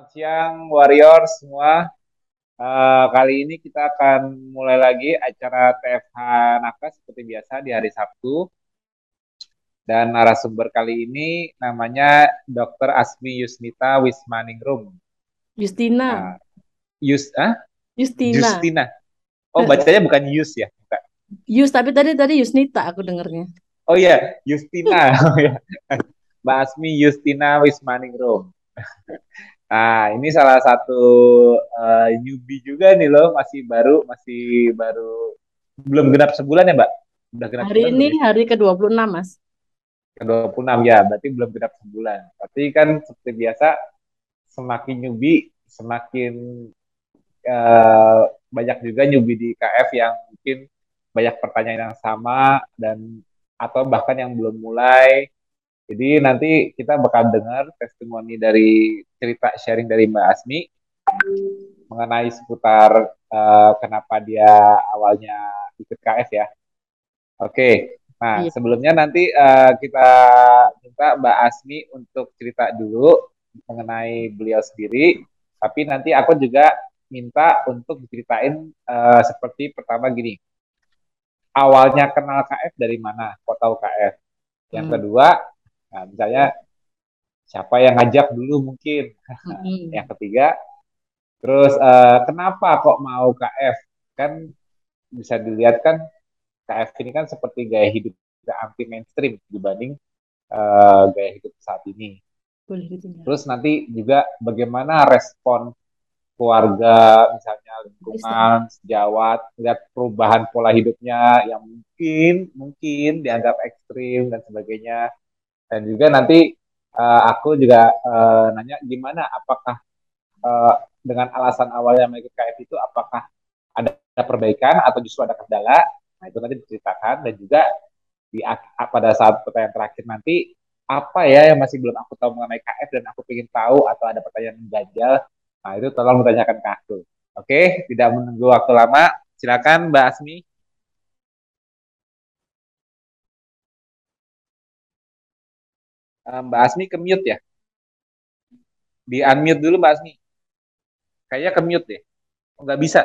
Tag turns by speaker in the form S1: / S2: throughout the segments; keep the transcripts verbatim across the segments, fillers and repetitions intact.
S1: Selamat siang, warrior semua. Eh, kali ini kita akan mulai lagi acara T F H Nakas seperti biasa di hari Sabtu. Dan narasumber kali ini namanya dokter Asmi Yusnita Wismaningrum.
S2: Justina,
S1: Nah, Yus, ah?
S2: Justina.
S1: Justina. Oh, bacanya bukan Yus ya? Bukan.
S2: Yus, tapi tadi tadi Yusnita aku dengernya.
S1: Oh iya, Justina. Oh iya. Mbak Asmi Yustina Wismaningrum. Nah, ini salah satu eh, newbie juga nih loh, masih baru, masih baru, belum genap sebulan ya, Mbak? Udah genap
S2: Hari
S1: sebulan
S2: ini
S1: belum ya?
S2: hari ke dua puluh enam, Mas.
S1: Ke dua puluh enam ya, berarti belum genap sebulan. Tapi kan seperti biasa, semakin newbie, semakin eh, banyak juga newbie di K F yang mungkin banyak pertanyaan yang sama dan atau bahkan yang belum mulai. Jadi nanti kita bakal dengar testimoni dari cerita sharing dari Mbak Asmi mengenai seputar uh, kenapa dia awalnya ikut K F ya. Oke, nah
S2: Iya.
S1: sebelumnya nanti uh, kita minta Mbak Asmi untuk cerita dulu mengenai beliau sendiri, tapi nanti aku juga minta untuk diceritain uh, seperti pertama gini, awalnya kenal K F dari mana? Kok tahu K F? Yang
S2: Hmm.
S1: kedua, nah, misalnya siapa yang ngajak dulu mungkin. Yang
S2: Mm-mm.
S1: ketiga, terus uh, kenapa kok mau K F? Kan bisa dilihat kan K F ini kan seperti gaya hidup anti mainstream dibanding uh, gaya hidup saat ini.
S2: Boleh ditinggal.
S1: Terus nanti juga bagaimana respon keluarga, misalnya
S2: Bisa.
S1: lingkungan, sejawat, lihat perubahan pola hidupnya yang mungkin mungkin dianggap ekstrim dan sebagainya. Dan juga nanti uh, aku juga uh, nanya gimana, apakah uh, dengan alasan awalnya mengikut K F itu apakah ada perbaikan atau justru ada kendala. Nah, itu nanti diceritakan. Dan juga di pada saat pertanyaan terakhir nanti, apa ya yang masih belum aku tahu mengenai K F dan aku ingin tahu atau ada pertanyaan mengganjal, nah itu tolong ditanyakan ke aku. Oke, tidak menunggu waktu lama, silakan Mbak Asmi. Eh, Mbak Asmi ke mute ya, di unmute dulu Mbak Asmi, kayaknya ke mute deh. Oh, nggak bisa.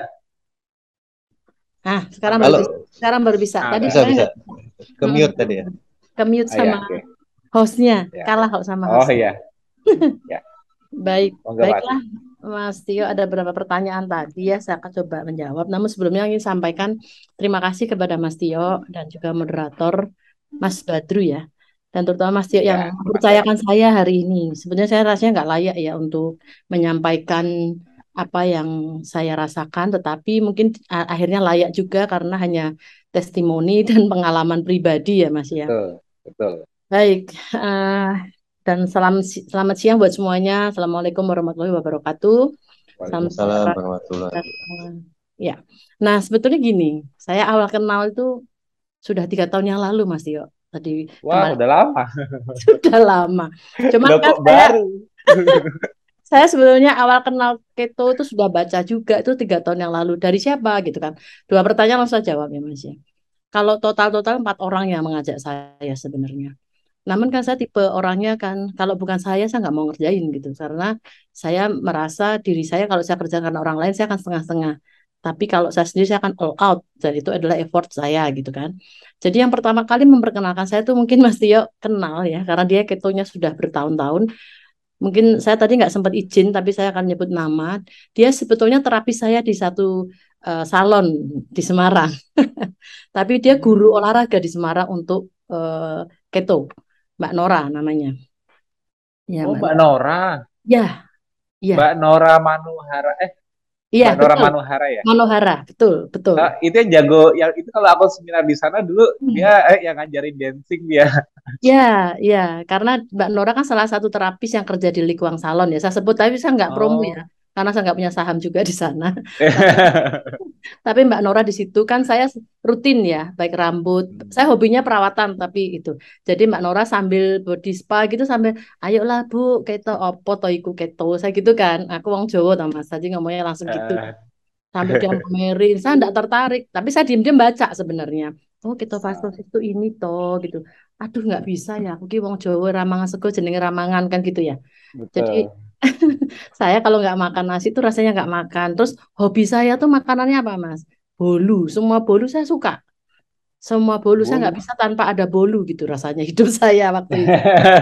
S2: Ah, sekarang
S1: Sampai
S2: baru
S3: Halo,
S2: bisa. Sekarang baru bisa.
S1: ah,
S2: Tadi
S1: udah.
S3: bisa
S2: saya
S3: bisa.
S2: nggak
S3: Ke
S2: mm,
S3: mute tadi ya.
S2: ke mute
S1: Ah, ya,
S2: sama
S1: oke.
S2: hostnya.
S1: Ya.
S2: Kalah kok sama
S1: Oh
S2: hostnya.
S1: iya, ya.
S2: Baik,
S1: Oh enggak Mbak Asmi.
S2: baiklah. Mas Tio, ada beberapa pertanyaan tadi ya, saya akan coba menjawab. Namun sebelumnya ingin sampaikan terima kasih kepada Mas Tio dan juga moderator Mas Badru ya. Dan terutama Mas Tio yang
S1: Ya, sama-sama.
S2: mempercayakan saya hari ini. Sebenarnya saya rasanya nggak layak ya untuk menyampaikan apa yang saya rasakan, tetapi mungkin a- akhirnya layak juga karena hanya testimoni dan pengalaman pribadi ya Mas ya.
S1: Betul, betul.
S2: Baik, eh, dan salam si- selamat siang buat semuanya. Assalamualaikum warahmatullahi wabarakatuh. Salam
S3: Waalaikumsalam
S2: sejahtera.
S3: warahmatullahi.
S2: Ya, nah sebetulnya gini, saya awal kenal itu sudah tiga tahun yang lalu, Mas Tio. Tadi
S1: Wah,
S2: kemarin
S1: udah lama.
S2: sudah lama. Cuman
S1: Loh
S2: kan
S1: kok
S2: saya
S1: baru?
S2: saya sebetulnya awal kenal keto itu sudah baca juga itu tiga tahun yang lalu. Dari siapa gitu kan? Dua pertanyaan langsung saya jawab ya, Mas ya. Kalau total-total empat orang yang mengajak saya sebenarnya. Namun kan saya tipe orangnya kan kalau bukan saya saya nggak mau ngerjain gitu karena saya merasa diri saya kalau saya kerjakan orang lain saya akan setengah-setengah. Tapi kalau saya sendiri saya akan all out dan itu adalah effort saya gitu kan. Jadi yang pertama kali memperkenalkan saya tuh mungkin Mas Tio kenal ya karena dia ketonya sudah bertahun-tahun. Mungkin saya tadi nggak sempat izin tapi saya akan nyebut nama. Dia sebetulnya terapis saya di satu eh, salon di Semarang. Tapi dia guru
S1: Hmm.
S2: olahraga di Semarang untuk eh, keto. Mbak Nora namanya. Ya,
S1: Oh,
S2: Mbak
S1: Mbak
S2: Nora.
S1: Nora.
S2: Ya,
S1: Mbak
S2: iya.
S1: Nora Manuhara. Eh,
S2: Iya,
S1: Mbak Nora
S2: betul.
S1: Manuhara ya?
S2: Manohara, betul, betul.
S1: Eh, itu yang jago, yang itu kalau aku seminar di sana dulu, dia
S2: Hmm.
S1: eh, yang ngajarin dancing dia.
S2: Ya, ya, karena Mbak Nora kan salah satu terapis yang kerja di Likuang Salon ya. Saya sebut tapi saya nggak promo ya,
S1: Oh.
S2: karena saya nggak punya saham juga di sana. Tapi Tapi Mbak Nora di situ kan saya rutin ya, baik rambut.
S1: Hmm.
S2: Saya hobinya perawatan tapi itu. Jadi Mbak Nora sambil body spa gitu sambil, ayolah Bu, keto opo to iku keto. Saya gitu kan. Aku wong Jawa tau Mas. Jadi ngomongnya langsung gitu.
S1: Eh.
S2: Sambil dia pamerin, saya enggak tertarik. Tapi saya diam-diam baca sebenarnya. Oh, keto fastosis itu ini toh gitu. Aduh nggak bisa ya. Aku ki wong Jawa Ramangan Sego jenenge Ramangan kan gitu ya. Jadi
S1: Betul.
S2: Saya kalau nggak makan nasi tuh rasanya nggak makan. Terus hobi saya tuh makanannya apa, Mas? Bolu. Semua bolu saya suka. Semua bolu saya nggak
S1: Bolu.
S2: bisa tanpa ada bolu gitu rasanya hidup saya waktu itu.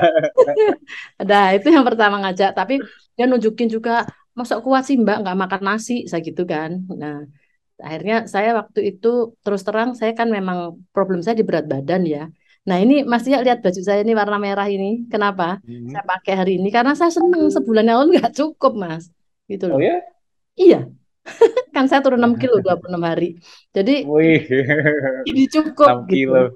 S2: Nah, itu yang pertama ngajak. Tapi dia nunjukin juga, masa kuat sih Mbak nggak makan nasi, saya gitu kan. Nah, akhirnya saya waktu itu terus terang saya kan memang problem saya di berat badan ya. Nah ini Mas Tia lihat baju saya ini warna merah ini. Kenapa?
S1: Hmm.
S2: Saya pakai hari ini karena saya seneng sebulan yang lalu nggak cukup Mas. Gitu
S1: Oh
S2: loh.
S1: ya?
S2: Iya, kan saya turun enam kilo dua puluh enam hari. Jadi
S1: Wih,
S2: jadi cukup
S1: enam
S2: gitu.
S1: kilo.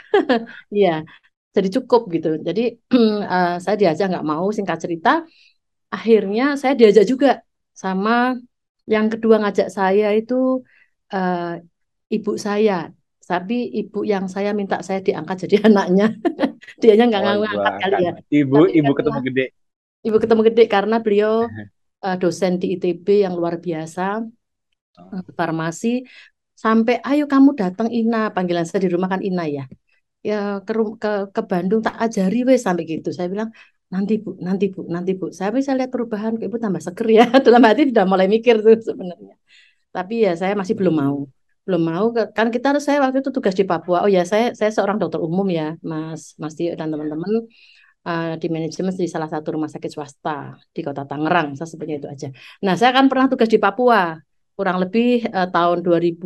S2: Iya, jadi cukup gitu. Jadi eh, saya diajak nggak mau singkat cerita. Akhirnya saya diajak juga sama yang kedua ngajak saya itu eh, ibu saya. Tapi ibu yang saya minta saya diangkat jadi anaknya. Dianya nggak
S1: Oh, ibu
S2: ngangkat kali
S1: angkat.
S2: ya.
S1: Ibu,
S2: Tapi
S1: ibu
S2: karena
S1: ketemu gede.
S2: ibu ketemu gede karena beliau eh, dosen di I T B yang luar biasa, eh, farmasi. Sampai, ayo kamu datang Ina, panggilan saya di rumah kan Ina ya. Ya ke, rum- ke, ke Bandung tak ajari wes sampai gitu. Saya bilang, nanti Bu, nanti Bu, nanti Bu. Saya bisa lihat perubahan, kok Ibu tambah seger ya. Dalam hati udah mulai mikir tuh sebenarnya. Tapi ya saya masih belum mau.
S1: Hmm.
S2: Belum mau ke- kan kita harus saya waktu itu tugas di Papua. Oh ya, saya saya seorang dokter umum ya, Mas Mas Tio dan
S1: Ya.
S2: teman-teman, eh, di manajemen di salah satu rumah sakit swasta di Kota Tangerang. Saya sebutnya itu aja. Nah, saya kan pernah tugas di Papua kurang lebih eh, tahun dua ribu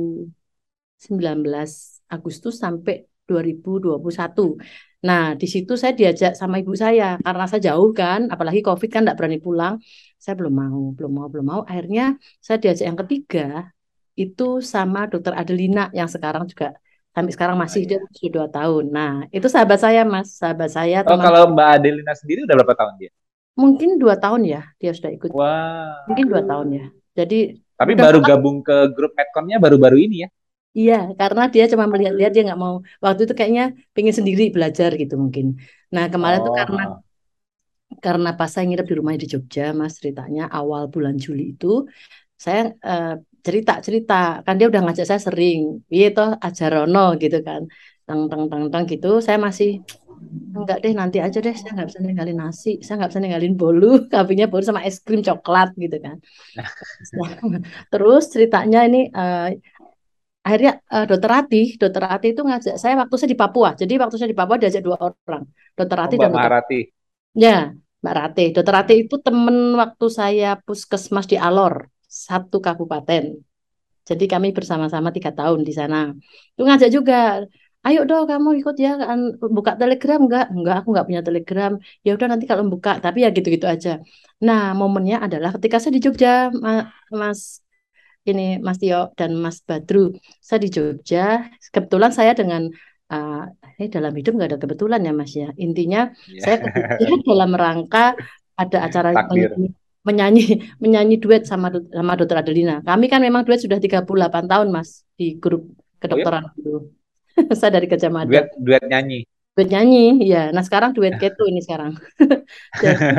S2: sembilan belas Agustus sampai dua ribu dua puluh satu. Nah, di situ saya diajak sama ibu saya karena saya jauh kan, apalagi COVID kan tidak berani pulang. Saya belum mau, belum mau, belum mau. Akhirnya saya diajak yang ketiga itu sama dokter Adelina yang sekarang juga sampai sekarang
S1: Oh,
S2: masih dia
S1: ya.
S2: sudah dua tahun. Nah, itu sahabat saya Mas, sahabat saya
S1: Oh,
S2: teman
S1: kalau Mbak Adelina sendiri udah berapa tahun dia?
S2: mungkin dua tahun ya dia sudah ikut,
S1: Wah.
S2: mungkin dua tahun ya. Jadi
S1: Tapi
S2: udah
S1: baru
S2: lama.
S1: gabung ke grup Medconnya baru-baru ini ya?
S2: Iya, karena dia cuma melihat-lihat dia nggak mau. Waktu itu kayaknya pengen sendiri belajar gitu mungkin. Nah kemarin tuh
S1: Oh,
S2: karena
S1: heeh.
S2: karena pas saya nginep di rumah di Jogja, Mas ceritanya awal bulan Juli itu saya eh, cerita-cerita kan dia udah ngajak saya sering, iya toh ajarono gitu kan, tang tang tang tang gitu. Saya masih enggak deh nanti aja deh, saya nggak bisa ninggalin nasi, saya nggak bisa ninggalin bolu, kabinnya bolu sama es krim coklat gitu kan. Nah, terus ceritanya ini eh, akhirnya eh, dokter Rati, dokter Rati itu ngajak saya waktu saya di Papua. Jadi waktu saya di Papua diajak dua orang, dokter
S1: Oh,
S2: Rati dan
S1: Mbak
S2: dokter
S1: Maharati.
S2: ya Mbak Rati. Dokter Rati
S1: Nah,
S2: itu temen waktu saya puskesmas di Alor, satu kabupaten. Jadi kami bersama-sama tiga tahun di sana. Itu ngajak juga, ayo dong kamu ikut ya kan buka Telegram enggak? Enggak, aku enggak punya Telegram. Ya udah nanti kalau buka, tapi ya gitu-gitu aja. Nah, momennya adalah ketika saya di Jogja, Ma- Mas ini Mas Tio dan Mas Badru. Saya di Jogja, kebetulan saya dengan uh, ini dalam hidup nggak ada kebetulan ya Mas ya. Intinya
S1: ya.
S2: saya ke Jogja dalam rangka ada acara
S1: Takdir.
S2: menyanyi menyanyi, menyanyi duet sama Dut- sama Dokter Adelina. Kami kan memang duet sudah tiga puluh delapan tahun Mas di grup
S1: Oh ya,
S2: kedokteran itu. Saya dari Gajah Mada.
S1: duet duet nyanyi.
S2: Duet nyanyi, ya. Nah sekarang duet keto ini sekarang. Jadi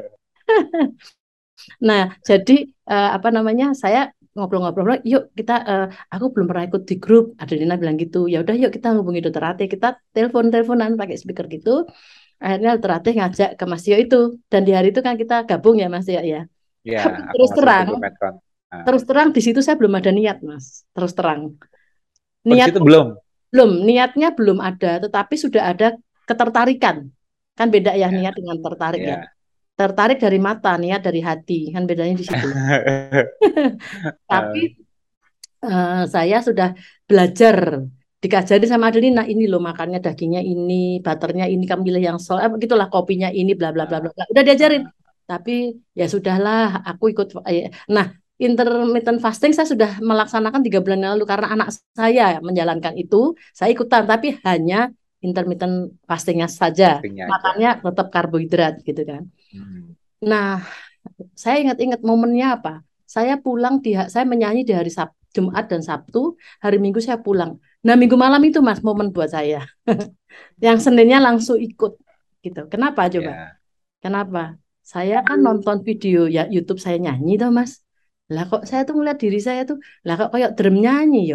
S2: Nah, jadi eh, apa namanya? Saya ngobrol-ngobrol, yuk kita, eh, aku belum pernah ikut di grup. Adelina bilang gitu. Ya udah, yuk kita hubungi Dokter Ate. Kita telepon-teleponan pakai speaker gitu. Akhirnya Dokter Ate ngajak ke Mas Tio itu. Dan di hari itu kan kita gabung ya Mas Tio ya.
S1: Ya,
S2: Tapi
S1: aku
S2: terus
S1: masukin ke
S2: terang,
S1: grup Medcon. Nah.
S2: terus terang di situ saya belum ada niat Mas. Terus terang.
S1: Oh, di
S2: Niat
S1: situ belum.
S2: belum, niatnya belum ada, tetapi sudah ada ketertarikan. Kan beda ya
S1: Ya,
S2: niat dengan tertarik ya.
S1: ya.
S2: Tertarik dari mata, niat dari hati. Kan bedanya di situ. Tapi
S1: Eh,
S2: eh, saya sudah belajar dikajari sama Adelina ini loh makannya dagingnya ini butternya ini kamu pilih yang sol eh, begitulah kopinya ini bla bla bla bla
S1: ah,
S2: bla. Udah diajarin
S1: ah,
S2: tapi ya sudahlah aku ikut eh, nah intermittent fasting saya sudah melaksanakan tiga bulan yang lalu karena anak saya menjalankan itu saya ikutan tapi hanya intermittent fastingnya saja
S1: Pastinya aja.
S2: makannya tetap karbohidrat gitu kan.
S1: Hmm.
S2: Nah, saya ingat-ingat momennya apa? Saya pulang di ha- saya menyanyi di hari Sabtu, Jumat dan Sabtu, hari Minggu saya pulang. Nah, Minggu malam itu Mas momen buat saya. Yang Seninnya langsung ikut gitu. Kenapa coba?
S1: Ya.
S2: Kenapa? Saya kan nonton video ya YouTube saya nyanyi toh Mas. Lah kok saya tuh ngeliat diri saya tuh, lah kok kayak drum nyanyi yo.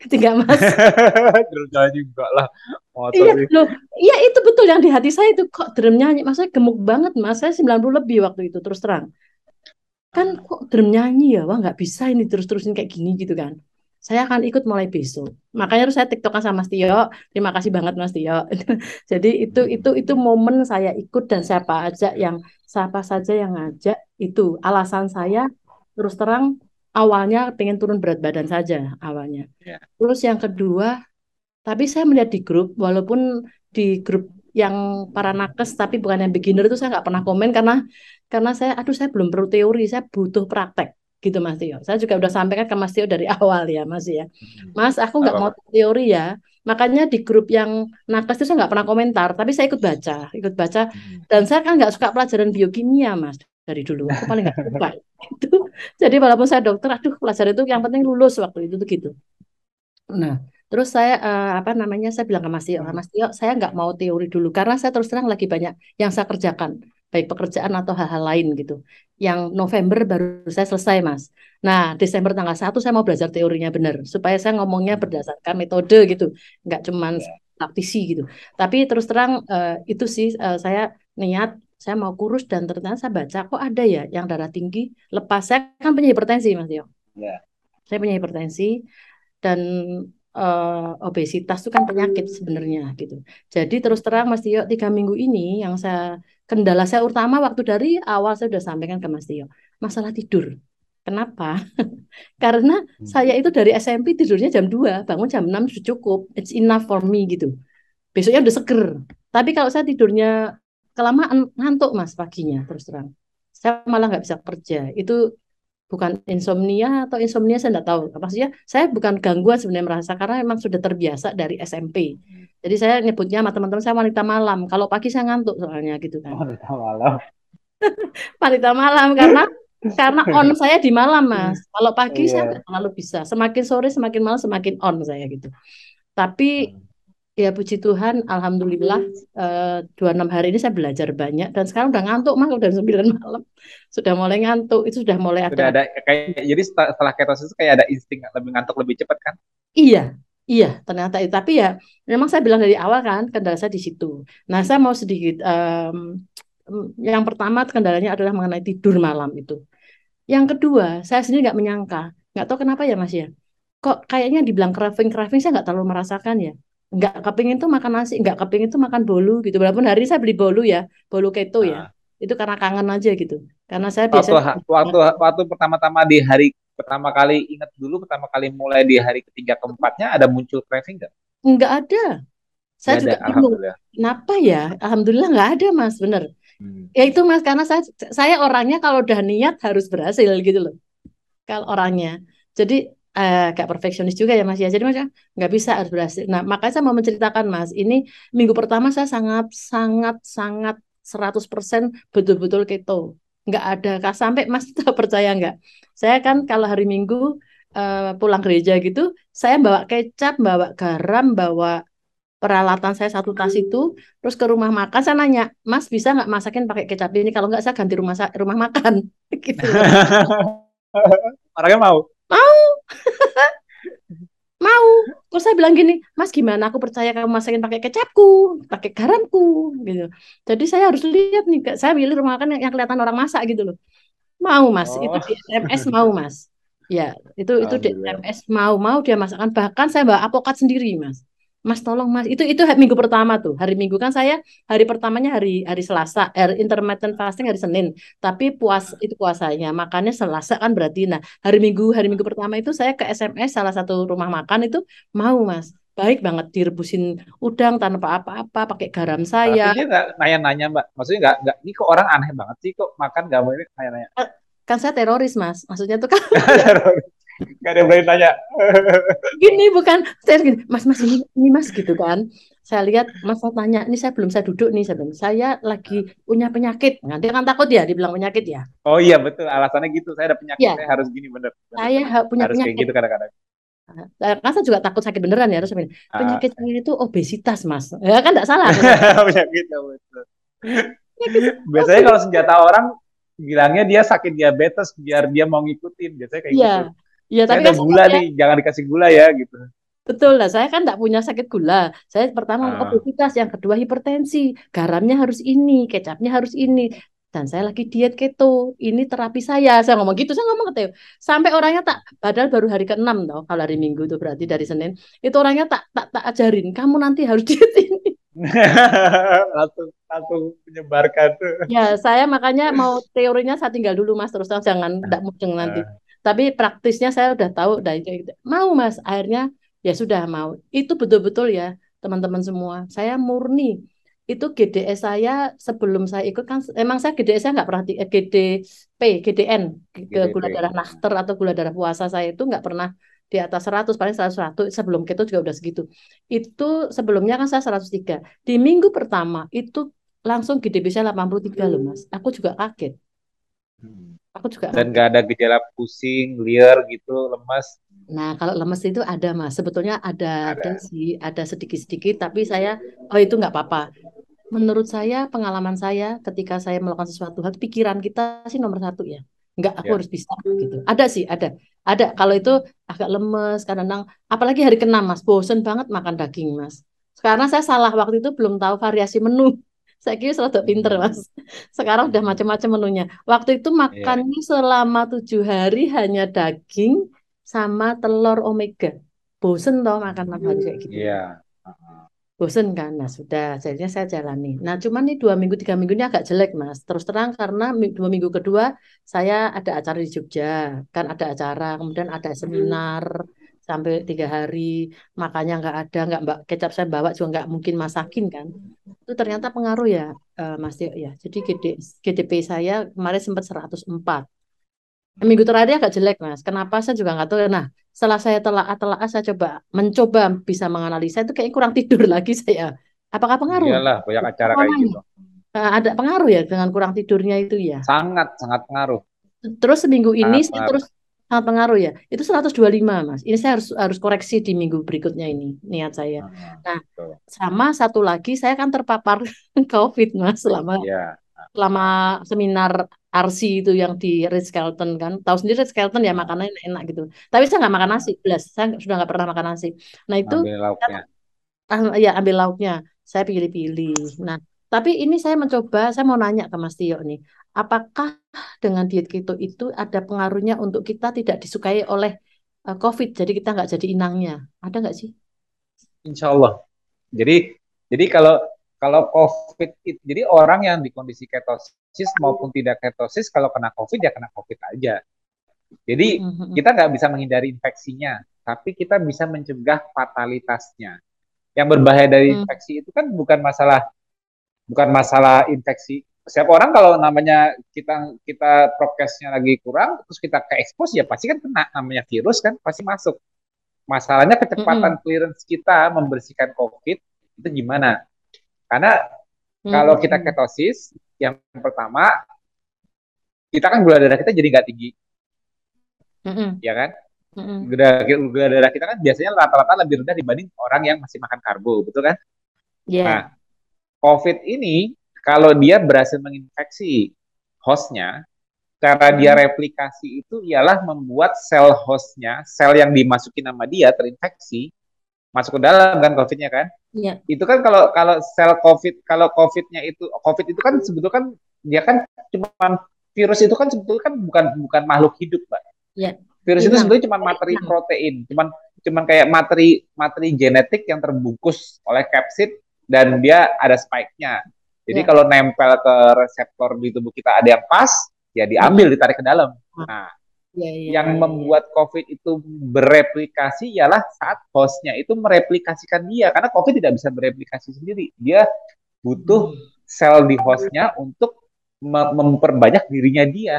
S2: Tiga Mas.
S1: Terus jalan juga lah. Motor
S2: Iya,
S1: sih.
S2: loh, iya itu betul yang di hati saya itu kok drum nyanyi. Maksudnya gemuk banget Mas. Saya sembilan puluh lebih waktu itu terus terang. Kan kok drum nyanyi ya, wah nggak bisa ini terus-terusin kayak gini gitu kan. Saya akan ikut mulai besok. Makanya terus saya TikTokan sama Mas Tio. Terima kasih banget Mas Tio. Jadi itu itu itu momen saya ikut dan siapa aja yang siapa saja yang ngajak itu alasan saya terus terang awalnya pengen turun berat badan saja awalnya.
S1: Ya.
S2: Terus yang kedua, tapi saya melihat di grup, walaupun di grup yang para nakes tapi bukan yang beginner itu saya nggak pernah komen karena karena saya, aduh saya belum perlu teori, saya butuh praktek gitu Mas Tio. Saya juga udah sampaikan ke Mas Tio dari awal ya Mas ya. Mas, aku
S1: Nggak
S2: nggak mau
S1: apa-apa.
S2: teori ya. Makanya di grup yang nakes itu saya nggak pernah komentar, tapi saya ikut baca, ikut baca. Dan saya kan nggak suka pelajaran biokimia Mas dari dulu. Aku paling nggak suka itu. Jadi walaupun saya dokter, aduh pelajaran itu yang penting lulus waktu itu tuh gitu. Nah, terus saya eh, apa namanya saya bilang ke Mas Tio, Mas Tio, saya nggak mau teori dulu karena saya terus terang lagi banyak yang saya kerjakan, baik pekerjaan atau hal-hal lain gitu. Yang November baru saya selesai, Mas. Nah, Desember tanggal satu saya mau belajar teorinya benar supaya saya ngomongnya berdasarkan metode gitu, nggak cuman
S1: Ya.
S2: praktisi gitu. Tapi terus terang eh, itu sih eh, saya niat saya mau kurus dan ternyata saya baca kok ada ya yang darah tinggi lepas saya kan punya hipertensi, Mas Tio.
S1: Ya.
S2: Saya punya hipertensi dan eh, obesitas itu kan penyakit sebenarnya gitu. Jadi terus terang Mas Tio, tiga minggu ini yang saya kendala saya utama waktu dari awal saya sudah sampaikan ke Mas Tio, masalah tidur. Kenapa? Karena saya itu dari S M P tidurnya jam dua, bangun jam enam sudah cukup. It's enough for me gitu. Besoknya udah seger. Tapi kalau saya tidurnya kelamaan ngantuk Mas paginya terus terang. Saya malah nggak bisa kerja. Itu bukan insomnia atau insomnia saya tidak tahu. Maksudnya saya bukan gangguan sebenarnya merasa karena memang sudah terbiasa dari S M P. Jadi saya nyebutnya sama teman-teman saya wanita malam. Kalau pagi saya ngantuk soalnya gitu kan.
S1: Wanita malam.
S2: Wanita malam karena karena on saya di malam Mas. Kalau pagi saya nggak
S1: Iya.
S2: terlalu bisa. Semakin sore semakin malam semakin on saya gitu. Tapi ya puji Tuhan, alhamdulillah eh, dua puluh enam hari ini saya belajar banyak dan sekarang udah ngantuk Mas, udah sembilan malam. Sudah mulai ngantuk, itu sudah mulai
S1: Sudah
S2: ada.
S1: ada kayak jadi setelah setelah ketosis itu kayak ada insting lebih ngantuk lebih cepat kan?
S2: Iya, iya ternyata itu. Tapi ya memang saya bilang dari awal kan kendala saya di situ. Nah saya mau sedikit, em, em, yang pertama kendalanya adalah mengenai tidur malam itu. Yang kedua, saya sendiri nggak menyangka, nggak tahu kenapa ya Mas ya. Kok kayaknya dibilang craving-craving saya nggak terlalu merasakan ya. Nggak kepingin tuh makan nasi, nggak kepingin tuh makan bolu gitu. Walaupun hari ini saya beli bolu ya, bolu keto ya.
S1: Nah,
S2: Itu karena kangen aja gitu. Karena saya
S1: waktu
S2: biasanya
S1: waktu waktu pertama-tama di hari pertama kali ingat dulu pertama kali mulai di hari ketiga keempatnya ada muncul craving nggak?
S2: nggak ada. Saya
S1: Nggak ada,
S2: juga bingung.
S1: alhamdulillah.
S2: Kenapa ya? Alhamdulillah nggak ada Mas, bener.
S1: Hmm.
S2: Ya itu Mas, karena saya saya orangnya kalau udah niat harus berhasil gitu loh. Kalau orangnya. Jadi eh, agak perfeksionis juga ya Mas ya. Jadi Mas ya, nggak bisa harus berhasil. Nah, makanya saya mau menceritakan Mas, ini minggu pertama saya sangat sangat sangat seratus persen betul-betul keto. Nggak ada kah sampai Mas tahu percaya nggak? Saya kan kalau hari Minggu eh, pulang gereja gitu, saya bawa kecap, bawa garam, bawa peralatan saya satu tas itu, terus ke rumah makan saya nanya, Mas bisa nggak masakin pakai kecap ini? Kalau nggak saya ganti rumah sa- rumah makan, gitu loh.
S1: Orangnya mau.
S2: Mau, mau. Terus saya bilang gini, Mas gimana? Aku percaya kamu masakin pakai kecapku, pakai garamku, gitu. Jadi saya harus lihat nih, Kak. Saya pilih rumah makan yang, yang kelihatan orang masak gitu loh. Mau Mas, itu
S1: Oh,
S2: di S M S mau Mas. Ya, itu itu di
S1: alhamdulillah.
S2: S M S mau mau dia masakan. Bahkan saya bawa apokat sendiri Mas. Mas tolong Mas, itu itu minggu pertama tuh. Hari Minggu kan saya hari pertamanya hari hari Selasa, eh, intermittent fasting hari Senin. Tapi puas itu puasanya, makannya Selasa kan berarti. Nah, hari Minggu hari Minggu pertama itu saya ke S M S salah satu rumah makan itu mau Mas. Baik banget direbusin udang tanpa apa-apa, pakai garam saya.
S1: Tapi dia nggak nanya-nanya mbak. Maksudnya nggak nggak. Ini kok orang aneh banget sih kok makan nggak mau ini nanya-nanya.
S2: Eh, Kan saya teroris Mas. Maksudnya tuh kan
S1: Nggak ada yang berani tanya.
S2: gini bukan saya gini mas mas ini ini mas gitu kan saya lihat mas saya tanya ini saya belum saya duduk nih saya bilang, saya lagi punya penyakit nanti kan takut ya dibilang penyakit ya
S1: Oh iya betul. Alasannya gitu. Saya ada penyakit.
S2: ya
S1: Saya harus gini bener. Bener.
S2: saya ha- punya
S1: Harus kayak
S2: penyakit.
S1: gitu kadang-kadang.
S2: Nah, kan saya juga takut sakit beneran ya terus saya bilang,
S1: Ah,
S2: penyakit saya itu obesitas mas ya kan tidak salah aku
S1: penyakit betul.
S2: penyakit
S1: Biasanya kalau
S2: obesitas
S1: senjata orang bilangnya dia sakit diabetes biar dia mau ngikutin. Biasanya kayak
S2: iya
S1: gitu.
S2: iya
S1: Saya
S2: tapi
S1: ada
S2: kan saya
S1: gula
S2: ya
S1: nih, jangan dikasih gula ya gitu.
S2: Betul lah, saya kan tidak punya sakit gula. Saya pertama
S1: Ah,
S2: obesitas, yang kedua hipertensi. Garamnya harus ini, kecapnya harus ini. Dan saya lagi diet keto. Ini terapi saya. Saya ngomong gitu, saya ngomong ke Theo. Sampai orangnya tak, padahal baru hari keenam tau, kalau hari Minggu itu berarti dari Senin. Itu orangnya tak tak tak ajarin, kamu nanti harus diet ini.
S1: langsung langsung menyebarkan.
S2: Ya, saya makanya mau teorinya saya tinggal dulu Mas, terus terang jangan tidak mudeng nanti.
S1: Ah,
S2: Tapi praktisnya saya udah tahu dari mau Mas, akhirnya ya sudah mau. Itu betul-betul ya teman-teman semua. Saya murni. Itu G D S saya sebelum saya ikut kan emang saya G D S saya nggak pernah di, eh, G D P, G D N, ke gula
S1: G D P.
S2: darah nakter atau gula darah puasa saya itu nggak pernah di atas seratus, paling seratus satu sebelum keto juga udah segitu. Itu sebelumnya kan saya seratus tiga. Di minggu pertama itu langsung G D P saya delapan puluh tiga loh Mas. Aku juga kaget.
S1: Hmm.
S2: Aku juga
S1: Dan
S2: kaget.
S1: nggak ada gejala pusing, liar gitu, lemas.
S2: Nah, kalau lemes itu ada Mas. Sebetulnya ada ada
S1: Ada.
S2: sih, ada sedikit-sedikit. Tapi saya, oh itu nggak apa-apa. Menurut saya, pengalaman saya ketika saya melakukan sesuatu hal, pikiran kita sih nomor satu ya. Nggak, aku
S1: Ya.
S2: harus bisa gitu. Ada sih, ada. Ada. Kalau itu agak lemes, kadang-kadang, apalagi hari keenam Mas, bosen banget makan daging Mas. Karena saya salah waktu itu belum tahu variasi menu. Saya kira sudah pinter
S1: Hmm.
S2: Mas. Sekarang udah
S1: Hmm.
S2: macam-macam menunya. Waktu itu
S1: Iya.
S2: makannya selama tujuh hari hanya daging sama telur omega. Bosen toh makan enam hari kayak gitu.
S1: Iya. Ah,
S2: Bosen kan, nah sudah, jadinya saya jalani. Nah cuman nih dua minggu, tiga minggu ini agak jelek mas. Terus terang karena mi- dua minggu kedua saya ada acara di Jogja, kan ada acara, kemudian ada seminar sampai tiga hari, makanya nggak ada, nggak mbak kecap saya bawa juga nggak mungkin masakin kan. Itu ternyata pengaruh ya, eh, Mas Tio ya. Jadi G D, G D P saya kemarin sempat seratus empat. Minggu terakhir agak jelek, Mas. Kenapa saya juga nggak tahu. Nah, setelah saya telah-telah saya coba mencoba bisa menganalisa itu kayak kurang tidur lagi saya. Apakah pengaruh?
S1: iyalah, banyak acara kayak
S2: Corona.
S1: gitu.
S2: Eh, ada pengaruh ya dengan kurang tidurnya itu ya.
S1: Sangat, sangat pengaruh.
S2: Terus seminggu ini
S1: Sangat
S2: saya
S1: pengaruh.
S2: terus sangat pengaruh ya. Itu seratus dua puluh lima, Mas. Ini saya harus harus koreksi di minggu berikutnya ini niat saya.
S1: Ah,
S2: Nah,
S1: betul.
S2: sama satu lagi saya kan terpapar COVID, Mas, selama
S1: Iya.
S2: selama seminar R C itu yang di Ritz Carlton kan. Tahu sendiri Ritz Carlton ya
S1: Ah,
S2: makanannya enak gitu. Tapi saya nggak makan nasi,
S1: ah.
S2: belas. Saya sudah nggak pernah makan nasi. Nah itu
S1: Ngambil lauknya.
S2: ah, ya ambil lauknya. Saya pilih-pilih. Nah, tapi ini saya mencoba, saya mau nanya ke Mas Tio nih. Apakah dengan diet keto itu ada pengaruhnya untuk kita tidak disukai oleh eh, COVID, jadi kita nggak jadi inangnya? Ada nggak sih?
S1: Insya Allah. Jadi, jadi kalau kalau COVID itu, jadi orang yang di kondisi ketosis maupun tidak ketosis, kalau kena COVID ya kena COVID aja. Jadi
S2: Mm, mm, mm,
S1: kita nggak bisa menghindari infeksinya, tapi kita bisa mencegah fatalitasnya. Yang berbahaya dari
S2: mm,
S1: infeksi itu kan bukan masalah bukan masalah infeksi. Setiap orang kalau namanya kita kita prokesnya lagi kurang, terus kita ke expose ya pasti kan kena, namanya virus kan pasti masuk. Masalahnya
S2: mm, mm,
S1: kecepatan clearance kita membersihkan COVID itu gimana? Karena kalau
S2: mm,
S1: kita
S2: mm,
S1: ketosis, yang pertama kita kan gula darah kita jadi nggak tinggi,
S2: mm, mm,
S1: ya kan?
S2: mm, mm.
S1: Gula, gula darah kita kan biasanya rata-rata lebih rendah dibanding orang yang masih makan karbo, betul kan? Nah,
S2: Ya.
S1: COVID ini kalau dia berhasil menginfeksi hostnya, cara
S2: Mm,
S1: dia
S2: mm,
S1: replikasi itu ialah membuat sel hostnya, sel yang dimasukin nama dia terinfeksi, masuk ke dalam kan COVID-nya kan?
S2: ya.
S1: Itu kan kalau kalau sel COVID, kalau COVID-nya itu, COVID itu kan sebetulnya kan dia kan cuma virus itu kan sebetulnya kan bukan bukan makhluk hidup, Mbak.
S2: Ya,
S1: Virus itu
S2: inang.
S1: sebetulnya cuma
S2: Dari
S1: materi
S2: inang.
S1: protein, cuman cuman kayak materi materi genetik yang terbungkus oleh kapsid dan dia ada spike-nya. Jadi
S2: Ya,
S1: kalau nempel ke reseptor di tubuh kita ada yang pas, ya
S2: mm-mm.
S1: diambil, ditarik ke dalam.
S2: Ah,
S1: Nah,
S2: ya, ya,
S1: yang
S2: ya, ya.
S1: membuat COVID itu bereplikasi ialah saat hostnya itu mereplikasikan dia, karena COVID tidak bisa bereplikasi sendiri. Dia butuh
S2: Hmm.
S1: sel di hostnya untuk memperbanyak dirinya dia.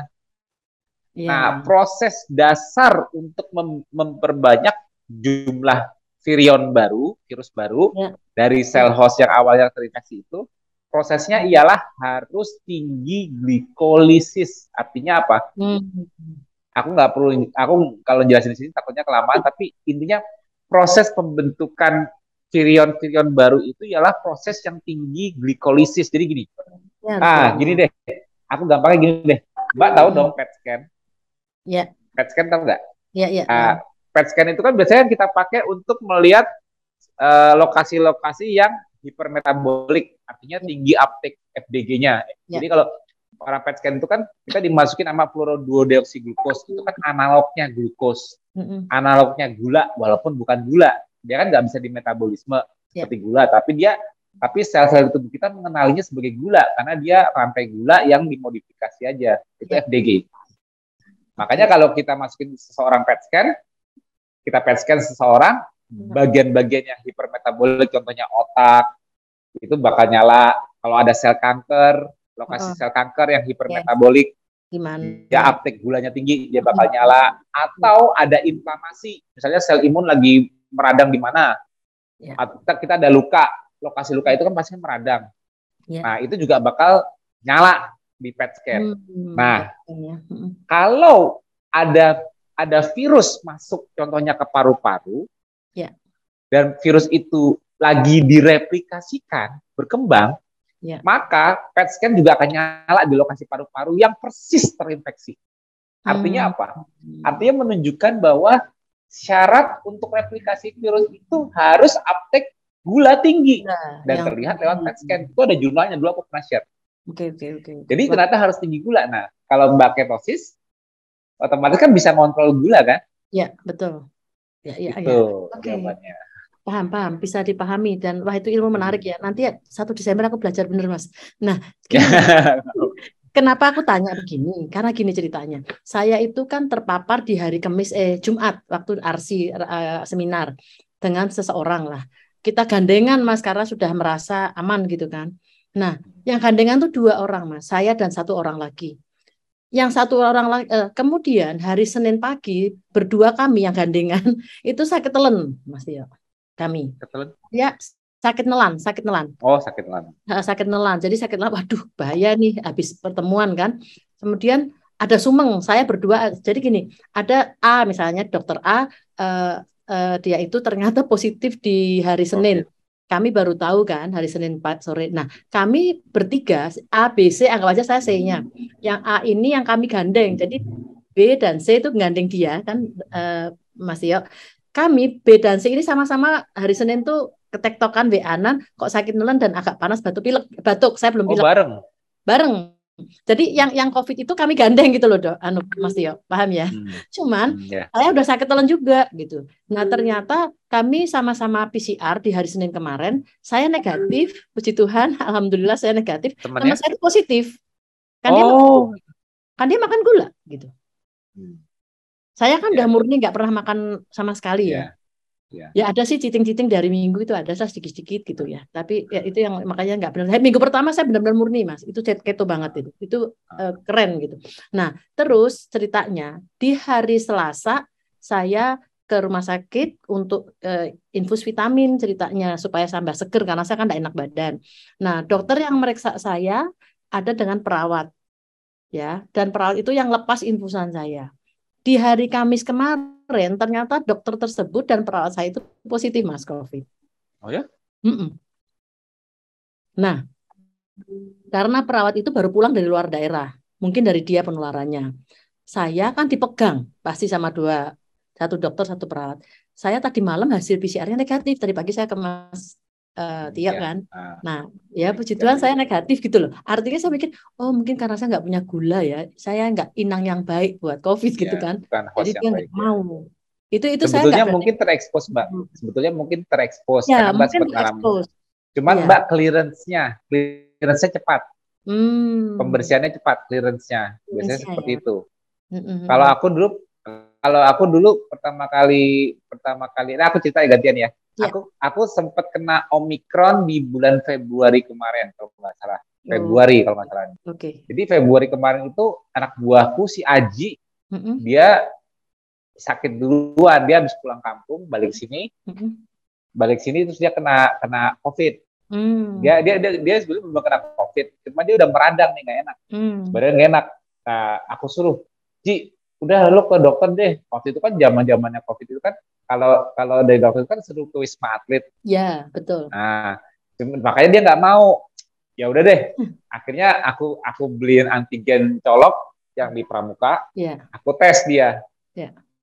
S1: Nah,
S2: Ya,
S1: proses dasar untuk mem memperbanyak jumlah virion baru, virus baru
S2: ya,
S1: dari sel
S2: ya.
S1: host yang awalnya terinfeksi itu, prosesnya ialah harus tinggi glikolisis. Artinya apa?
S2: Hmm.
S1: Aku nggak perlu, aku kalau jelasin di sini takutnya kelamaan, tapi intinya proses pembentukan virion-virion baru itu ialah proses yang tinggi glikolisis. Jadi gini,
S2: Ya harus
S1: ah gini
S2: banyak.
S1: deh, aku gampangnya gini deh, Mbak tahu dong
S2: Mm-mm.
S1: PET scan,
S2: Ya,
S1: PET scan tahu nggak?
S2: ya, ya,
S1: Ah,
S2: tahu.
S1: P E T scan itu kan biasanya kita pakai untuk melihat uh, lokasi-lokasi yang hipermetabolik, artinya tinggi uptake F D G-nya.
S2: Ya.
S1: Jadi kalau orang P E T scan itu kan kita dimasukin sama fluoroduodeoksiglukos, itu kan analognya glukos, mm-hmm. analognya gula, walaupun bukan gula, dia kan nggak bisa dimetabolisme ya. Seperti gula, tapi dia tapi sel-sel tubuh kita mengenalinya sebagai gula karena dia rantai gula yang dimodifikasi aja, itu ya. F D G. Makanya kalau kita masukin seseorang P E T scan, kita P E T scan seseorang, bagian-bagian yang hipermetabolik, contohnya otak, itu bakal nyala. Kalau ada sel kanker, lokasi oh. sel kanker yang hipermetabolik,
S2: gimana?
S1: Ya uptake gulanya tinggi, dia bakal nyala. Atau ada inflamasi, misalnya sel imun lagi meradang di mana, ya. Atau kita ada luka, lokasi luka itu kan pasti meradang. Ya. Nah, itu juga bakal nyala di P E T scan. Hmm, nah, ya. hmm. kalau ada ada virus masuk, contohnya ke paru-paru, ya. Dan virus itu lagi direplikasikan, berkembang, ya. Maka P E T scan juga akan nyala di lokasi paru-paru yang persis terinfeksi. Artinya hmm. apa? Artinya menunjukkan bahwa syarat untuk replikasi virus itu harus uptake gula tinggi. Nah, dan terlihat lewat P E T scan. Itu ada jurnalnya, dulu aku pernah share.
S2: Oke, oke, oke.
S1: Jadi ternyata harus tinggi gula. Nah, kalau Mbak ketosis, otomatis kan bisa kontrol gula kan?
S2: Ya, betul. Ya, ya,
S1: itu
S2: ya. Oke.
S1: Jawabannya.
S2: Paham, paham. Bisa dipahami. Dan wah itu ilmu menarik ya. Nanti ya, satu Desember aku belajar bener, Mas. Nah, gini, kenapa aku tanya begini? Karena gini ceritanya. Saya itu kan terpapar di hari Kamis, eh Jumat, waktu arsi uh, seminar dengan seseorang lah. Kita gandengan, Mas, karena sudah merasa aman gitu kan. Nah, yang gandengan tuh dua orang, Mas. Saya dan satu orang lagi. Yang satu orang lagi, eh, kemudian hari Senin pagi, berdua kami yang gandengan, itu sakit telen, Mas Tio. Kami.
S1: Ketelan?
S2: Ya, sakit nelan, sakit nelan.
S1: Oh, sakit nelan.
S2: Sakit nelan. Jadi sakit nelan, waduh, bahaya nih habis pertemuan kan. Kemudian ada sumeng, saya berdua. Jadi gini, ada A misalnya, dokter A, uh, uh, dia itu ternyata positif di hari Senin. Okay. Kami baru tahu kan hari Senin sore. Nah, kami bertiga, A, B, C, anggap aja saya C-nya. Yang A ini yang kami gandeng. Jadi B dan C itu gandeng dia kan, uh, Mas Tio. Kami B dan C ini sama-sama hari Senin tuh ketektokan W A-an, kok sakit nelan dan agak panas, batuk pilek, batuk. Saya belum pilek.
S1: Oh, bareng.
S2: Bareng. Jadi yang yang COVID itu kami gandeng gitu loh, Dok. Anu Mas Tio, paham ya? Hmm. Cuman hmm, yeah. saya udah sakit telan juga gitu. Nah, ternyata kami sama-sama P C R di hari Senin kemarin, saya negatif, puji Tuhan, alhamdulillah saya negatif. Teman saya itu positif. Kan oh. dia makan, kan dia makan gula gitu. Hmm. Saya kan yeah. udah murni nggak pernah makan sama sekali ya. Yeah. Yeah. Ya ada sih citing-citing dari minggu itu ada sedikit-sedikit gitu ya. Tapi ya itu yang makanya nggak benar. Minggu pertama saya benar-benar murni, Mas. Itu keto banget itu. Itu uh, keren gitu. Nah, terus ceritanya di hari Selasa saya ke rumah sakit untuk uh, infus vitamin ceritanya supaya tambah seger karena saya kan nggak enak badan. Nah, dokter yang meriksa saya ada dengan perawat ya, dan perawat itu yang lepas infusan saya. Di hari Kamis kemarin ternyata dokter tersebut dan perawat saya itu positif, Mas, COVID.
S1: Oh ya?
S2: Mm-mm. Nah, karena perawat itu baru pulang dari luar daerah, mungkin dari dia penularannya. Saya kan dipegang pasti sama dua, satu dokter satu perawat. Saya tadi malam hasil P C R-nya negatif. Tadi pagi saya ke Mas uh, Tio ya. kan. Uh, nah, ya puji Tuhan saya negatif gitu loh. Artinya saya mikir, oh mungkin karena saya nggak punya gula ya, saya nggak inang yang baik buat COVID gitu ya, kan. Jadi dia nggak mau. Itu itu
S1: sebetulnya
S2: saya
S1: mungkin terekspos, Mbak. Sebetulnya mungkin terekspos
S2: ya,
S1: karena Mbak sempat ngalamin. Cuman ya. Mbak clearance-nya, clearance-nya cepat. Hmm. Pembersihannya cepat, clearance-nya. Biasanya ya, seperti ya. itu. Mm-hmm. Kalau aku dulu kalau aku dulu pertama kali pertama kali nah aku cerita ya gantian ya. Ya. Aku aku sempat kena Omikron di bulan Februari kemarin kalau nggak salah. Februari oh. kalau nggak salah. Oke. Okay. Jadi Februari kemarin itu anak buahku si Aji mm-hmm. dia sakit duluan, dia habis pulang kampung balik sini. Mm-hmm. Balik sini terus dia kena kena COVID. Mm. Dia dia dia dia sebelumnya belum kena COVID, cuma dia udah meradang nih nggak enak. Mm. Badan nggak enak. Nah, aku suruh, Ji, udah lo ke dokter deh. Waktu itu kan zaman-zamannya COVID itu kan kalau kalau dari dokter itu kan suruh ke Wisma Atlet.
S2: Ya, betul.
S1: Nah, makanya dia nggak mau. Ya udah deh. Akhirnya aku aku beliin antigen colok yang di Pramuka. Ya. Aku tes dia.
S2: Ya.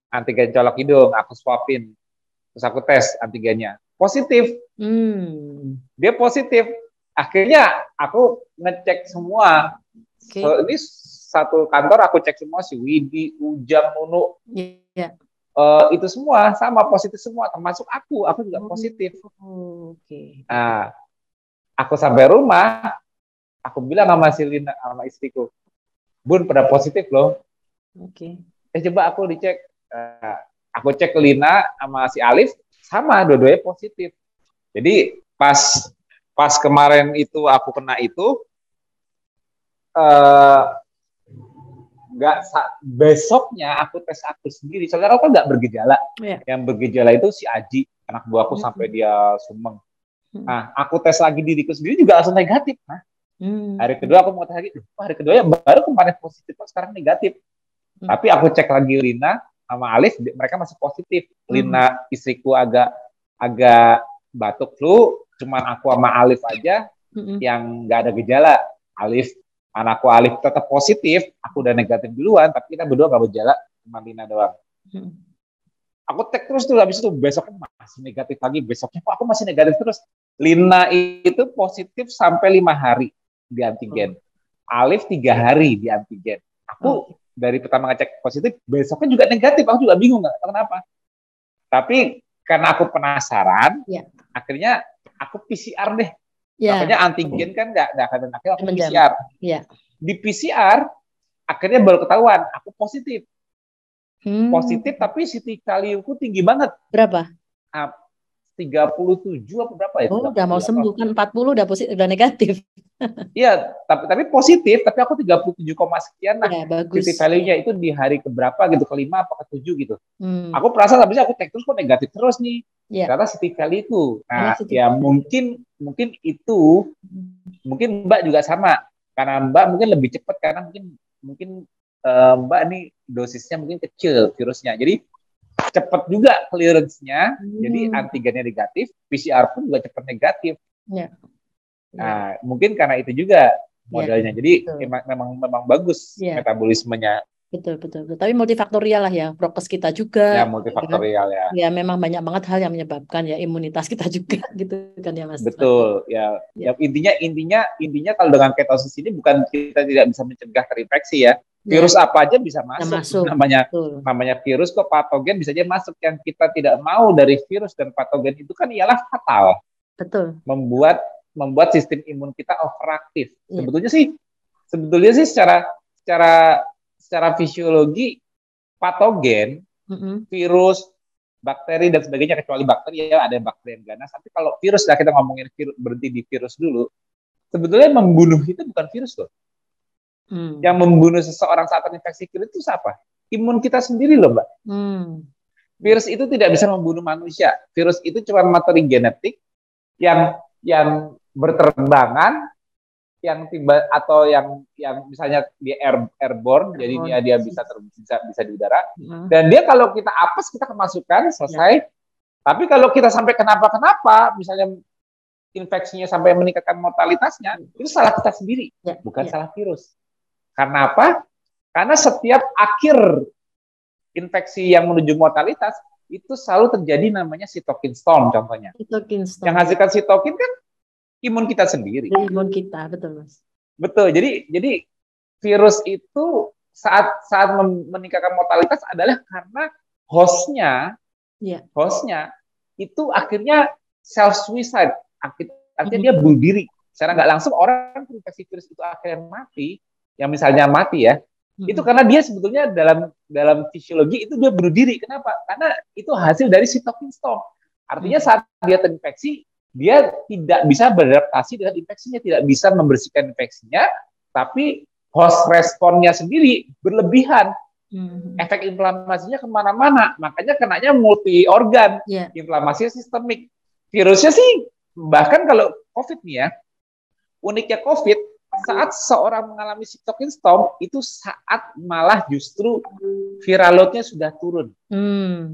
S1: antigen colok hidung, aku swapin, terus aku tes antigennya, positif,
S2: Hmm.
S1: dia positif. Akhirnya aku ngecek semua.
S2: Oke.
S1: So, ini satu kantor aku cek semua, si Widi, Ujang, Nunu,
S2: Iya.
S1: eh, itu semua sama positif semua, termasuk aku, aku juga positif.
S2: Oh, oke.
S1: Nah, aku sampai rumah, aku bilang sama si Lina, sama istriku, Bun, pada positif loh.
S2: Oke.
S1: Eh coba aku dicek. Eh, aku cek ke Lina sama si Alif, sama, dua-duanya positif. Jadi pas pas kemarin itu aku kena itu, eh, nggak sa- besoknya aku tes aku sendiri. Soalnya aku kan nggak bergejala.
S2: Ya.
S1: Yang bergejala itu si Aji, anak buahku sampai dia sumeng.
S2: Hmm.
S1: Nah, aku tes lagi diriku sendiri juga langsung negatif. Nah,
S2: Hmm.
S1: hari kedua aku mau tes lagi, oh, hari kedua ya baru kemarin positif, sekarang negatif.
S2: Hmm.
S1: Tapi aku cek lagi Lina sama Alif, mereka masih positif. Lina istriku agak agak batuk flu, cuman aku sama Alif aja
S2: Hmm.
S1: yang nggak ada gejala. Alif, anakku Alif tetap positif, aku udah negatif duluan, tapi kita berdua nggak bergejala, cuma Lina doang.
S2: Hmm.
S1: Aku cek terus tuh, habis itu besoknya masih negatif lagi, besoknya kok aku masih negatif terus. Lina itu positif sampai lima hari di antigen. Alif tiga hari di antigen. Aku
S2: Oh.
S1: dari pertama ngecek positif, besoknya juga negatif. Aku juga bingung nggak kenapa. Tapi karena aku penasaran,
S2: Ya.
S1: akhirnya aku P C R deh.
S2: Ya.
S1: Makanya antigen kan nggak nggak akan akhirnya aku P C R.
S2: Ya.
S1: Di P C R akhirnya baru ketahuan aku positif.
S2: Hmm.
S1: Positif tapi C T kaliumku tinggi banget.
S2: Berapa?
S1: Ah, tiga puluh tujuh apa berapa ya?
S2: Oh, udah mau sembuh kan empat puluh udah positif, udah negatif.
S1: Iya, tapi tapi positif, tapi aku tiga puluh tujuh, sekian lah.
S2: Ya, bagus.
S1: C T value-nya itu di hari keberapa gitu, kelima apa ketujuh gitu.
S2: Hmm.
S1: Aku perasaan habisnya aku cek terus kok negatif terus nih.
S2: Ya.
S1: Karena C T value itu. Nah,
S2: C T
S1: ya mungkin mungkin itu mungkin Mbak juga sama. Karena Mbak mungkin lebih cepat karena mungkin mungkin uh, Mbak nih dosisnya mungkin kecil virusnya. Jadi cepat juga clearance-nya. Hmm. Jadi antigennya negatif, P C R pun juga cepat negatif.
S2: Ya.
S1: Nah, ya. Mungkin karena itu juga modelnya. Ya, jadi memang, memang memang bagus ya. Metabolismenya.
S2: Betul, betul, betul. Tapi multifaktorial lah ya, prokes kita juga.
S1: Ya, multifaktorial ya.
S2: Ya, memang banyak banget hal yang menyebabkan ya imunitas kita juga gitu kan ya Mas.
S1: Betul, ya. Ya. Ya intinya intinya intinya kalau dengan ketosis ini bukan kita tidak bisa mencegah terinfeksi ya. Virus ya. Apa aja bisa masuk. masuk. Namanya betul. Namanya virus kok patogen bisa aja masuk. Yang kita tidak mau dari virus dan patogen itu kan ialah fatal.
S2: Betul.
S1: Membuat membuat sistem imun kita overaktif. Ya. Sebetulnya sih sebetulnya sih secara secara secara fisiologi patogen, mm-hmm. virus, bakteri dan sebagainya, kecuali bakteri ya ada bakteri yang ganas. Tapi kalau virus lah kita ngomongin virus, berhenti di virus dulu, sebetulnya membunuh itu bukan virus loh. Hmm. Yang membunuh seseorang saat terinfeksi virus itu siapa? Imun kita sendiri loh, Mbak. Hmm. Virus itu tidak bisa membunuh manusia. Virus itu cuma materi genetik yang yang berterbangan, yang tiba atau yang yang misalnya dia air, airborne, airborne, jadi dia dia bisa ter, bisa bisa di udara. Hmm. Dan dia kalau kita apes kita kemasukan selesai. Ya. Tapi kalau kita sampai kenapa-kenapa, misalnya infeksinya sampai meningkatkan mortalitasnya, itu salah kita sendiri, ya. Bukan ya. Salah virus. Karena apa? Karena setiap akhir infeksi yang menuju mortalitas itu selalu terjadi namanya cytokine storm contohnya. Cytokine storm. Yang hasilkan sitokin kan imun kita sendiri.
S2: Imun kita, betul Mas.
S1: Betul. Jadi jadi virus itu saat saat meningkatkan mortalitas adalah karena hostnya, ya. hostnya itu akhirnya self suicide. Akhirnya mm-hmm. dia bunuh diri. Secara nggak langsung orang terinfeksi virus itu akhirnya mati. Yang misalnya mati ya, hmm. itu karena dia sebetulnya dalam dalam fisiologi itu dia bunuh diri. Kenapa? Karena itu hasil dari cytokine storm. Artinya hmm. saat dia terinfeksi, dia tidak bisa beradaptasi dengan infeksinya, tidak bisa membersihkan infeksinya, tapi host responnya sendiri berlebihan. Hmm. Efek inflamasinya kemana-mana, makanya kenanya multi organ, yeah. inflamasinya sistemik. Virusnya sih, bahkan kalau COVID nih ya, uniknya COVID, saat seorang mengalami cytokine storm itu saat malah justru viral load-nya sudah turun. Hmm.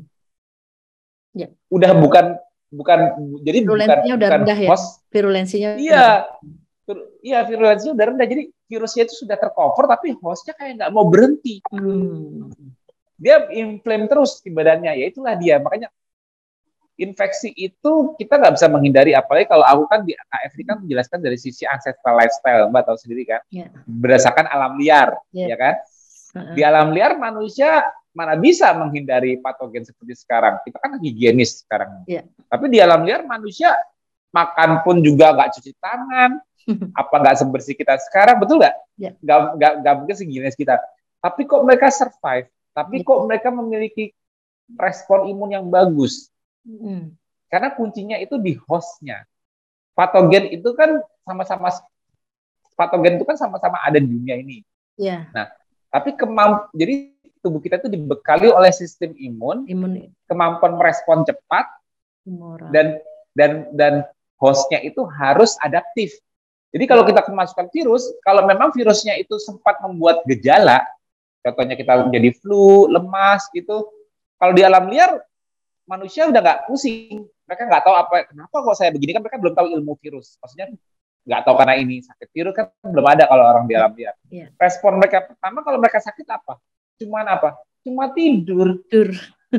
S1: Ya. Udah bukan bukan jadi bukan
S2: udah
S1: bukan
S2: rendah
S1: host.
S2: Ya? Virulensinya.
S1: Iya. Iya, virulensinya udah rendah. Jadi virusnya itu sudah tercover tapi hostnya kayak nggak mau berhenti. Hmm. dia inflame terus di badannya. Ya itulah dia. Makanya infeksi itu kita nggak bisa menghindari, apalagi kalau aku kan di K F D kan menjelaskan dari sisi ancestral lifestyle, Mbak tahu sendiri kan,
S2: Ya.
S1: berdasarkan alam liar,
S2: Ya.
S1: ya kan.
S2: Uh-uh.
S1: Di alam liar manusia mana bisa menghindari patogen seperti sekarang, kita kan higienis sekarang.
S2: Ya.
S1: Tapi di alam liar manusia makan pun juga nggak cuci tangan, apa nggak sebersih kita sekarang, betul nggak?
S2: Ya.
S1: Nggak nggak nggak mungkin segini kita. Tapi kok mereka survive? Tapi
S2: Ya.
S1: kok mereka memiliki respon imun yang bagus?
S2: Hmm.
S1: Karena kuncinya itu di hostnya. Patogen itu kan sama-sama patogen itu kan sama-sama ada di dunia ini.
S2: Ya.
S1: Nah, tapi kemamp jadi tubuh kita itu dibekali oleh sistem imun,
S2: Imun.
S1: kemampuan merespon cepat,
S2: Moral.
S1: dan dan dan hostnya itu harus adaptif. Jadi kalau kita kemasukan virus, kalau memang virusnya itu sempat membuat gejala, contohnya kita jadi flu, lemas gitu, kalau di alam liar manusia udah nggak pusing, mereka nggak tahu apa kenapa kok saya begini, kan mereka belum tahu ilmu virus, maksudnya nggak tahu karena ini sakit virus kan belum ada kalau orang di alam liar. Yeah. Respon mereka pertama kalau mereka sakit apa? Cuman apa? Cuma tidur.
S2: Tidur.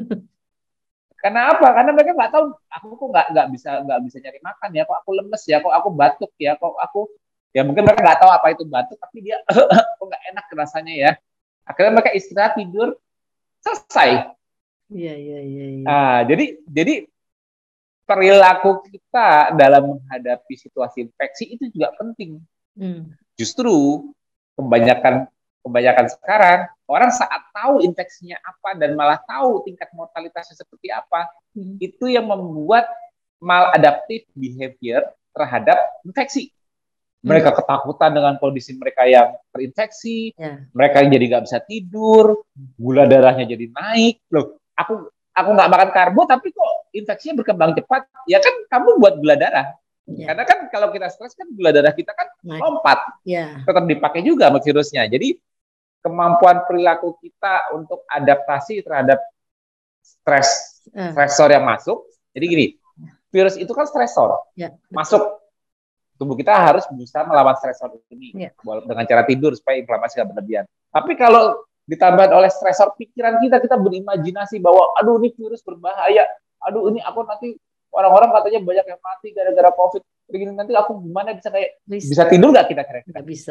S1: Karena apa? Karena mereka nggak tahu, aku kok nggak nggak bisa nggak bisa nyari makan ya, kok aku lemes ya, kok aku batuk ya, kok aku ya mungkin mereka nggak tahu apa itu batuk, tapi dia kok nggak enak rasanya ya. Akhirnya mereka istirahat tidur, selesai.
S2: Iya, iya, iya. Ya.
S1: Nah, jadi jadi perilaku kita dalam menghadapi situasi infeksi itu juga penting. Hmm. Justru kebanyakan kebanyakan sekarang orang saat tahu infeksinya apa dan malah tahu tingkat mortalitasnya seperti apa, hmm. itu yang membuat maladaptive behavior terhadap infeksi. Mereka hmm. ketakutan dengan kondisi mereka yang terinfeksi, yeah. mereka jadi nggak bisa tidur, gula darahnya jadi naik. Loh, aku aku nggak makan karbo tapi kok infeksinya berkembang cepat. Ya kan kamu buat gula darah. Yeah. Karena kan kalau kita stres kan gula darah kita kan naik. Lompat. Yeah. Tetap dipakai juga sama virusnya. Jadi kemampuan perilaku kita untuk adaptasi terhadap stres, uh. stresor yang masuk. Jadi gini, virus itu kan stresor. Yeah. Masuk. Tubuh kita harus berusaha melawan stresor ini yeah. dengan cara tidur supaya inflamasi nggak berlebihan. Tapi kalau ditambah oleh stresor pikiran kita, kita berimajinasi bahwa aduh ini virus berbahaya, aduh ini aku nanti orang-orang katanya banyak yang mati gara-gara COVID, begini nanti aku gimana bisa kayak bisa, bisa tidur nggak kita kira-kira?
S2: Nggak bisa.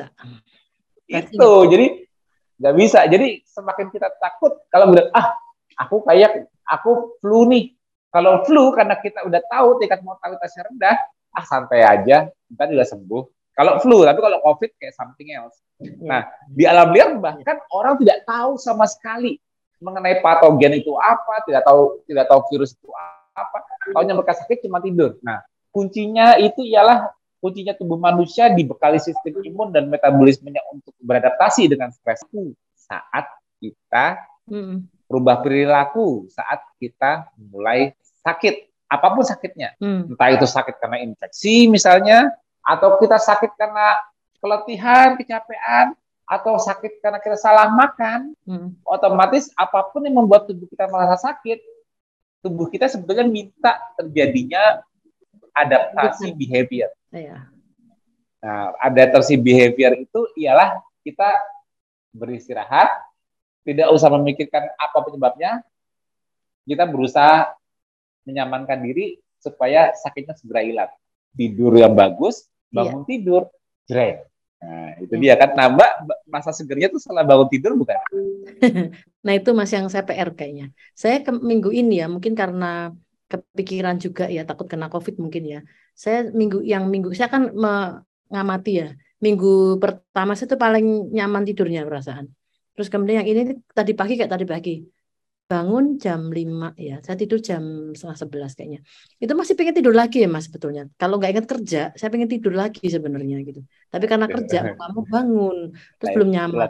S1: Itu jadi nggak bisa. Jadi semakin kita takut kalau bilang ah aku kayak aku flu nih. Kalau flu karena kita udah tahu tingkat mortalitasnya rendah, ah santai aja, kita juga sembuh. Kalau flu, tapi kalau COVID kayak something else. Nah, di alam liar bahkan orang tidak tahu sama sekali mengenai patogen itu apa, tidak tahu tidak tahu virus itu apa. Taunya mereka sakit cuma tidur. Nah, kuncinya itu ialah kuncinya tubuh manusia dibekali sistem imun dan metabolismenya untuk beradaptasi dengan stres saat kita berubah perilaku, saat kita mulai sakit. Apapun sakitnya, hmm. entah itu sakit karena infeksi misalnya, atau kita sakit karena keletihan, kecapean, atau sakit karena kita salah makan, hmm. otomatis apapun yang membuat tubuh kita merasa sakit, tubuh kita sebetulnya minta terjadinya adaptasi Bukan. behavior. Ya. Nah, adaptasi behavior itu ialah kita beristirahat, tidak usah memikirkan apa penyebabnya, kita berusaha menyamankan diri supaya sakitnya segera hilang. Tidur yang bagus, bangun iya. tidur, jreng. Nah, itu iya. dia kan. Nah, Mbak, masa segernya tuh setelah bangun tidur bukan?
S2: Nah, itu Mas yang saya P R kayaknya. Saya ke minggu ini ya, mungkin karena kepikiran juga ya, takut kena COVID mungkin ya. Saya minggu yang minggu, saya kan mengamati ya. Minggu pertama saya tuh paling nyaman tidurnya perasaan. Terus kemudian yang ini tadi pagi kayak tadi pagi. Bangun jam lima ya, saya tidur jam setengah sebelas kayaknya. Itu masih pengen tidur lagi ya Mas sebetulnya. Kalau nggak ingat kerja, saya pengen tidur lagi sebenarnya gitu. Tapi karena kerja, kamu bangun, terus nah, belum nyaman.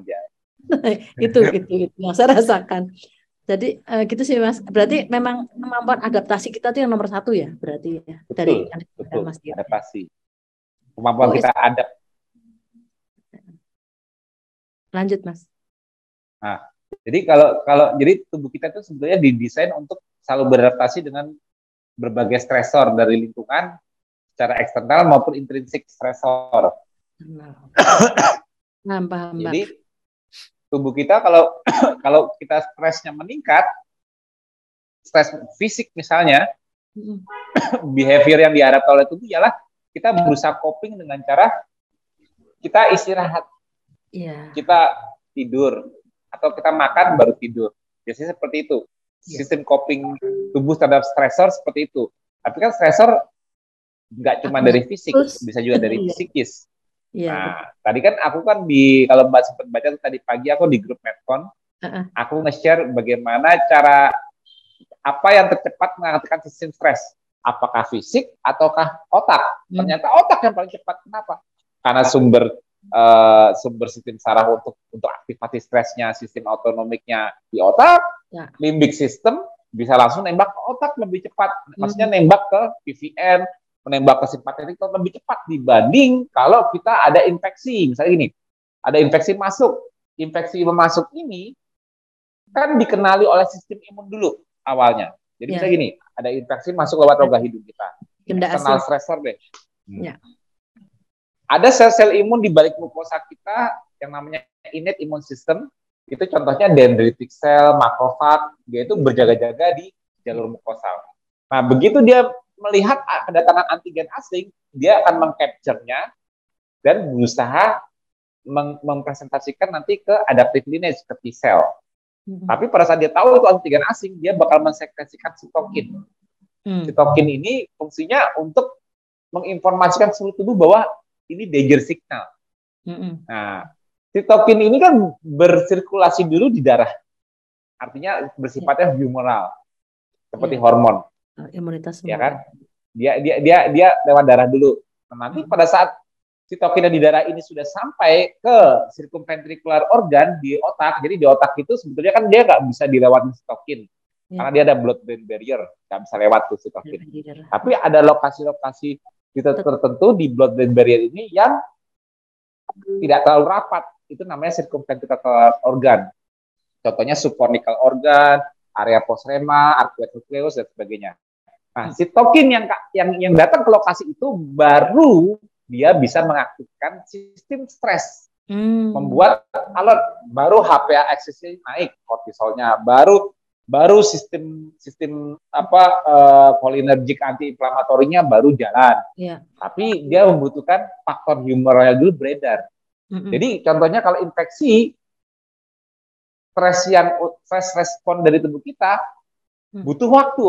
S2: itu, itu, itu yang saya rasakan. Jadi uh, gitu sih Mas. Berarti memang kemampuan adaptasi kita itu yang nomor satu ya, berarti ya.
S1: Betul,
S2: dari
S1: betul, Mas adaptasi. Kemampuan oh, kita adapt.
S2: Lanjut Mas.
S1: Nah. Jadi kalau kalau jadi tubuh kita itu sebetulnya didesain untuk selalu beradaptasi dengan berbagai stresor dari lingkungan secara eksternal maupun intrinsik stresor.
S2: Nah, paham,
S1: jadi tubuh kita kalau kalau kita stresnya meningkat, stres fisik misalnya,
S2: Mm-mm.
S1: behavior yang diharapkan oleh tubuh ialah kita berusaha coping dengan cara kita istirahat,
S2: Iya.
S1: kita tidur, atau kita makan baru tidur. Biasanya seperti itu.
S2: Iya.
S1: Sistem coping tubuh terhadap stresor seperti itu. Tapi kan stresor nggak cuma dari fisik,
S2: Terus,
S1: bisa juga dari
S2: iya,
S1: psikis.
S2: iya, betul.
S1: Nah, tadi kan aku kan di, kalau Mbak sempat baca tadi pagi aku di grup Medcon,
S2: Uh-uh.
S1: aku nge-share bagaimana cara apa yang tercepat mengatasi sistem stres. Apakah fisik ataukah otak?
S2: Hmm.
S1: Ternyata otak yang paling cepat. Kenapa? Karena sumber uh, sumber sistem saraf untuk untuk aktivasi stresnya, sistem autonomiknya di otak,
S2: Ya.
S1: limbic system bisa langsung nembak ke otak lebih cepat. Maksudnya
S2: Hmm.
S1: nembak ke P V N, menembak ke simpatetik lebih cepat dibanding kalau kita ada infeksi. Misalnya gini, ada infeksi masuk. Infeksi masuk ini kan dikenali oleh sistem imun dulu awalnya. Jadi
S2: Ya.
S1: misalnya gini, ada infeksi masuk lewat rongga hidung kita.
S2: Benda
S1: External
S2: asing.
S1: stressor deh. Hmm.
S2: Ya.
S1: Ada sel-sel imun di balik mukosa kita yang namanya innate immune system. Itu contohnya dendritic cell, makrofag, dia itu berjaga-jaga di jalur mukosa. Nah, begitu dia melihat kedatangan antigen asing, dia akan mengcapture-nya dan berusaha mem mempresentasikan nanti ke adaptive lineage, ke T cell. Hmm. Tapi pada saat dia tahu itu antigen asing, dia bakal mensekresikan sitokin. Hmm. Sitokin ini fungsinya untuk menginformasikan seluruh tubuh bahwa ini danger signal. Hmm. Nah, sitokin ini kan bersirkulasi dulu di darah. Artinya bersifatnya yeah. humoral. Seperti yeah. hormon.
S2: Imunitas semua.
S1: Ya kan? Dia dia dia dia lewat darah dulu. Nah, nanti hmm. pada saat sitokin di darah ini sudah sampai ke circumventricular organ di otak. Jadi di otak itu sebetulnya kan dia nggak bisa dilewati sitokin. Yeah. Karena dia ada blood-brain barrier, nggak bisa lewat tuh sitokin. Yeah. Tapi ada lokasi-lokasi tertentu di blood-brain barrier ini yang tidak terlalu rapat. Itu namanya circumventricular organ. Contohnya subcortical organ, area postrema, arcuate nucleus, dan sebagainya. Nah, sitokin yang yang yang datang ke lokasi itu baru dia bisa mengaktifkan sistem stres, hmm. membuat alert, baru H P A axis-nya naik, kortisolnya, baru baru sistem sistem apa uh, cholinergic anti-inflamatorinya baru jalan. Yeah. Tapi dia membutuhkan faktor humoral dulu beredar. Mm-hmm. Jadi contohnya kalau infeksi, stres yang stres respon dari tubuh kita butuh waktu.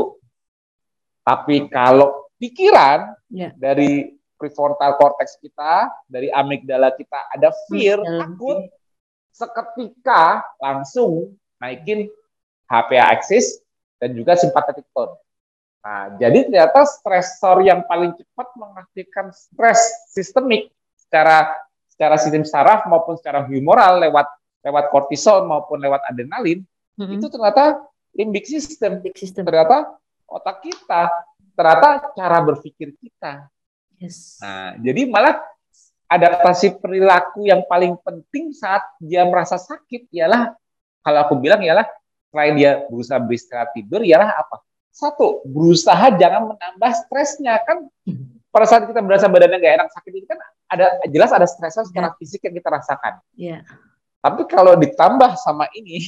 S1: Tapi kalau pikiran yeah. dari prefrontal cortex kita, dari amigdala kita ada fear, mm-hmm. takut, seketika langsung naikin H P A axis dan juga sympathetic tone. Nah, jadi ternyata stresor yang paling cepat mengaktifkan stres sistemik secara secara sistem saraf maupun secara humoral lewat lewat kortisol maupun lewat adrenalin, mm-hmm. itu ternyata limbic system. Limbic system. Ternyata otak kita, ternyata cara berpikir kita. Yes. Nah, jadi malah adaptasi perilaku yang paling penting saat dia merasa sakit ialah, kalau aku bilang ialah selain dia berusaha beristirahat tidur, ialah apa? Satu, berusaha jangan menambah stresnya. Kan pada saat kita berasa badannya nggak enak, sakit ini kan ada jelas ada stresor secara yeah. fisik yang kita rasakan. Yeah. Tapi kalau ditambah sama ini,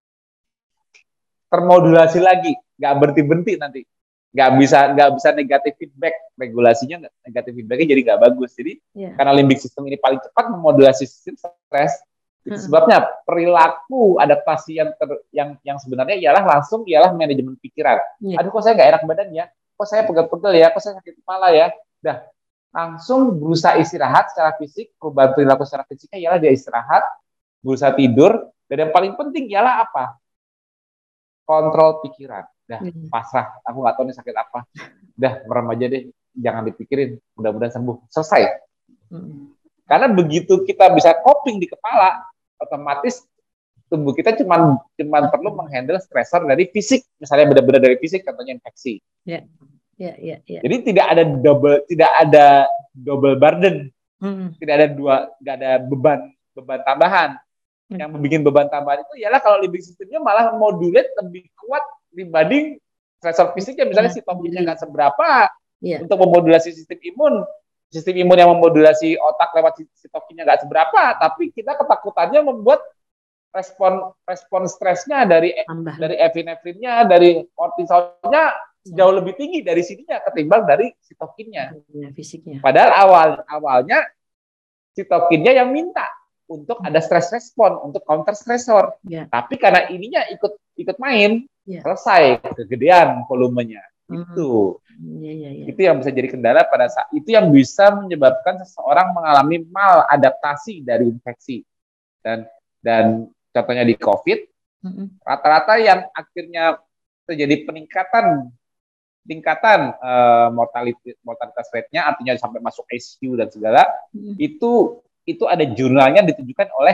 S1: termodulasi lagi, nggak berhenti-berhenti nanti. Nggak bisa nggak bisa negatif feedback, regulasinya negatif feedbacknya jadi nggak bagus. Jadi yeah. karena limbic system ini paling cepat memodulasi sistem stres, itu sebabnya perilaku adaptasi yang ter, yang yang sebenarnya ialah langsung ialah manajemen pikiran. Yeah. Aduh, kok saya nggak enak badan ya, kok saya pegel-pegel ya, kok saya sakit kepala ya. Dah langsung berusaha istirahat secara fisik, perubahan perilaku secara fisiknya ialah dia istirahat, berusaha tidur, dan yang paling penting ialah apa? Kontrol pikiran. Dah pasrah, aku nggak tahu nih sakit apa. Dah merem aja deh, jangan dipikirin, mudah-mudahan sembuh. Selesai. Hmm. Karena begitu kita bisa coping di kepala, otomatis tubuh kita cuma cuma perlu menghandle stresor dari fisik, misalnya benar-benar dari fisik, contohnya infeksi. Ya, ya, ya, ya. Jadi tidak ada double, tidak ada double burden, hmm. tidak ada dua, nggak ada beban beban tambahan. Hmm. Yang membuat beban tambahan itu ialah kalau limbic systemnya malah modulate lebih kuat dibanding stresor fisiknya, misalnya ya, sitokinnya nggak seberapa ya. Untuk memodulasi sistem imun. Sistem imun yang memodulasi otak lewat sitokinnya nggak seberapa, tapi kita ketakutannya membuat respon respon stresnya dari
S2: Tambah
S1: dari epinefrinnya, dari kortisolnya jauh lebih tinggi dari sininya ketimbang dari sitokinnya.
S2: ya, fisiknya.
S1: Padahal awal awalnya sitokinnya yang minta untuk ada stress respon, untuk counter stressor.
S2: Ya.
S1: Tapi karena ininya ikut ikut main,
S2: ya.
S1: selesai kegedean volumenya.
S2: Hmm.
S1: Itu.
S2: Ya, ya, ya.
S1: Itu yang bisa jadi kendala pada saat itu yang bisa menyebabkan seseorang mengalami maladaptasi dari infeksi. Dan dan contohnya di COVID, hmm. rata-rata yang akhirnya terjadi peningkatan tingkatan uh, mortalitas mortalitas rate-nya, artinya sampai masuk I C U dan segala, hmm. itu itu ada jurnalnya ditujukan oleh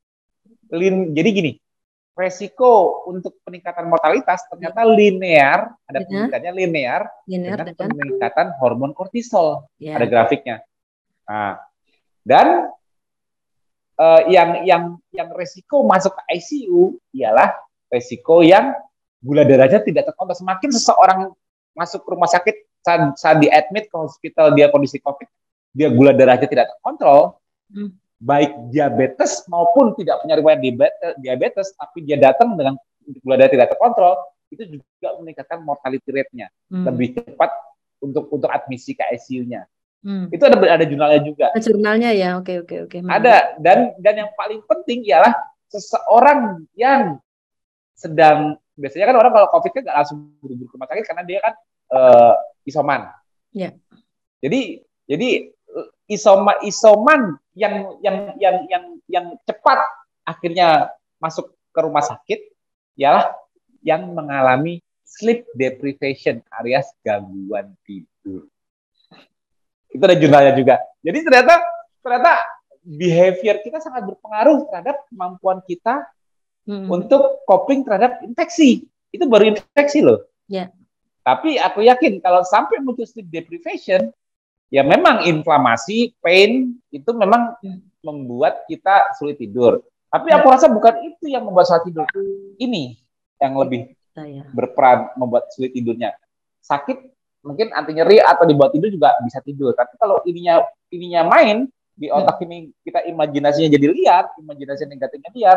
S1: lin. Jadi gini, resiko untuk peningkatan mortalitas ternyata linear, ada penelitiannya linear, linear dengan, dengan peningkatan hormon kortisol. Ya. Ada grafiknya. Nah, dan uh, yang yang yang resiko masuk ke I C U ialah resiko yang gula darahnya tidak terkontrol. Semakin seseorang masuk ke rumah sakit saat, saat di admit ke hospital dia kondisi COVID, dia gula darahnya tidak terkontrol, hmm. baik diabetes maupun tidak punya riwayat diabetes, tapi dia datang dengan gula darah tidak terkontrol, itu juga meningkatkan mortality rate-nya hmm. lebih cepat untuk untuk admisi ke I C U-nya. Hmm. Itu ada ada jurnalnya juga.
S2: Ada jurnalnya ya, oke oke oke.
S1: Ada, dan dan yang paling penting ialah seseorang yang sedang, biasanya kan orang kalau COVID kan nggak langsung buru-buru ke rumah sakit karena dia kan uh, isoman.
S2: Ya.
S1: Jadi jadi isoma isoman yang yang yang yang yang cepat akhirnya masuk ke rumah sakit ialah yang mengalami sleep deprivation alias gangguan tidur. Itu ada jurnalnya juga. Jadi ternyata ternyata behavior kita sangat berpengaruh terhadap kemampuan kita hmm. untuk coping terhadap infeksi. Itu baru infeksi loh.
S2: Ya.
S1: Tapi aku yakin kalau sampai muncul sleep deprivation, ya memang inflamasi, pain itu memang membuat kita sulit tidur. Tapi aku rasa bukan itu yang membuat sulit tidur. Ini yang lebih berperan membuat sulit tidurnya. Sakit mungkin anti nyeri atau dibuat tidur juga bisa tidur. Tapi kalau ininya ininya main di otak ini, kita imajinasinya jadi liar, imajinasi negatifnya liar,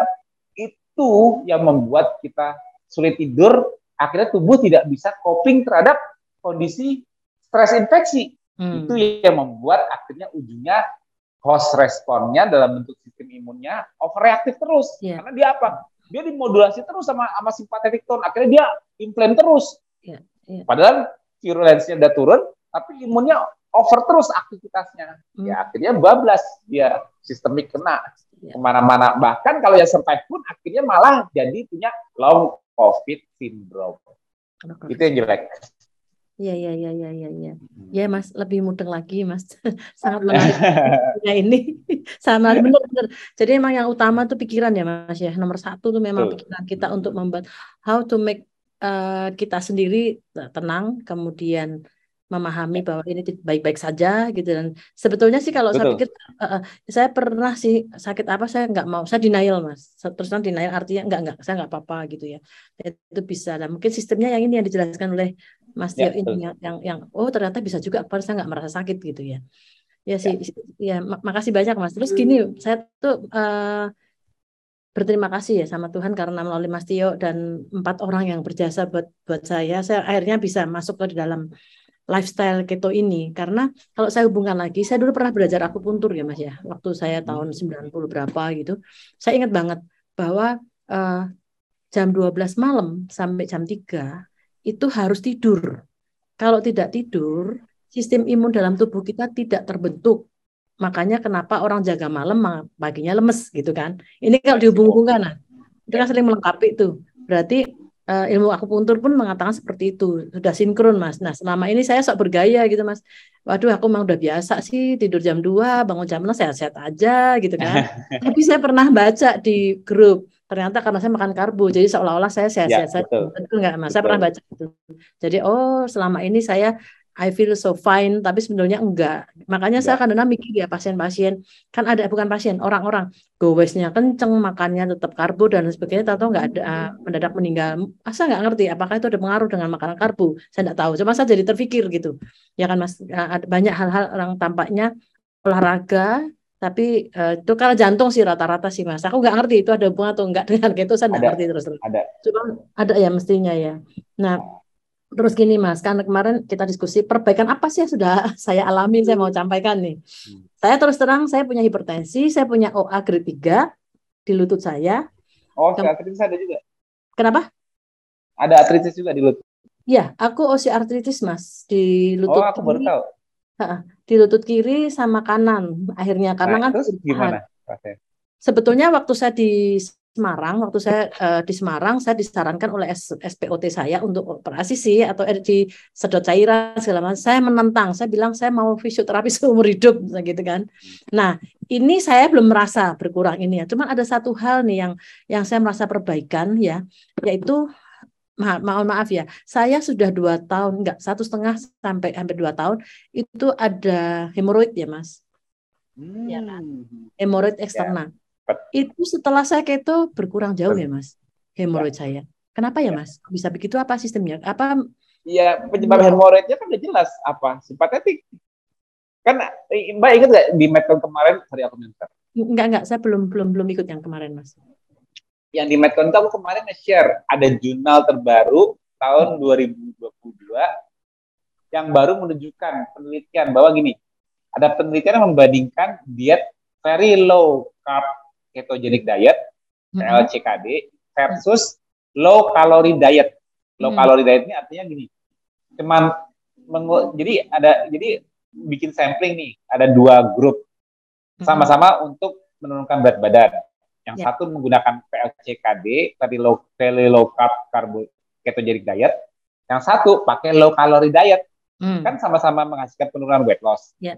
S1: itu yang membuat kita sulit tidur. Akhirnya tubuh tidak bisa coping terhadap kondisi stres infeksi. Hmm. Itu yang membuat akhirnya ujungnya host responnya dalam bentuk sistem imunnya overreaktif terus. Yeah. Karena dia apa? Dia dimodulasi terus sama sama sympathetic tone. Akhirnya dia inflame terus. Yeah. Yeah. Padahal virulensinya udah turun, tapi imunnya over terus aktivitasnya. Hmm. Ya akhirnya bablas dia sistemik kena yeah. kemana-mana. Bahkan kalau yang survive pun akhirnya malah jadi punya long COVID syndrome. Oh, itu yang jelek.
S2: Iya, iya, iya, iya, iya, iya. Ya, Mas, lebih mudeng lagi, Mas. Sangat menarik. Ya, ini sangat benar-benar. Jadi emang yang utama tuh pikiran ya, Mas ya. Nomor satu tuh memang pikiran kita untuk membuat how to make uh, kita sendiri tenang, kemudian memahami bahwa ini baik-baik saja gitu. Dan sebetulnya sih kalau Betul. saya pikir uh, saya pernah sih sakit apa saya nggak mau, saya denial, Mas. Terus kan denial artinya enggak enggak saya nggak apa-apa gitu ya. Itu bisa. Dan mungkin sistemnya yang ini yang dijelaskan oleh Mas Tio ya, ini yang, yang yang oh ternyata bisa juga padahal saya nggak merasa sakit gitu ya. Ya sih ya, ya mak makasih banyak, Mas. Terus gini, saya tuh uh, berterima kasih ya sama Tuhan karena melalui Mas Tio dan empat orang yang berjasa buat buat saya, saya akhirnya bisa masuk ke dalam lifestyle keto ini. Karena kalau saya hubungkan lagi, saya dulu pernah belajar akupuntur ya, Mas ya. Waktu saya tahun sembilan puluh berapa gitu. Saya ingat banget bahwa uh, jam dua belas malam sampai jam tiga itu harus tidur. Kalau tidak tidur, sistem imun dalam tubuh kita tidak terbentuk. Makanya kenapa orang jaga malam paginya lemes gitu kan. Ini kalau dihubung-hubungkan, nah, itu kan sering melengkapi itu. Berarti uh, ilmu akupuntur pun mengatakan seperti itu. Sudah sinkron, Mas. Nah, selama ini saya sok bergaya gitu, Mas. Waduh, aku memang udah biasa sih tidur jam dua, bangun jam enam sehat-sehat aja gitu kan. Tapi saya pernah baca di grup, ternyata karena saya makan karbo, jadi seolah-olah saya sehat-sehat saja. Ya, betul nggak, Mas? Betul. Saya pernah baca itu. Jadi, oh selama ini saya I feel so fine, tapi sebenarnya enggak. Makanya enggak. Saya kadang-kadang mikir ya pasien-pasien, kan ada bukan pasien, orang-orang go-wise-nya kenceng, makannya tetap karbo dan sebagainya, tahu-tahu enggak ada uh, mendadak meninggal. Asa enggak ngerti apakah itu ada pengaruh dengan makanan karbo. Saya enggak tahu. Cuma saya jadi terpikir gitu. Ya kan, Mas, ada banyak hal-hal orang tampaknya olahraga Tapi eh, itu kalau jantung sih rata-rata sih Mas. Aku nggak ngerti itu ada hubungan atau enggak dengan keto, saya nggak
S1: Ada,
S2: ngerti terus terus.
S1: ada.
S2: Cuma ada ya mestinya ya. Nah, terus gini Mas, kan kemarin kita diskusi perbaikan apa sih yang sudah saya alami, saya mau sampaikan nih.
S1: Hmm.
S2: Saya terus terang saya punya hipertensi, saya punya O A grade tiga di lutut saya.
S1: Oh,
S2: Kem-
S1: artritis ada juga.
S2: Kenapa?
S1: Ada artritis juga di lutut.
S2: Ya, aku osteoartritis Mas di
S1: Oh,
S2: lutut
S1: aku baru
S2: kiri,
S1: tahu.
S2: ha, di lutut kiri sama kanan. Akhirnya karena
S1: Nah,
S2: kan
S1: terus
S2: perubahan.
S1: gimana rasanya?
S2: Sebetulnya waktu saya di Semarang, waktu saya eh, di Semarang, saya disarankan oleh S- SPOT saya untuk operasi sih atau R G sedot cairan segala macam. Saya menentang, saya bilang saya mau fisioterapi seumur hidup, gitu kan. Nah, ini saya belum merasa berkurang ini ya. Cuman ada satu hal nih yang yang saya merasa perbaikan ya, yaitu ma mohon maaf ya, saya sudah dua tahun, enggak satu setengah sampai hampir dua tahun itu ada hemoroid ya Mas, ya kan?
S1: Hmm.
S2: Hemoroid
S1: Ya,
S2: eksternal.
S1: cepet.
S2: Itu setelah saya keto berkurang jauh ya, Mas.
S1: Ya,
S2: Hemoroid saya. Kenapa ya,
S1: ya.
S2: Mas? Bisa begitu apa sistemnya? Apa
S1: Ya, penyebab hemoroidnya kan udah jelas apa? Simpatetik. Kan eh, Mbak ingat nggak di Medcon kemarin, sorry aku minta.
S2: enggak enggak saya belum belum belum ikut yang kemarin, Mas.
S1: Yang di Medcon itu aku kemarin nge-share ada jurnal terbaru tahun dua ribu dua puluh dua yang baru menunjukkan penelitian bahwa gini, ada penelitian yang membandingkan diet very low carb ketogenic diet
S2: Mm-mm.
S1: L C K D versus low calorie diet. Low
S2: Mm.
S1: calorie diet ini artinya gini, cuman mengu- jadi ada jadi bikin sampling nih, ada dua grup sama-sama untuk menurunkan berat badan. Yang
S2: Ya.
S1: satu menggunakan P L C K D, tadi low, very low carb karbo ketogenic diet. Yang satu pakai low calorie diet.
S2: Mm.
S1: Kan sama-sama menghasilkan penurunan weight loss.
S2: Ya.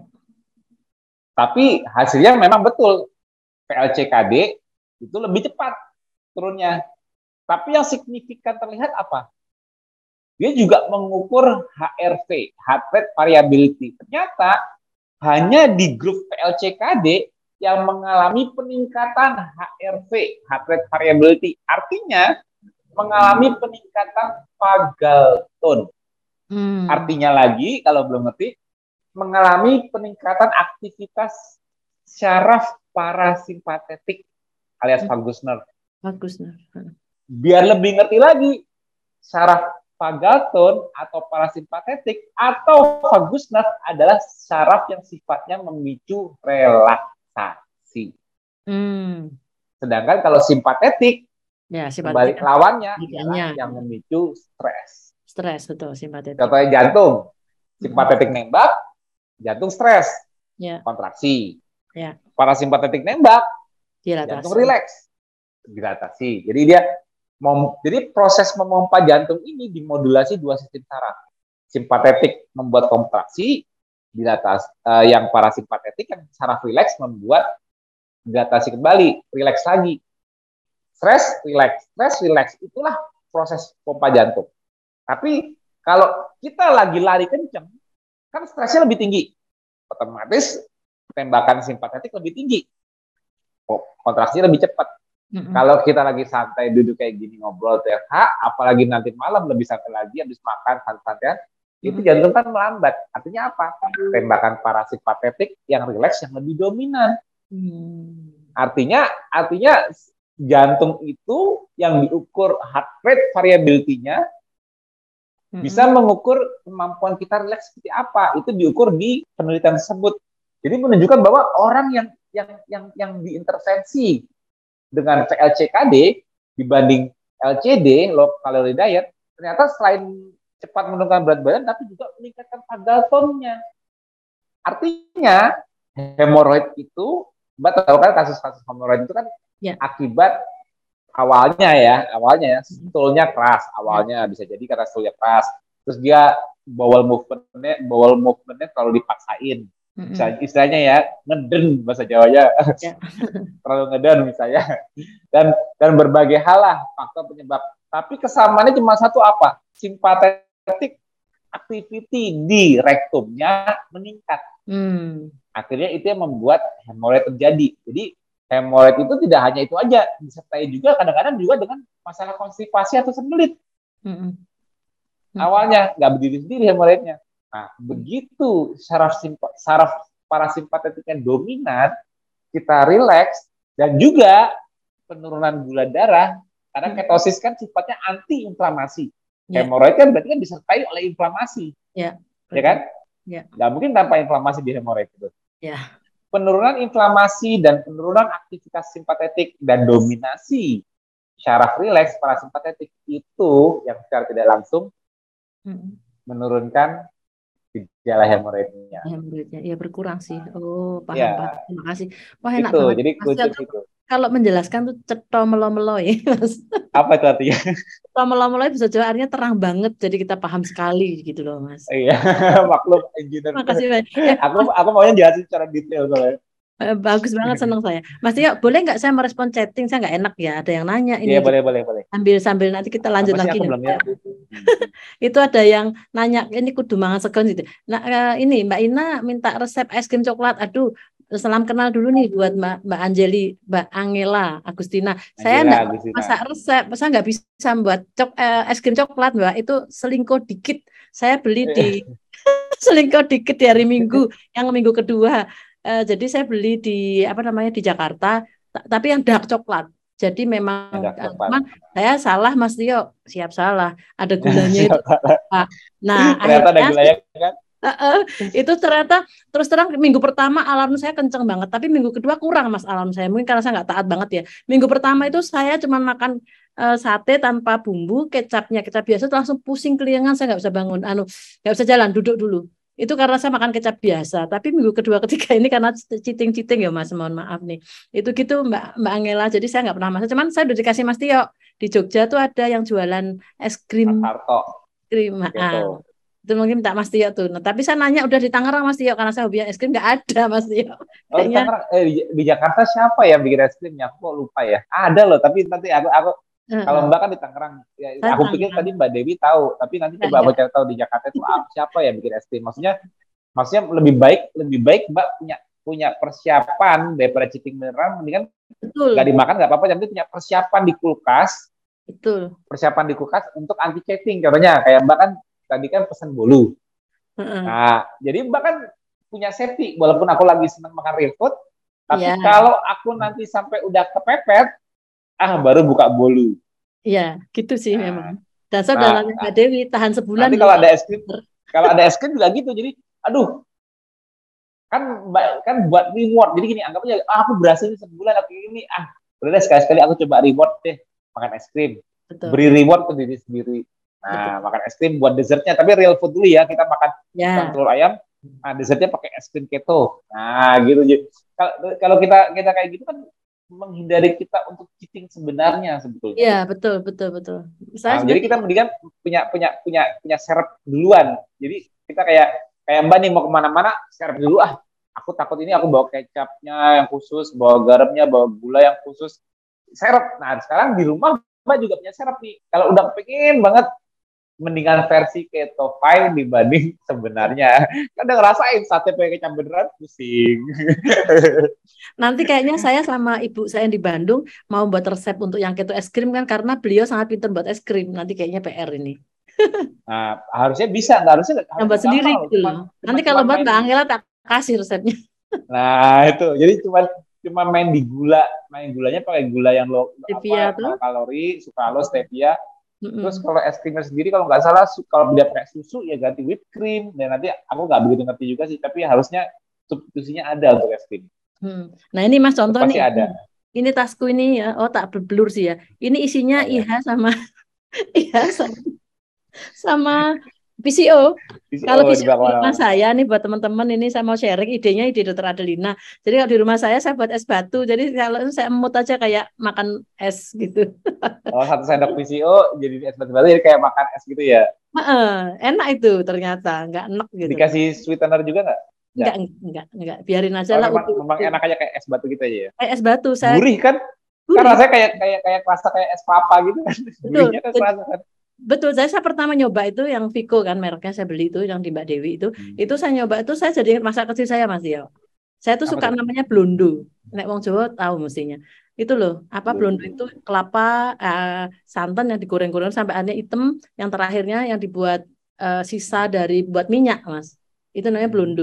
S1: Tapi hasilnya memang betul. P L C K D itu lebih cepat turunnya. Tapi yang signifikan terlihat apa? Dia juga mengukur H R V, heart rate variability. Ternyata hanya di grup P L C K D yang mengalami peningkatan H R V, heart rate variability. Artinya mengalami peningkatan vagal tone.
S2: Mm.
S1: Artinya lagi, kalau belum ngerti, mengalami peningkatan aktivitas syaraf parasimpatetik alias
S2: Mm.
S1: vagus nerve.
S2: Bagus, nah.
S1: Biar lebih ngerti lagi, syaraf vagal tone atau parasimpatetik atau vagus nerve adalah syaraf yang sifatnya memicu relaksasi.
S2: Mm.
S1: Sedangkan kalau simpatetik,
S2: Ya,
S1: kembali
S2: simpatetik
S1: lawannya
S2: tidaknya
S1: adalah yang memicu stres.
S2: stres betul simpatetik.
S1: Contohnya jantung,
S2: Mm-mm.
S1: simpatetik nembak, jantung stres,
S2: Ya,
S1: kontraksi.
S2: ya,
S1: Parasimpatetik nembak, jantung
S2: dilatasi.
S1: rileks, dilatasi. Jadi dia mem, jadi proses memompa jantung ini dimodulasi dua sistem saraf. Simpatetik membuat kontraksi, dilatasi. Uh, yang parasimpatetik yang saraf rileks membuat dilatasi kembali, rileks lagi. Stres, rileks, stres, rileks. Itulah proses pompa jantung. Tapi kalau kita lagi lari kenceng, kan stresnya lebih tinggi. Otomatis tembakan simpatetik lebih tinggi. Kontraksinya lebih cepat. Mm-hmm. Kalau kita lagi santai duduk kayak gini ngobrol T F H, apalagi nanti malam lebih santai lagi habis makan santai, mm-hmm. itu jantung kan melambat. Artinya apa? Tembakan parasimpatetik yang rileks yang lebih dominan. Mm. Artinya, artinya jantung itu yang diukur heart rate variability-nya mm-hmm. bisa mengukur kemampuan kita rileks seperti apa. Itu diukur di penelitian tersebut. Jadi menunjukkan bahwa orang yang yang yang yang diintervensi dengan P L C K D dibanding L C D, low calorie diet, ternyata selain cepat menurunkan berat badan, tapi juga meningkatkan vagal tone-nya. Artinya, hemoroid itu, Mbak tahu kan kasus-kasus hemoroid itu kan ya. Akibat awalnya ya, awalnya ya, stoolnya keras, awalnya bisa jadi karena stoolnya keras, terus dia bowel movement-nya, bowel movement-nya terlalu dipaksain. Mm-hmm. Istilahnya ya ngeden bahasa Jawanya ya. Terlalu ngeden misalnya dan dan berbagai hal lah faktor penyebab, tapi kesamaannya cuma satu apa, simpatetik activity di rektumnya meningkat. Hmm. Akhirnya itu yang membuat hemoroid terjadi. Jadi hemoroid itu tidak hanya itu aja, disertai juga kadang-kadang juga dengan masalah konstipasi atau sembelit. Hmm. Hmm. Awalnya nggak berdiri sendiri hemoroidnya. Nah, begitu saraf, saraf parasimpatetik yang dominan, kita rileks, dan juga penurunan gula darah, karena ketosis kan sifatnya anti-inflamasi.
S2: Ya.
S1: Hemoroid kan berarti kan disertai oleh inflamasi.
S2: Ya,
S1: ya kan?
S2: Ya.
S1: Nggak mungkin tanpa inflamasi di hemoroid itu.
S2: Ya.
S1: Penurunan inflamasi dan penurunan aktivitas simpatetik dan dominasi syaraf rileks parasimpatetik itu yang secara tidak langsung hmm. menurunkan gejala hemoroidnya.
S2: Hemoroidnya ya berkurang sih. Oh, paham,
S1: ya.
S2: paham. Terima kasih. Wah, enak
S1: itu,
S2: banget.
S1: Jadi
S2: Mas,
S1: itu.
S2: Kalau menjelaskan tuh cetho melo-melo ya, Mas.
S1: Apa itu artinya?
S2: Cetho melo-melo itu bisa jawab artinya terang banget, jadi kita paham sekali gitu loh, Mas.
S1: Iya, maklum engineer.
S2: Makasih banyak. Eh,
S1: aku aku maunya jelasin secara detail soalnya.
S2: Bagus banget, senang saya. Mas Tio, boleh nggak saya merespon chatting? Saya nggak enak ya, ada yang nanya ini.
S1: Iya, boleh, boleh, boleh.
S2: Sambil sambil nanti kita lanjut
S1: Apa sih
S2: lagi.
S1: Aku belum lihat.
S2: Itu ada yang nanya, ini kudu mangan segon gitu. Nah, ini Mbak Ina minta resep es krim coklat. Aduh, salam kenal dulu nih buat Mbak Mbak Anjeli, Mbak Angela Agustina. Saya nggak masak resep, saya nggak bisa buat cok, eh, es krim coklat, Mbak. Itu selingkuh dikit. Saya beli di selingkuh dikit di hari Minggu, yang minggu kedua. Uh, jadi saya beli di apa namanya di Jakarta, tapi yang dark coklat. Jadi memang uh, saya salah Mas Tio, siap salah. Ada gulanya itu. Nah,
S1: ternyata ada gulanya kan?
S2: Uh, uh, itu ternyata terus terang minggu pertama alarm saya kenceng banget, tapi minggu kedua kurang Mas alarm saya. Mungkin karena saya nggak taat banget ya. Minggu pertama itu saya cuma makan uh, sate tanpa bumbu, kecapnya kecap biasa, langsung pusing keliengan, saya nggak bisa bangun, anu nggak bisa jalan, duduk dulu. Itu karena saya makan kecap biasa. Tapi minggu kedua ketiga ini karena cheating-cheating ya Mas, mohon maaf nih. Itu gitu Mbak Mbak Angela. Jadi saya nggak pernah masak. Cuman saya udah dikasih Mas Tio di Jogja tuh ada yang jualan es krim. Krim. Ah, itu mungkin minta Mas Tio tuh. Nah, tapi saya nanya udah di Tangerang Mas Tio karena saya hobi es krim nggak ada Mas Tio.
S1: Oh, di Tangerang, eh, di, di Jakarta siapa yang bikin es krimnya? Aku kok lupa ya. Ada loh, tapi nanti aku aku Uh, kalau Mbak kan di Tangerang, ya, aku Tangerang. Pikir tadi Mbak Dewi tahu, tapi nanti coba aku cari tahu di Jakarta itu siapa yang bikin es krim. Maksudnya, maksudnya lebih baik, lebih baik Mbak punya punya persiapan daripada cheating beneran, mendingan nggak dimakan nggak apa-apa, tapi punya persiapan di kulkas.
S2: Betul.
S1: Persiapan di kulkas untuk anti cheating. Contohnya kayak Mbak kan tadi kan pesan bolu. Uh-uh. Nah, jadi Mbak kan punya safety, walaupun aku lagi senang makan real food, tapi yeah. kalau aku nanti sampai udah kepepet, ah baru buka bolu.
S2: Iya, gitu sih nah, memang. Dan saya udah nanya Mbak Dewi tahan sebulan.
S1: Nanti kalau ada es krim, kalau ada es krim juga gitu. Jadi, aduh, kan Mbak kan buat reward. Jadi gini, anggap aja, ah, aku berhasil sebulan aku ini, ah, udah sekali-sekali aku coba reward deh, makan es krim. Betul. Beri reward ke diri sendiri. Nah, betul. Makan es krim buat dessertnya, tapi real food dulu ya. Kita makan ya. telur ayam, nah dessertnya pakai es krim keto. Nah, gitu. Kalau kalau kita kita kayak gitu kan menghindari kita untuk cheating sebenarnya sebetulnya.
S2: Iya, betul, betul, betul.
S1: Saya nah, jadi kita mendingan punya punya punya punya serep duluan. Jadi kita kayak kayak Mbak nih mau kemana-mana serep dulu ah. Aku takut ini aku bawa kecapnya yang khusus, bawa garamnya, bawa gula yang khusus. Serep. Nah sekarang di rumah Mbak juga punya serep nih. Kalau udah pengen banget, mendingan versi keto fine dibanding sebenarnya. Kan udah ngerasain sate pakai kecap beneran pusing.
S2: Nanti kayaknya saya sama ibu saya di Bandung mau buat resep untuk yang keto es krim kan karena beliau sangat pintar buat es krim. Nanti kayaknya P R ini.
S1: Nah, harusnya bisa, nggak harusnya
S2: yang buat sendiri gitu loh. Nanti kalau buat Mbak Angela tak kasih resepnya.
S1: Nah, itu. Jadi cuma cuma main di gula, main gulanya pakai gula yang low,
S2: stevia
S1: apa, tuh? kalori, sukralose, stevia. Mm-hmm. Terus kalau es krimnya sendiri kalau nggak salah kalau dia pakai susu ya ganti whipped cream. Dan nanti aku nggak begitu ngerti juga sih, tapi harusnya substitusinya ada untuk es krim.
S2: Hmm. Nah ini Mas contoh nih,
S1: ada.
S2: Ini tasku ini ya, oh tak berblur sih ya. Ini isinya oh, I H ya. sama I H sama, sama P C O. P C O. Kalau P C O di rumah saya nih buat teman-teman ini saya mau sharing idenya ide Dokter Adelina. Jadi kalau di rumah saya saya buat es batu. Jadi kalau saya emut aja kayak makan es gitu.
S1: Oh satu sendok P C O jadi es batu jadi kayak makan es gitu ya?
S2: Uh, enak itu ternyata nggak enak gitu.
S1: Dikasih sweetener juga nggak?
S2: Enggak, enggak, enggak, biarin aja oh, lah.
S1: Memang, memang enak aja kayak es batu gitu aja ya?
S2: Kayak es batu. Saya...
S1: Gurih kan? Gurih. Kan rasanya kayak kayak kayak rasa kayak es papa gitu kan? Gurihnya kan rasa kan?
S2: Betul, saya, saya pertama nyoba itu yang Vico kan mereknya saya beli itu yang di Mbak Dewi itu. Hmm. Itu saya nyoba itu saya jadi masa kecil saya Mas Yo. Saya tuh apa suka itu? Namanya blondo. Nek wong Jawa tahu mestinya. Itu loh, apa blondo itu kelapa, uh, santan yang digoreng-goreng sampai aneh hitam, yang terakhirnya yang dibuat uh, sisa dari buat minyak, Mas. Itu namanya blondo.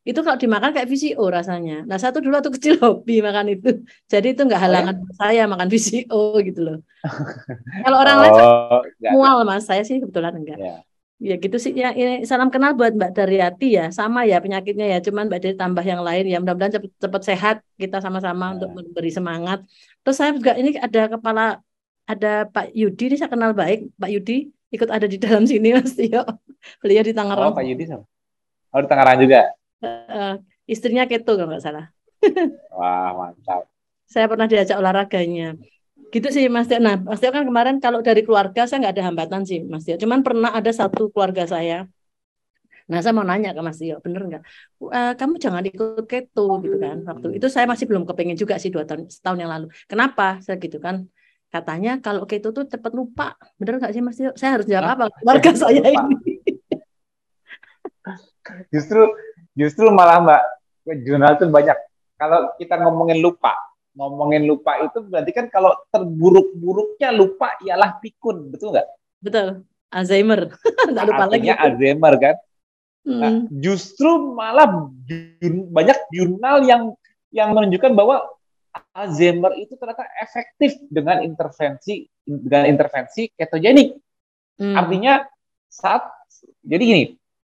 S2: Itu kalau dimakan kayak V C O rasanya. Nah, satu dulu waktu kecil hobi makan itu. Jadi itu nggak
S1: Oh
S2: halangan
S1: ya?
S2: buat saya makan V C O gitu loh. Kalau orang lain
S1: Oh, nggak ada.
S2: mual mas, saya sih kebetulan enggak.
S1: Ya.
S2: Ya gitu sih. Ya, ini salam kenal buat Mbak Daryati ya. Sama ya penyakitnya ya. Cuman Mbak Dari tambah yang lain ya. Mudah-mudahan cepet, cepet sehat kita sama-sama untuk
S1: Nah,
S2: memberi semangat. Terus saya juga ini ada kepala ada Pak Yudi ini saya kenal baik. Pak Yudi ikut ada di dalam sini Mas Tio. Beliau di
S1: oh
S2: Tangerang.
S1: Pak Yudi sama. Oh di Tangerang juga.
S2: Eh, istrinya keto kalau nggak salah.
S1: Wah mantap.
S2: Saya pernah diajak olahraganya. Gitu sih Mas Tio. Nah, Mas Tio kan kemarin kalau dari keluarga saya nggak ada hambatan sih Mas Tio. Cuman pernah ada satu keluarga saya. Nah, saya mau nanya ke Mas Tio, bener nggak? "Eh, kamu jangan ikut keto gitu kan. Waktu itu saya masih belum kepengen juga sih dua tahun setahun yang lalu. Kenapa? Saya gitu kan. Katanya kalau keto tuh cepat lupa. Bener nggak sih Mas Tio? Saya harus jawab
S1: Hah?
S2: apa? Keluarga
S1: Cepet
S2: saya
S1: lupa.
S2: ini.
S1: Justru justru malah Mbak jurnal itu banyak. Kalau kita ngomongin lupa, ngomongin lupa itu berarti kan kalau terburuk-buruknya lupa ialah pikun, betul nggak?
S2: Betul. Alzheimer. Nggak lupa lagi
S1: Artinya
S2: itu.
S1: Alzheimer kan. Nah,
S2: Hmm.
S1: justru malah jur- banyak jurnal yang yang menunjukkan bahwa Alzheimer itu ternyata efektif dengan intervensi dengan intervensi ketogenik.
S2: Hmm.
S1: Artinya saat jadi gini,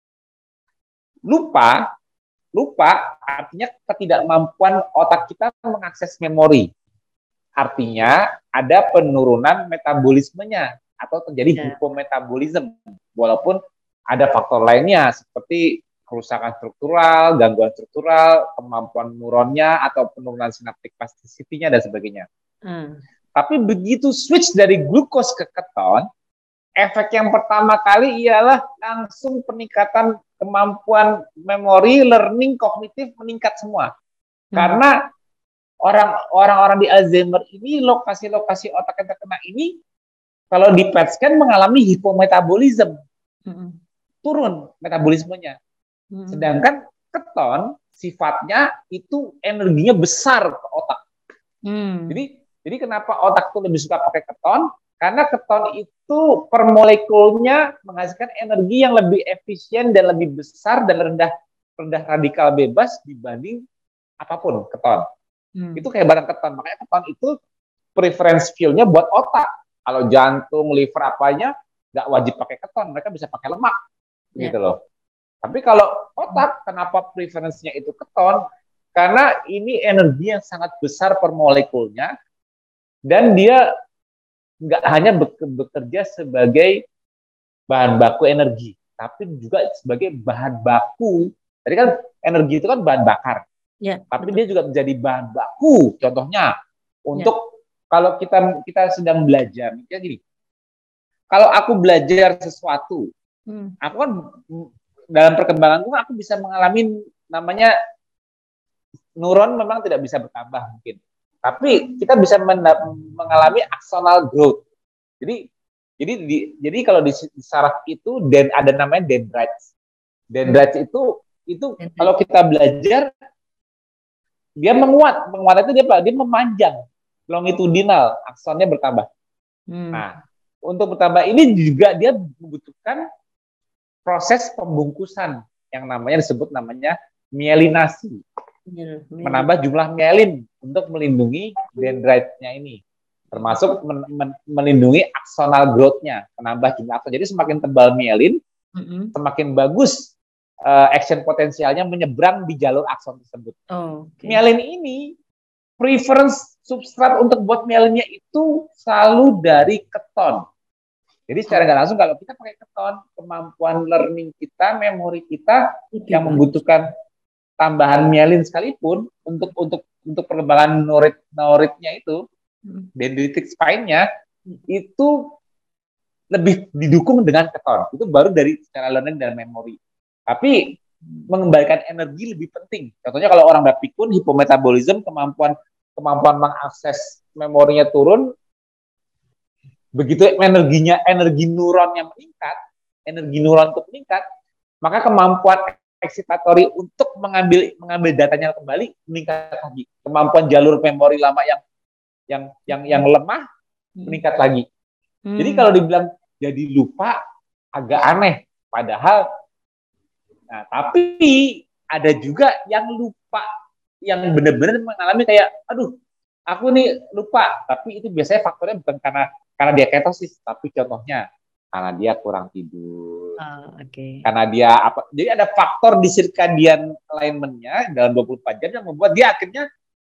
S1: lupa lupa artinya ketidakmampuan otak kita mengakses memori. Artinya ada penurunan metabolismenya atau terjadi
S2: Ya.
S1: hipometabolisme. Walaupun ada faktor lainnya seperti kerusakan struktural, gangguan struktural, kemampuan neuronnya atau penurunan sinaptik plasticity-nya dan sebagainya.
S2: Hmm.
S1: Tapi begitu switch dari glukos ke keton, efek yang pertama kali ialah langsung peningkatan kemampuan memori, learning, kognitif meningkat semua.
S2: Hmm.
S1: Karena orang orang-orang di Alzheimer ini lokasi-lokasi otak yang terkena ini kalau di P E T scan mengalami hipometabolisme,
S2: Hmm.
S1: turun metabolismenya.
S2: Hmm.
S1: Sedangkan keton sifatnya itu energinya besar ke otak.
S2: Hmm.
S1: Jadi jadi kenapa otak tuh lebih suka pakai keton? Karena keton itu per molekulnya menghasilkan energi yang lebih efisien dan lebih besar dan rendah rendah radikal bebas dibanding apapun keton.
S2: Hmm.
S1: Itu kayak barang keton. Makanya keton itu preference fuel-nya buat otak. Kalau jantung, liver, apanya, nggak wajib pakai keton. Mereka bisa pakai lemak.
S2: Ya.
S1: Gitu loh. Tapi kalau otak, kenapa preferensinya itu keton? Karena ini energi yang sangat besar per molekulnya. Dan dia nggak hanya bekerja sebagai bahan baku energi. Tapi juga sebagai bahan baku. Tadi kan energi itu kan bahan bakar.
S2: Ya,
S1: Tapi
S2: betul.
S1: dia juga menjadi bahan baku, contohnya untuk
S2: Ya.
S1: kalau kita kita sedang belajar, ya gini, kalau aku belajar sesuatu,
S2: Hmm.
S1: aku kan dalam perkembanganku aku bisa mengalami namanya neuron memang tidak bisa bertambah mungkin, tapi kita bisa mengalami axonal growth. Jadi jadi di, jadi kalau di, di saraf itu dan ada namanya dendrites. Dendrites hmm. itu itu Dendrites. Kalau kita belajar dia menguat, menguat itu dia dia memanjang, longitudinal, aksonnya bertambah. Hmm. Nah, untuk bertambah ini juga dia membutuhkan proses pembungkusan yang namanya disebut namanya mielinasi, Miel, miel. menambah jumlah mielin untuk melindungi dendritesnya ini, termasuk men, men, melindungi axonal growth-nya, menambah jumlah akson. Jadi semakin tebal mielin, mm-hmm. semakin bagus uh, action potensialnya menyeberang di jalur akson tersebut. Oh, okay. Mielin ini preference substrat untuk buat mielinnya itu selalu dari keton. Jadi secara nggak langsung kalau kita pakai keton, kemampuan learning kita, memori kita okay, yang membutuhkan tambahan mielin sekalipun untuk untuk untuk perkembangan neurit neuritnya itu, hmm. dendritic spine-nya itu lebih didukung dengan keton. Itu baru dari secara learning dan memori. Tapi mengembalikan energi lebih penting. Contohnya kalau orang udah pikun, hipometabolisme, kemampuan kemampuan mengakses memorinya turun, begitu energinya, energi neuronnya meningkat, energi neuron itu meningkat, maka kemampuan excitatory untuk mengambil mengambil datanya kembali meningkat lagi. Kemampuan jalur memori lama yang yang yang yang lemah meningkat lagi. Hmm. Jadi kalau dibilang jadi lupa agak aneh, padahal nah, tapi ada juga yang lupa, yang benar-benar mengalami kayak, aduh, aku nih lupa, tapi itu biasanya faktornya bukan karena karena dia ketosis, tapi contohnya karena dia kurang tidur,
S2: Oh, oke.
S1: karena dia apa? Jadi ada faktor di circadian alignment-nya dalam dua puluh empat jam yang membuat dia akhirnya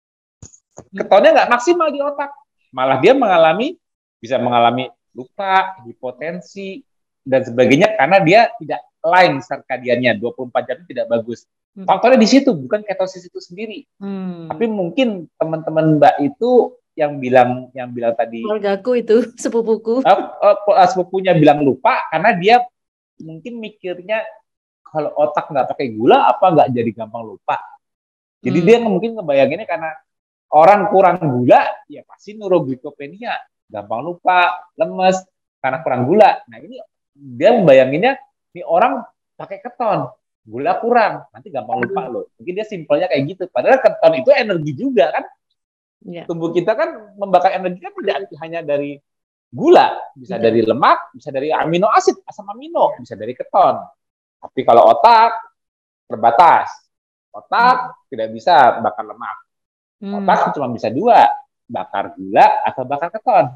S1: ketonnya nggak maksimal di otak, malah dia mengalami bisa mengalami lupa, hipotensi dan sebagainya karena dia tidak line circadiannya dua puluh empat jam tidak bagus. Faktornya di situ, bukan ketosis itu sendiri. Hmm. Tapi mungkin teman-teman Mbak itu yang bilang yang bilang tadi,
S2: keluargaku itu sepupuku,
S1: uh, uh, uh, sepupunya bilang lupa karena dia mungkin mikirnya kalau otak nggak pakai gula apa nggak jadi gampang lupa. Jadi hmm. dia mungkin ngebayanginnya karena orang kurang gula, ya pasti neuroglikopenia, gampang lupa, lemes karena kurang gula. Nah ini dia membayanginnya, nih orang pakai keton, gula kurang, nanti gampang lupa loh. Mungkin dia simpelnya kayak gitu. Padahal keton itu energi juga kan. Ya. Tubuh kita kan membakar energi kan tidak hanya dari gula, bisa ya. dari lemak, bisa dari amino asid, asam amino, bisa dari keton. Tapi kalau otak terbatas, otak hmm. tidak bisa bakar lemak. Otak hmm. cuma bisa dua, bakar gula atau bakar keton.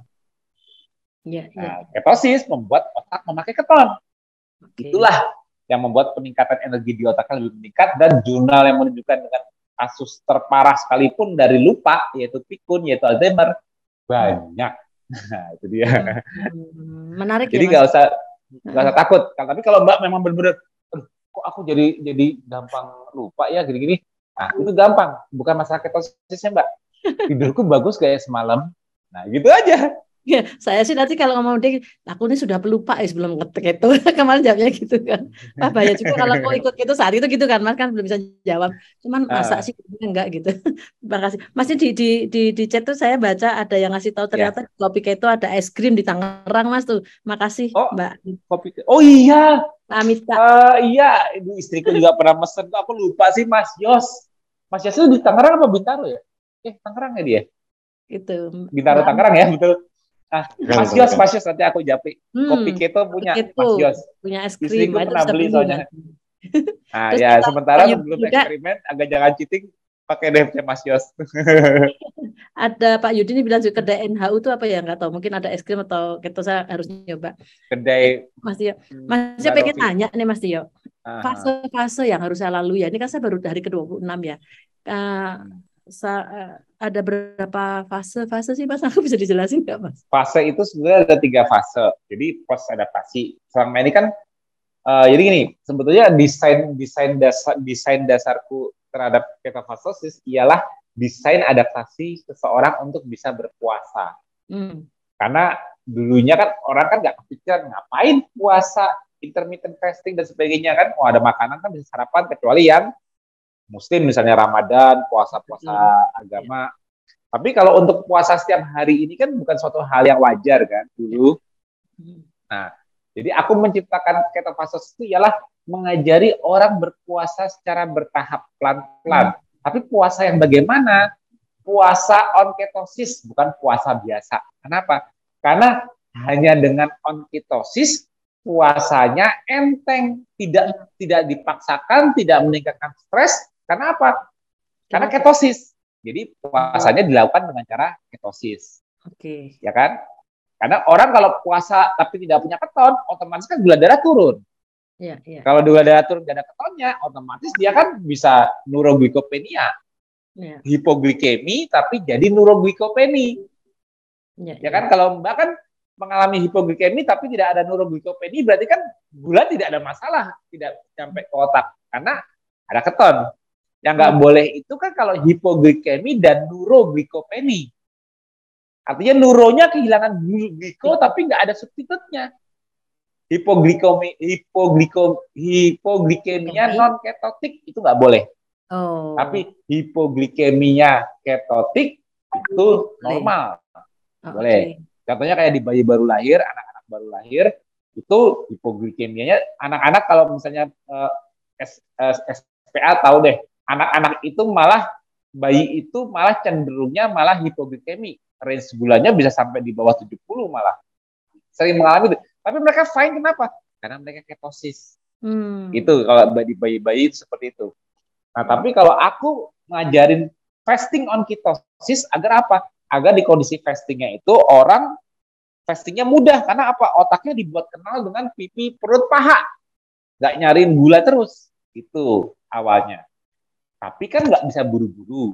S1: Ya, nah, ya. Ketosis membuat otak memakai keton. Okay. Itulah yang membuat peningkatan energi di otaknya lebih meningkat, dan jurnal yang menunjukkan dengan kasus terparah sekalipun dari lupa, yaitu pikun, yaitu Alzheimer, banyak. Nah, itu dia.
S2: Hmm. Menarik.
S1: Jadi nggak ya, usah nggak usah takut. Tapi kalau Mbak memang benar-benar, kok aku jadi jadi gampang lupa ya gini-gini. Nah, itu gampang, bukan masalah ketosisnya, Mbak. Tidurku bagus kayak semalam. Nah, gitu aja.
S2: Ya, saya sih nanti kalau ngomong dia, aku ini sudah pelupa ya sebelum ngetek itu. Kemarin jawabnya gitu kan. Wah, bahaya juga kalau kau ikut itu saat itu gitu kan, Mas kan belum bisa jawab. Cuman masa uh. sih enggak gitu. Terima kasih. Masih di di di di chat tuh saya baca ada yang ngasih tahu ternyata yeah. kopi keto ada es krim di Tangerang, Mas tuh. Makasih,
S1: oh,
S2: Mbak.
S1: Kopi. Oh iya.
S2: Amita.
S1: Uh, iya, ibu istriku juga pernah mesen. Aku lupa sih, Mas Yos. Mas Yos itu di Tangerang apa Bintaro ya? Eh, Tangerang ya dia?
S2: Itu.
S1: Bintaro Tangerang ya, betul. Nah, Mas Yos, Mas Yos nanti aku japri. Hmm, kopi keto punya keto, Mas Yos.
S2: Punya es krim.
S1: Istriku pernah beli soalnya. Nah, ya sementara sebelum juga, eksperimen agak jangan cheating, pakai deh Mas Yos.
S2: Ada Pak Yudi ini bilang juga kedai N H U itu apa ya? Nggak tahu. Mungkin ada es krim atau keto, saya harus nyoba.
S1: Kedai.
S2: Mas Tio. Mas Tio pengen tanya nih Mas Tio. Fase-fase yang harus saya lalui ya. Ini kan saya baru dari ke dua puluh enam ya. Uh, Sa ada berapa fase-fase sih Mas? Aku bisa dijelasin nggak Mas?
S1: Fase itu sebenarnya ada tiga fase. Jadi proses adaptasi. Selama ini kan, uh, jadi gini, sebetulnya desain desain dasar desain dasarku terhadap ketofastosis ialah desain adaptasi seseorang untuk bisa berpuasa. Hmm. Karena dulunya kan orang kan nggak kepikiran ngapain puasa, intermittent fasting dan sebagainya kan. Oh ada makanan kan bisa sarapan kecuali yang Muslim misalnya Ramadan, puasa-puasa hmm. agama. Ya. Tapi kalau untuk puasa setiap hari ini kan bukan suatu hal yang wajar kan dulu. Hmm. Nah, jadi aku menciptakan ketofastosis itu ialah mengajari orang berpuasa secara bertahap pelan-pelan. Hmm. Tapi puasa yang bagaimana? Puasa on ketosis, bukan puasa biasa. Kenapa? Karena hanya dengan on ketosis puasanya enteng, tidak hmm. tidak dipaksakan, tidak meningkatkan stres. Karena apa? Karena ketosis. Jadi puasanya dilakukan dengan cara ketosis.
S2: Oke. Okay.
S1: Ya kan? Karena orang kalau puasa tapi tidak punya keton, otomatis kan gula darah turun.
S2: Iya, iya.
S1: Kalau gula darah turun tidak ada ketonnya, otomatis dia kan bisa neuroglikopenia. Ya. Hipoglikemi tapi jadi neuroglikopeni. Ya, ya kan? Ya. Kalau Mbak kan mengalami hipoglikemi tapi tidak ada neuroglikopeni, berarti kan gula tidak ada masalah, tidak sampai ke otak karena ada keton. Yang nggak hmm. boleh itu kan kalau hipoglikemi dan neuroglikopeni. Artinya neuronya kehilangan gliko tapi nggak ada substitutnya. Hipoglikemi, hipogliko, hipoglikemia non ketotik itu nggak boleh.
S2: Oh.
S1: Tapi hipoglikemia ketotik itu normal. Oh, boleh. Okay. Contohnya kayak di bayi baru lahir, anak-anak baru lahir itu hipoglikemianya anak-anak kalau misalnya uh, S, uh, S P A tahu deh. Anak-anak itu malah, bayi itu malah cenderungnya malah hipoglikemi. Range gulanya bisa sampai di bawah tujuh puluh malah. Sering mengalami itu. Tapi mereka fine, kenapa? Karena mereka ketosis. Hmm. Itu kalau di bayi-bayi itu seperti itu. Nah, tapi kalau aku ngajarin fasting on ketosis agar apa? Agar di kondisi fastingnya itu orang fastingnya mudah. Karena apa? Otaknya dibuat kenal dengan pipi, perut, paha. Nggak nyariin gula terus. Itu awalnya. Tapi kan nggak bisa buru-buru.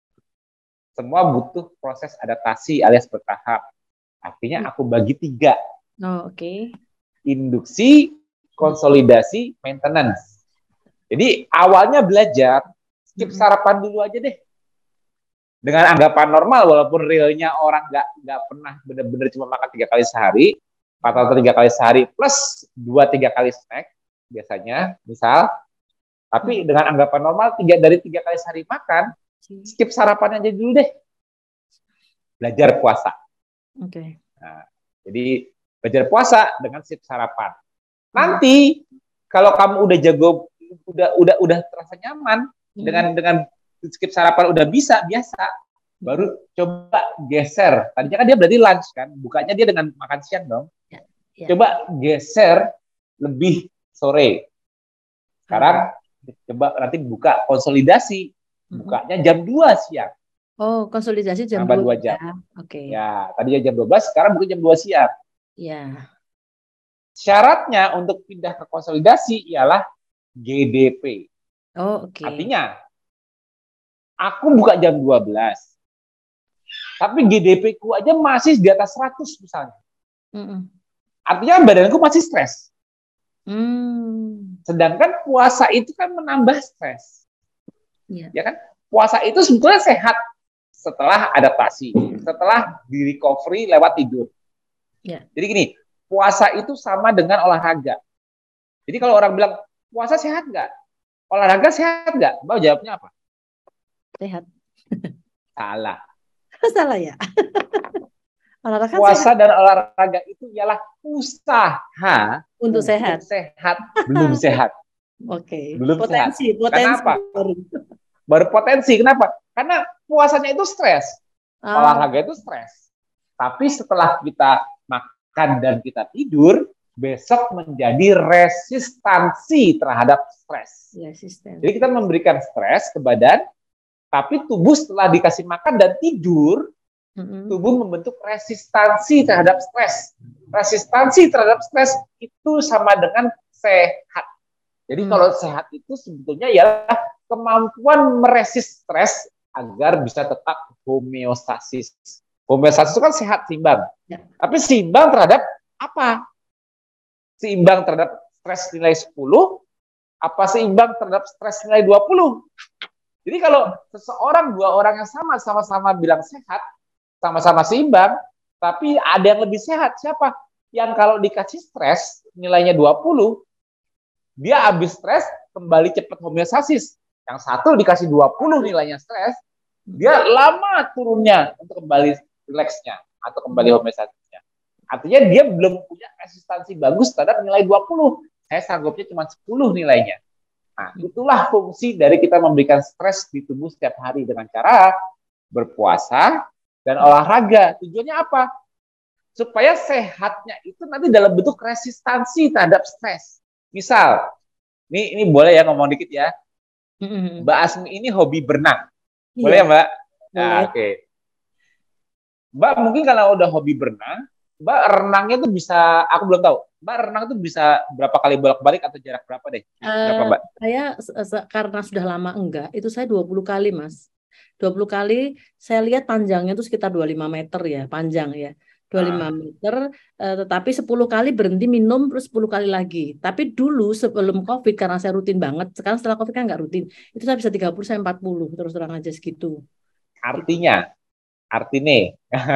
S1: Semua butuh proses adaptasi alias bertahap. Artinya aku bagi tiga.
S2: Oh, oke. Okay.
S1: Induksi, konsolidasi, maintenance. Jadi awalnya belajar, skip sarapan dulu aja deh. Dengan anggapan normal, walaupun realnya orang nggak nggak pernah benar-benar cuma makan tiga kali sehari, atau tiga kali sehari plus dua tiga kali snack biasanya, misal. Tapi dengan anggapan normal tiga dari tiga kali sehari makan, skip sarapan aja dulu deh. Belajar puasa. Oke. Okay. Nah, jadi belajar puasa dengan skip sarapan. Nanti kalau kamu udah jago, udah udah udah terasa nyaman hmm. dengan dengan skip sarapan udah bisa biasa, baru coba geser. Tadinya kan dia berarti lunch kan, bukanya dia dengan makan siang dong. Ya, ya. Coba geser lebih sore. Sekarang hmm. coba nanti buka konsolidasi, bukanya jam dua siang.
S2: Oh, konsolidasi jam
S1: dua dua jam.
S2: Ya. Oke. Okay.
S1: Ya, tadinya jam dua belas, sekarang buka jam dua siang.
S2: Ya.
S1: Syaratnya untuk pindah ke konsolidasi ialah G D P.
S2: Oh, oke. Okay.
S1: Artinya aku buka jam dua belas. Tapi G D P-ku aja masih di atas seratus misalnya. Mm-mm. Artinya badanku masih stres. Mm. Sedangkan puasa itu kan menambah stres. Yeah. Ya kan? Puasa itu sebetulnya sehat setelah adaptasi, setelah di recovery lewat tidur. Yeah. Jadi gini, puasa itu sama dengan olahraga. Jadi kalau orang bilang, puasa sehat nggak? Olahraga sehat nggak? Mbak jawabnya apa?
S2: Sehat.
S1: Salah.
S2: Salah ya?
S1: Olahraga puasa sehat. Dan olahraga itu ialah usaha
S2: untuk sehat.
S1: Sehat, belum sehat.
S2: Oke. Okay.
S1: Belum
S2: potensi,
S1: sehat.
S2: Potensi.
S1: Kenapa? Baru potensi. Kenapa? Karena puasanya itu stres. Oh. Olahraga itu stres. Tapi setelah kita makan dan kita tidur, besok menjadi resistansi terhadap stres.
S2: Resisten.
S1: Jadi kita memberikan stres ke badan, tapi tubuh setelah dikasih makan dan tidur, mm-hmm. tubuh membentuk resistansi terhadap stres. Resistansi terhadap stres itu sama dengan sehat. Jadi mm. kalau sehat itu sebetulnya ialah kemampuan meresist stres agar bisa tetap homeostasis. Homeostasis itu kan sehat, seimbang. Ya. Tapi seimbang terhadap apa? Seimbang terhadap stres nilai sepuluh, apa seimbang terhadap stres nilai dua puluh? Jadi kalau seseorang, dua orang yang sama, sama-sama bilang sehat, sama-sama seimbang, tapi ada yang lebih sehat, siapa? Yang kalau dikasih stres, nilainya dua puluh, dia habis stres, kembali cepat homeostasis. Yang satu dikasih dua puluh nilainya stres, dia lama turunnya untuk kembali rileksnya, atau kembali homeostasisnya. Artinya dia belum punya resistansi bagus terhadap nilai dua puluh. Saya sanggupnya cuma sepuluh nilainya. Nah, itulah fungsi dari kita memberikan stres di tubuh setiap hari dengan cara berpuasa dan olahraga. Tujuannya apa? Supaya sehatnya itu nanti dalam bentuk resistansi terhadap stres. Misal, ini, ini boleh ya ngomong dikit ya. Mbak Asmi ini hobi berenang. Boleh iya. ya Mbak? Nah, oke. Okay. Mbak mungkin kalau udah hobi berenang, Mbak renangnya tuh bisa, aku belum tahu. Mbak renang tuh bisa berapa kali bolak-balik atau jarak berapa deh? Berapa, Mbak?
S2: Uh, saya karena sudah lama enggak, itu saya dua puluh kali, Mas. dua puluh kali, saya lihat panjangnya itu sekitar dua puluh lima meter ya, panjang ya. dua puluh lima ah. meter, uh, tetapi sepuluh kali berhenti minum, terus sepuluh kali lagi. Tapi dulu sebelum COVID, karena saya rutin banget, sekarang setelah COVID kan nggak rutin, itu saya bisa tiga puluh sampai empat puluh, terus terang aja segitu.
S1: Artinya, artinya,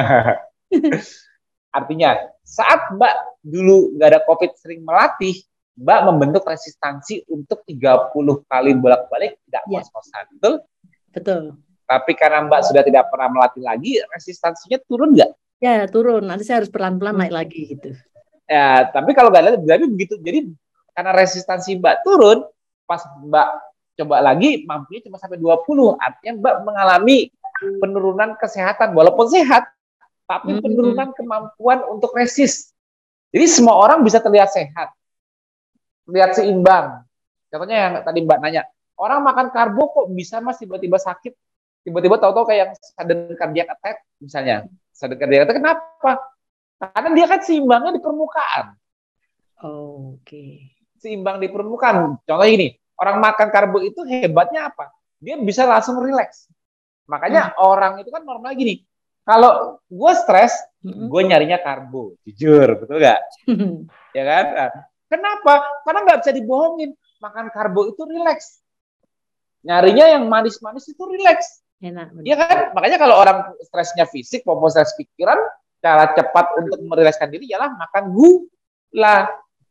S1: artinya, saat Mbak dulu nggak ada COVID sering melatih, Mbak membentuk resistansi untuk tiga puluh kali bolak-balik, tidak ya. Kos-kosan, betul?
S2: Betul.
S1: Tapi karena Mbak sudah tidak pernah melatih lagi, resistansinya turun nggak?
S2: Ya, turun. Nanti saya harus pelan-pelan naik lagi gitu.
S1: Ya, tapi kalau nggak ada, berarti begitu. Jadi karena resistansi Mbak turun, pas Mbak coba lagi, mampunya cuma sampai dua puluh. Artinya Mbak mengalami penurunan kesehatan. Walaupun sehat, tapi penurunan kemampuan untuk resist. Jadi semua orang bisa terlihat sehat. Terlihat seimbang. Contohnya yang tadi Mbak nanya, Orang makan karbo kok bisa mas tiba-tiba sakit, tiba-tiba tahu-tahu kayak yang sudden cardiac attack misalnya. Sudden cardiac attack kenapa? Karena dia kan seimbangnya di permukaan.
S2: Oh, oke. Okay.
S1: Seimbang di permukaan. Contohnya gini, orang makan karbo itu hebatnya apa? Dia bisa langsung rileks. Makanya hmm. orang itu kan normal gini. Kalau gue stres, hmm. gue nyarinya karbo. Jujur, betul nggak? Ya kan? Nah, kenapa? Karena nggak bisa dibohongin. Makan karbo itu rileks. Nyarinya yang manis-manis itu rileks.
S2: Enak.
S1: Iya kan? Makanya kalau orang stresnya fisik, maupun stres pikiran, cara cepat untuk merilekskan diri ialah makan gula.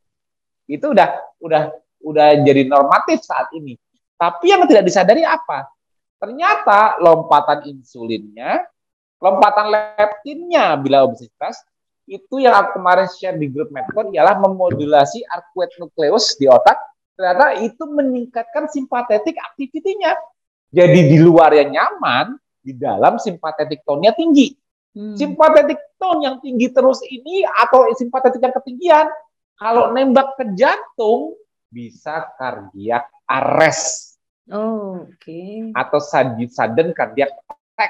S1: Itu udah udah udah jadi normatif saat ini. Tapi yang tidak disadari apa? Ternyata lompatan insulinnya, lompatan leptinnya bila obesitas, itu yang aku kemarin share di grup Medcon ialah memodulasi arcuate nucleus di otak. Ternyata itu meningkatkan simpatetik activity-nya. Jadi di luar yang nyaman, di dalam simpatetik tone-nya tinggi. Hmm. Simpatetik tone yang tinggi terus ini atau simpatetik yang ketinggian, kalau nembak ke jantung bisa cardiac arrest.
S2: Oh, oke. Okay.
S1: Atau sudden cardiac attack.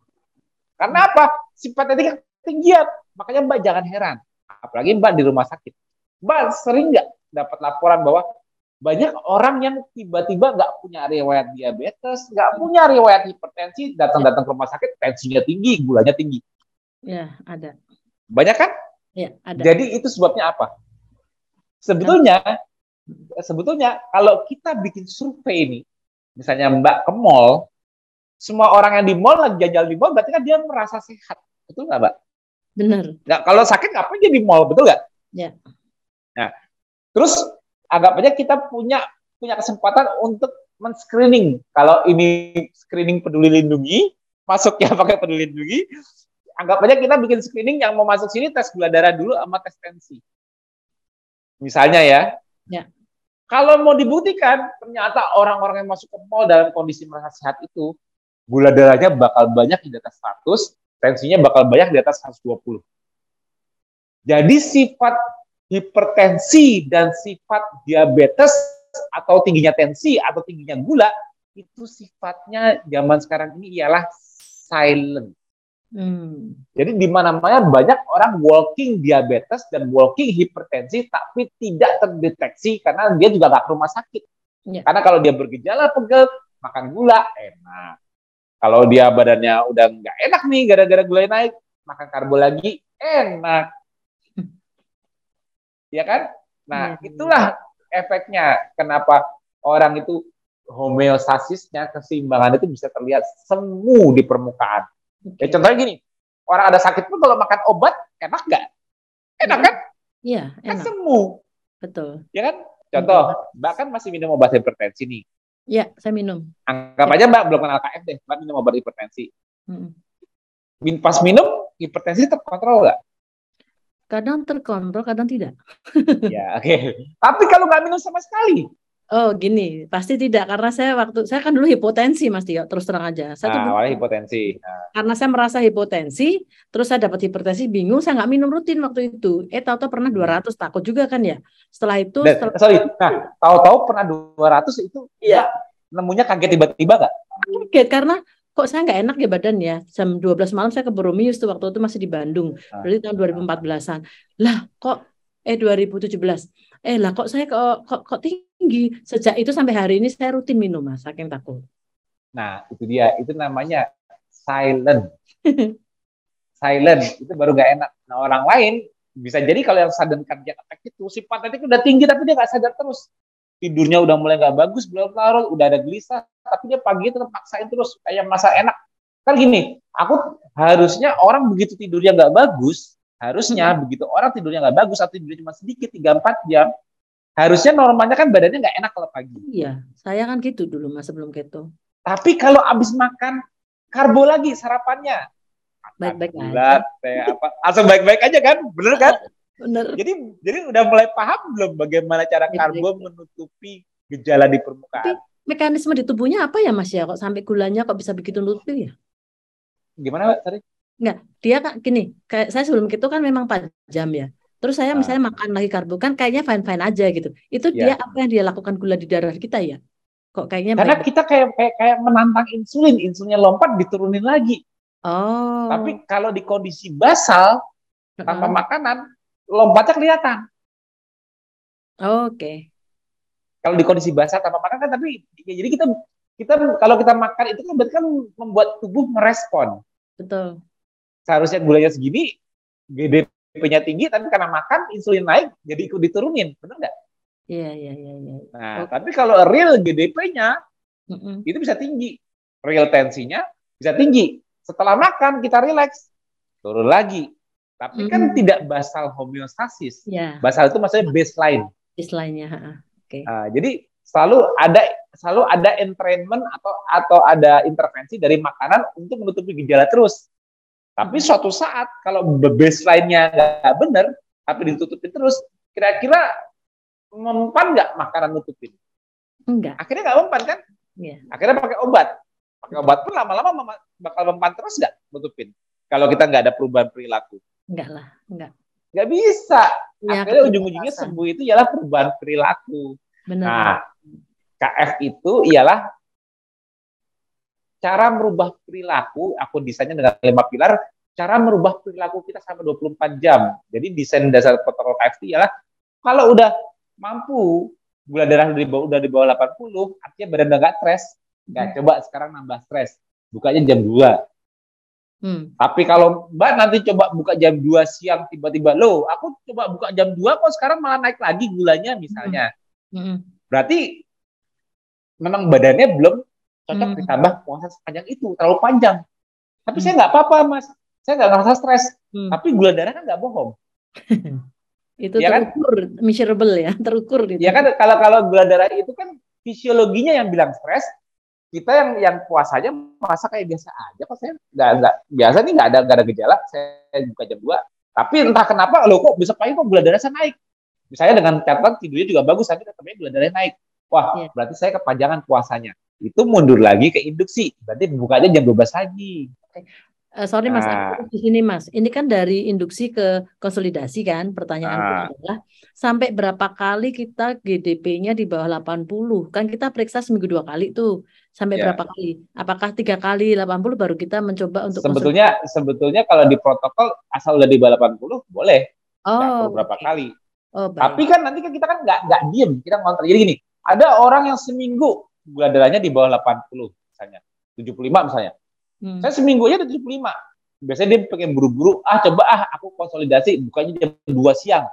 S1: Karena apa? Simpatetik ketinggian. Makanya Mbak jangan heran. Apalagi Mbak di rumah sakit. Mbak sering nggak dapat laporan bahwa banyak orang yang tiba-tiba nggak punya riwayat diabetes, nggak punya riwayat hipertensi, datang-datang ke rumah sakit, tensinya tinggi, gulanya tinggi.
S2: Ya, ada.
S1: Banyak kan?
S2: Ya, ada.
S1: Jadi itu sebabnya apa? Sebetulnya, sebetulnya kalau kita bikin survei ini, misalnya Mbak ke mall, semua orang yang di mall lagi jajan di mall, berarti kan dia merasa sehat, betul nggak Mbak?
S2: Benar.
S1: Nah, kalau sakit ngapain dia di mall, betul nggak?
S2: Ya.
S1: Nah, terus anggap aja kita punya punya kesempatan untuk men-screening. Kalau ini screening Peduli Lindungi, masuknya pakai Peduli Lindungi, anggap aja kita bikin screening yang mau masuk sini tes gula darah dulu sama tes tensi. Misalnya ya.
S2: Ya.
S1: Kalau mau dibuktikan, ternyata orang-orang yang masuk ke mall dalam kondisi merasa sehat itu, gula darahnya bakal banyak di atas seratus, tensinya bakal banyak di atas seratus dua puluh. Jadi sifat hipertensi dan sifat diabetes atau tingginya tensi atau tingginya gula itu sifatnya zaman sekarang ini ialah silent. Hmm. Jadi di mana-mana banyak orang walking diabetes dan walking hipertensi tapi tidak terdeteksi karena dia juga nggak ke rumah sakit. Ya. Karena kalau dia bergejala pegel, makan gula enak. Kalau dia badannya udah nggak enak nih gara-gara gula naik, makan karbo lagi enak. Ya kan? Nah, hmm. itulah efeknya kenapa orang itu homeostasisnya, keseimbangan itu bisa terlihat semu di permukaan. Okay. Ya contohnya gini, orang ada sakit pun kalau makan obat enak nggak? Enak ya. Kan?
S2: Iya, enak.
S1: Kan semu.
S2: Betul.
S1: Ya kan? Contoh, Mbak kan masih minum obat hipertensi nih.
S2: Iya, saya minum.
S1: Anggap
S2: ya.
S1: aja Mbak belum kenal K F deh, Mbak minum obat hipertensi. Hmm. Pas minum, hipertensi terkontrol nggak?
S2: Kadang terkontrol, kadang tidak.
S1: Ya, oke. Okay. Tapi kalau nggak minum sama sekali?
S2: Oh, gini, pasti tidak. Karena saya waktu saya kan dulu hipotensi, Mas Tio, terus terang aja. Saya
S1: nah,
S2: tuh
S1: awalnya hipotensi. Nah.
S2: Karena saya merasa hipotensi, terus saya dapat hipertensi, bingung, saya nggak minum rutin waktu itu. Eh, tahu-tahu pernah dua ratus, takut juga kan ya. Setelah itu,
S1: Dan,
S2: setelah...
S1: sorry, nah, tahu-tahu pernah dua ratus itu, ya, nemunya kaget tiba-tiba nggak?
S2: Kaget karena kok saya nggak enak ya badan ya. Jam dua belas malam saya ke Boromius tuh waktu itu masih di Bandung. Berarti tahun dua ribu empat belasan. Lah kok eh dua ribu tujuh belas. Eh lah kok saya kok, kok kok tinggi. Sejak itu sampai hari ini saya rutin minum Mas, saking takut.
S1: Nah, itu dia. Itu namanya silent. Silent itu baru nggak enak. Nah, orang lain bisa jadi kalau yang sudden cardiac attack itu simpatetik udah tinggi tapi dia nggak sadar terus. Tidurnya udah mulai nggak bagus, belum larut, udah ada gelisah, tapi dia pagi tetap paksain terus, kayak masa enak. Kan gini, aku harusnya orang begitu tidurnya nggak bagus, harusnya hmm. begitu orang tidurnya nggak bagus, atau tidurnya cuma sedikit, tiga empat jam, harusnya normalnya kan badannya nggak enak kalau pagi.
S2: Iya, saya kan gitu dulu Mas sebelum keto.
S1: Tapi kalau abis makan, karbo lagi sarapannya.
S2: Baik-baik
S1: aja. Kayak apa, asal baik-baik aja kan, bener kan?
S2: Bener.
S1: Jadi jadi udah mulai paham belum bagaimana cara karbo menutupi gejala di permukaan?
S2: Tapi mekanisme di tubuhnya apa ya Mas ya kok sampai gulanya kok bisa begitu nutupi ya?
S1: Gimana Mbak? Sorry.
S2: Enggak, dia kan gini, kayak saya sebelum itu kan memang empat jam ya. Terus saya ah. misalnya makan lagi karbo kan kayaknya fine-fine aja gitu. Itu ya. Dia apa yang dia lakukan gula di darah kita ya? Kok kayaknya
S1: Karena
S2: baik-baik.
S1: kita kayak kayak kayak menantang insulin, insulinnya lompat diturunin lagi.
S2: Oh,
S1: Tapi kalau di kondisi basal tanpa
S2: heeh.
S1: makanan, lompatnya kelihatan.
S2: Oke,
S1: Kalau di kondisi basal tanpa makan kan, tapi ya, jadi kita kita kalau kita makan itu kan berarti kan membuat tubuh merespon.
S2: betul.
S1: Seharusnya gulanya segini, G D P-nya tinggi, tapi karena makan insulin naik, jadi ikut diturunin, benar nggak?
S2: Iya, iya, iya, iya.
S1: Nah,
S2: Oke.
S1: tapi kalau real G D P-nya
S2: Mm-mm.
S1: itu bisa tinggi, real tensinya bisa tinggi. Setelah makan kita relax, turun lagi. Tapi kan
S2: Mm.
S1: tidak basal homeostasis.
S2: Ya,
S1: Basal itu maksudnya baseline.
S2: istilahnya. Ha, oke.
S1: Nah, jadi selalu ada selalu ada entrainment atau atau ada intervensi dari makanan untuk menutupi gejala terus. Tapi
S2: Mm-mm.
S1: suatu saat kalau baseline-nya nggak benar, tapi ditutupin terus, kira-kira mempan nggak makanan nutupin?
S2: Enggak.
S1: Akhirnya nggak mempan kan?
S2: Ya,
S1: Akhirnya pakai obat. Pakai
S2: betul.
S1: obat pun lama-lama bakal mempan terus nggak nutupin? Kalau kita nggak ada perubahan perilaku.
S2: Enggak lah, enggak.
S1: Nggak bisa.
S2: Ya,
S1: Akhirnya ujung-ujungnya
S2: keterbatasan.
S1: sembuh itu ialah perubahan perilaku.
S2: Benar-benar.
S1: Nah, K F itu ialah cara merubah perilaku. Aku desainnya dengan lima pilar. Cara merubah perilaku kita sampai dua puluh empat jam. Jadi desain dasar protokol K F itu ialah kalau udah mampu gula darah di bawah, udah di bawah delapan puluh, artinya badan udah nggak stres. Nggak,
S2: Mm.
S1: coba sekarang nambah stres. Bukanya jam dua.
S2: Hmm.
S1: Tapi kalau Mbak nanti coba buka jam dua siang, tiba-tiba, loh, aku coba buka jam dua kok sekarang malah naik lagi gulanya
S2: Mm.
S1: misalnya.
S2: Mm.
S1: Berarti memang badannya belum cocok
S2: Mm.
S1: ditambah puasa sepanjang itu, terlalu panjang. Tapi saya
S2: Mm.
S1: nggak apa-apa, Mas. Saya nggak ngerasa stres.
S2: Mm.
S1: Tapi gula darah kan nggak bohong.
S2: Itu
S1: Ya kan?
S2: terukur, measurable ya, terukur gitu.
S1: Ya kan kalau kalau gula darah itu kan fisiologinya yang bilang stres, kita yang yang puasanya merasa kayak biasa aja kok, saya nggak nggak biasa nih, nggak ada nggak ada gejala, saya buka jam dua, tapi entah kenapa lo kok besok pagi kok gula darah saya naik, misalnya dengan catatan tidurnya juga bagus tapi tetapnya gula darah naik, wah
S2: Ya.
S1: berarti saya kepanjangan puasanya, itu mundur lagi ke induksi, berarti bukanya jam dua belas lagi.
S2: Oke. Eh, sorry Mas, aku
S1: Nah,
S2: potong di sini Mas. Ini kan dari induksi ke konsolidasi kan. Pertanyaanku
S1: nah
S2: adalah sampai berapa kali kita G D P-nya di bawah delapan puluh? Kan kita periksa seminggu dua kali tuh. Sampai berapa
S1: ya,
S2: kali? Apakah tiga kali delapan puluh baru kita mencoba untuk konsolidasi?
S1: sebetulnya sebetulnya kalau di protokol asal udah di bawah delapan puluh boleh, nggak perlu
S2: Oh,
S1: berapa
S2: oke.
S1: kali.
S2: Oh,
S1: Tapi
S2: baik.
S1: kan nanti kan kita kan nggak nggak diem, kita ngontrol. Jadi gini, ada orang yang seminggu gula darahnya di bawah delapan puluh misalnya, tujuh puluh lima misalnya.
S2: Hmm.
S1: Saya seminggu aja udah tujuh puluh lima. Biasanya dia pengen buru-buru, ah coba ah aku konsolidasi, bukannya jam dua siang.